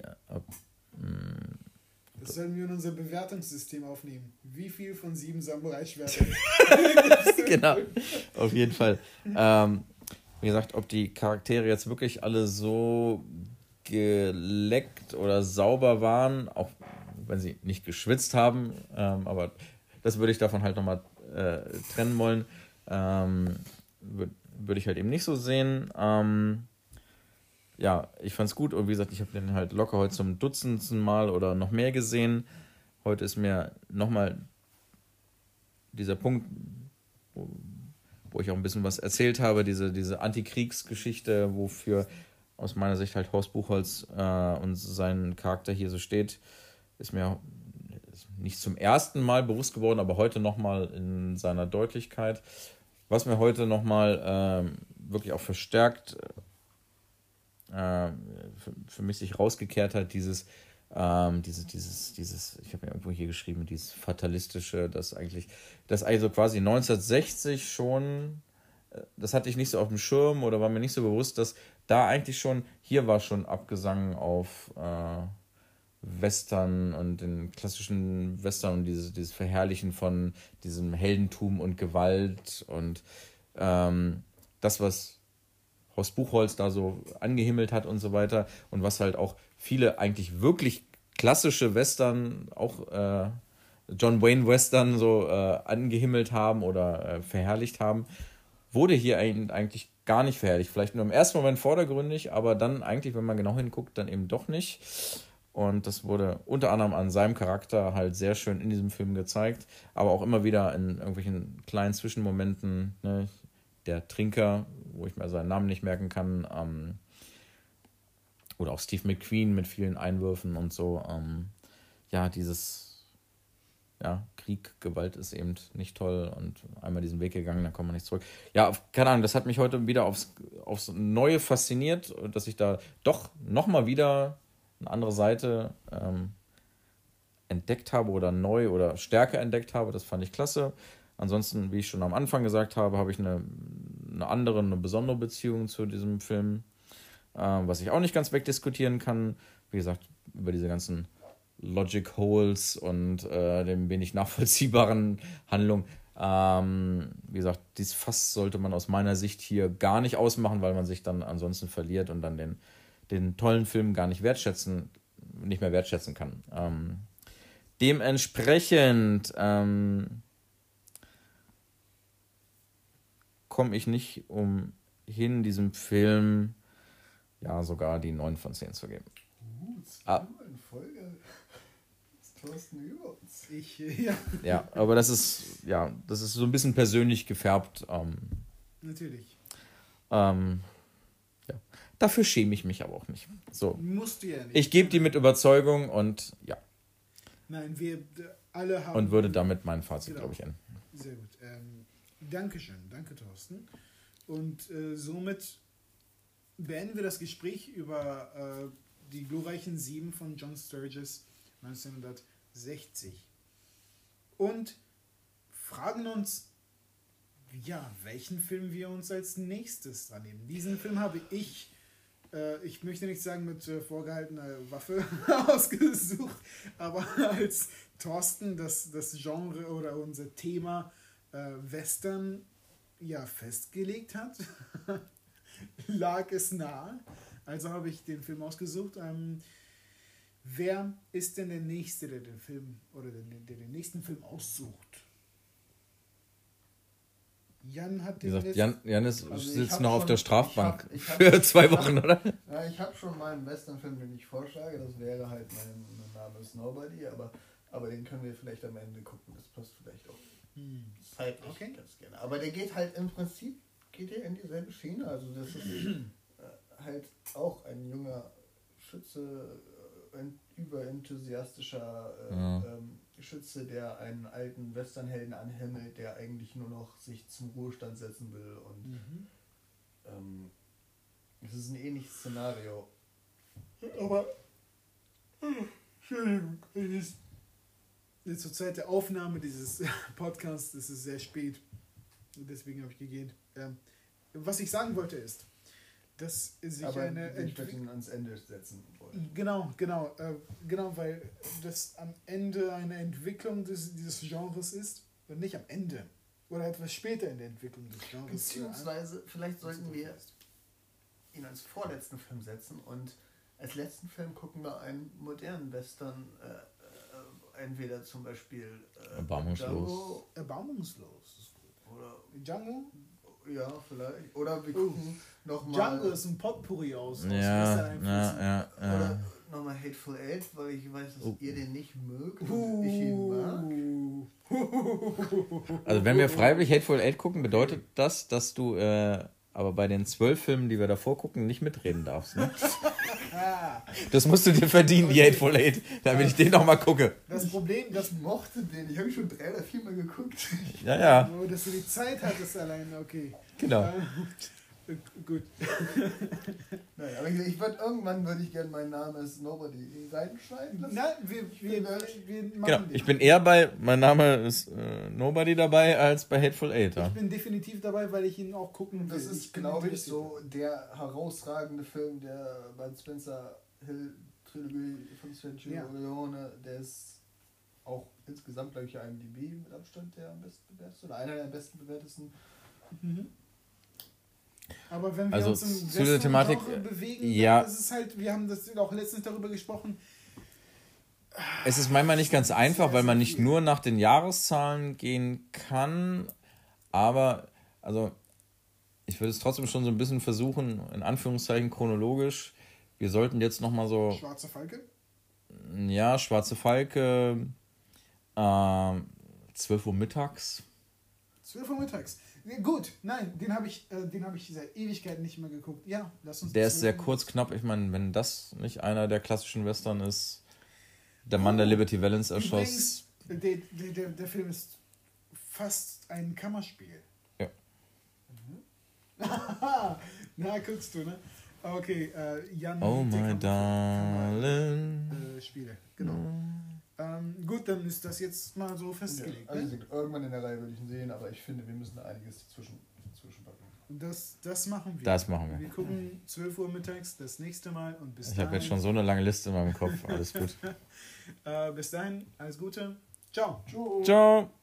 das sollen wir in unser Bewertungssystem aufnehmen. Wie viel von 7 Samurai-Schwertern? Genau, auf jeden Fall. Wie gesagt, ob die Charaktere jetzt wirklich alle so geleckt oder sauber waren, auch wenn sie nicht geschwitzt haben, aber das würde ich davon halt nochmal trennen wollen. Würde ich halt eben nicht so sehen. Ich fand's gut und wie gesagt, ich habe den halt locker heute zum dutzendsten Mal oder noch mehr gesehen. Heute ist mir nochmal dieser Punkt, wo ich auch ein bisschen was erzählt habe, diese Antikriegsgeschichte, wofür aus meiner Sicht halt Horst Buchholz und sein Charakter hier so steht, ist mir nicht zum ersten Mal bewusst geworden, aber heute nochmal in seiner Deutlichkeit. Was mir heute nochmal wirklich auch verstärkt für mich sich rausgekehrt hat, dieses, ich habe mir irgendwo hier geschrieben, dieses Fatalistische, das also quasi 1960 schon, das hatte ich nicht so auf dem Schirm oder war mir nicht so bewusst, dass da eigentlich schon, hier war schon Abgesang auf Western und den klassischen Western und dieses Verherrlichen von diesem Heldentum und Gewalt und das, was Horst Buchholz da so angehimmelt hat und so weiter und was halt auch viele eigentlich wirklich klassische Western auch John Wayne Western so angehimmelt haben oder verherrlicht haben, wurde hier eigentlich gar nicht verherrlicht. Vielleicht nur im ersten Moment vordergründig, aber dann eigentlich, wenn man genau hinguckt, dann eben doch nicht. Und das wurde unter anderem an seinem Charakter halt sehr schön in diesem Film gezeigt, aber auch immer wieder in irgendwelchen kleinen Zwischenmomenten, ne? Der Trinker, wo ich mir seinen Namen nicht merken kann, oder auch Steve McQueen mit vielen Einwürfen und so. Krieg, Gewalt ist eben nicht toll und einmal diesen Weg gegangen, dann kommt man nicht zurück. Ja, keine Ahnung, das hat mich heute wieder aufs Neue fasziniert, dass ich da doch nochmal wieder eine andere Seite entdeckt habe oder neu oder stärker entdeckt habe. Das fand ich klasse. Ansonsten, wie ich schon am Anfang gesagt habe, habe ich eine besondere Beziehung zu diesem Film, was ich auch nicht ganz wegdiskutieren kann. Wie gesagt, über diese ganzen Logic Holes und dem wenig nachvollziehbaren Handlung. Wie gesagt, dieses Fass sollte man aus meiner Sicht hier gar nicht ausmachen, weil man sich dann ansonsten verliert und dann den tollen Film gar nicht nicht mehr wertschätzen kann. Dementsprechend komme ich nicht umhin, diesem Film ja sogar die 9 von 10 zu geben. Zweimal in Folge. Thorsten über uns. Ja, aber das ist so ein bisschen persönlich gefärbt. Natürlich. Dafür schäme ich mich aber auch nicht. So. Musst du ja nicht. Ich gebe die mit Überzeugung und ja. Nein, wir alle haben... Und würde damit mein Fazit, glaube ich, enden. Sehr gut. Dankeschön. Danke, Thorsten. Und somit beenden wir das Gespräch über die glorreichen 7 von John Sturges 1960 und fragen uns, welchen Film wir uns als nächstes dran nehmen. Diesen Film habe ich möchte nicht sagen mit vorgehaltener Waffe ausgesucht, aber als Thorsten das Genre oder unser Thema Western festgelegt hat, lag es nahe. Also habe ich den Film ausgesucht. Wer ist denn der Nächste, der den Film oder der den nächsten Film aussucht? Jan hat den gesagt, Jan sitzt noch auf der Strafbank ich hab für 2 Wochen, oder? Ja, ich habe schon mal einen Westernfilm, den ich vorschlage. Das wäre halt mein Name ist Nobody, aber den können wir vielleicht am Ende gucken. Das passt vielleicht auch zeitlich ganz gerne. Aber der geht halt im Prinzip in dieselbe Schiene. Also das ist halt auch ein junger Schütze, ein überenthusiastischer Schütze, der einen alten Westernhelden anhimmelt, der eigentlich nur noch sich zum Ruhestand setzen will. Und es ist ein ähnliches Szenario. Aber Entschuldigung, zur Zeit der Aufnahme dieses Podcasts ist es sehr spät. Deswegen habe ich gegeben. Was ich sagen wollte ist, dass sich aber eine Entwicklung ans Ende setzen wollen. Genau, weil das am Ende eine Entwicklung dieses Genres ist und nicht am Ende. Oder etwas später in der Entwicklung des Genres. Beziehungsweise, vielleicht sollten wir ihn als vorletzten Film setzen und als letzten Film gucken wir einen modernen Western, entweder zum Beispiel Erbarmungslos. Erbarmungslos ist gut. Oder Django? Ja, vielleicht. Oder wir gucken nochmal. Django ist ein Potpourri aus. Ja. Oder nochmal Hateful Eight, weil ich weiß, dass ihr den nicht mögt und ich ihn mag. Also wenn wir freiwillig Hateful Eight gucken, bedeutet das, dass du aber bei den 12 Filmen, die wir davor gucken, nicht mitreden darfst, ne? Das musst du dir verdienen, die Hateful Eight, damit ich den nochmal gucke. Das Problem, ich mochte den. Ich habe ihn schon 3 oder 4 Mal geguckt. Ja. Oh, dass du die Zeit hattest alleine, okay. Genau. Gut. Nein, aber irgendwann würde ich gerne meinen Namen ist Nobody reinschreiben lassen. Nein, wir machen genau. Ich bin eher bei mein Name ist Nobody dabei als bei Hateful Eight. Ja? Ich bin definitiv dabei, weil ich ihn auch gucken will. Das ist, glaube ich, so der herausragende Film der Bud Spencer Hill Trilogie von Sergio Leone. Der ist auch insgesamt, glaube ich, IMDb mit Abstand der am besten bewerteste oder einer der am besten bewertesten. Aber wenn wir also uns im zu der Thematik bewegen, ja, dann ist es halt, wir haben das auch letztens darüber gesprochen. Es ist manchmal nicht ganz einfach, weil man nicht nur nach den Jahreszahlen gehen kann, aber also ich würde es trotzdem schon so ein bisschen versuchen, in Anführungszeichen chronologisch. Wir sollten jetzt nochmal so... Schwarze Falke? Ja, Schwarze Falke, 12 Uhr mittags. 12 Uhr mittags. Gut, nein, den habe ich seit Ewigkeiten nicht mehr geguckt. Ja, lass uns. Der ist sehr kurz, knapp. Ich meine, wenn das nicht einer der klassischen Western ist, der Mann, der Liberty Valance erschoss. Übrigens, der Film ist fast ein Kammerspiel. Ja. Na, guckst du, ne? Okay, Jan. Oh my darling. Spiele, genau. Gut, dann ist das jetzt mal so festgelegt. Ja, also irgendwann in der Reihe würde ich ihn sehen, aber ich finde, wir müssen einiges dazwischen packen. Das machen wir. Das machen wir. Wir gucken 12 Uhr mittags das nächste Mal und bis Ich habe jetzt schon so eine lange Liste in meinem Kopf. Alles gut. Bis dahin, alles Gute. Ciao. Ciao.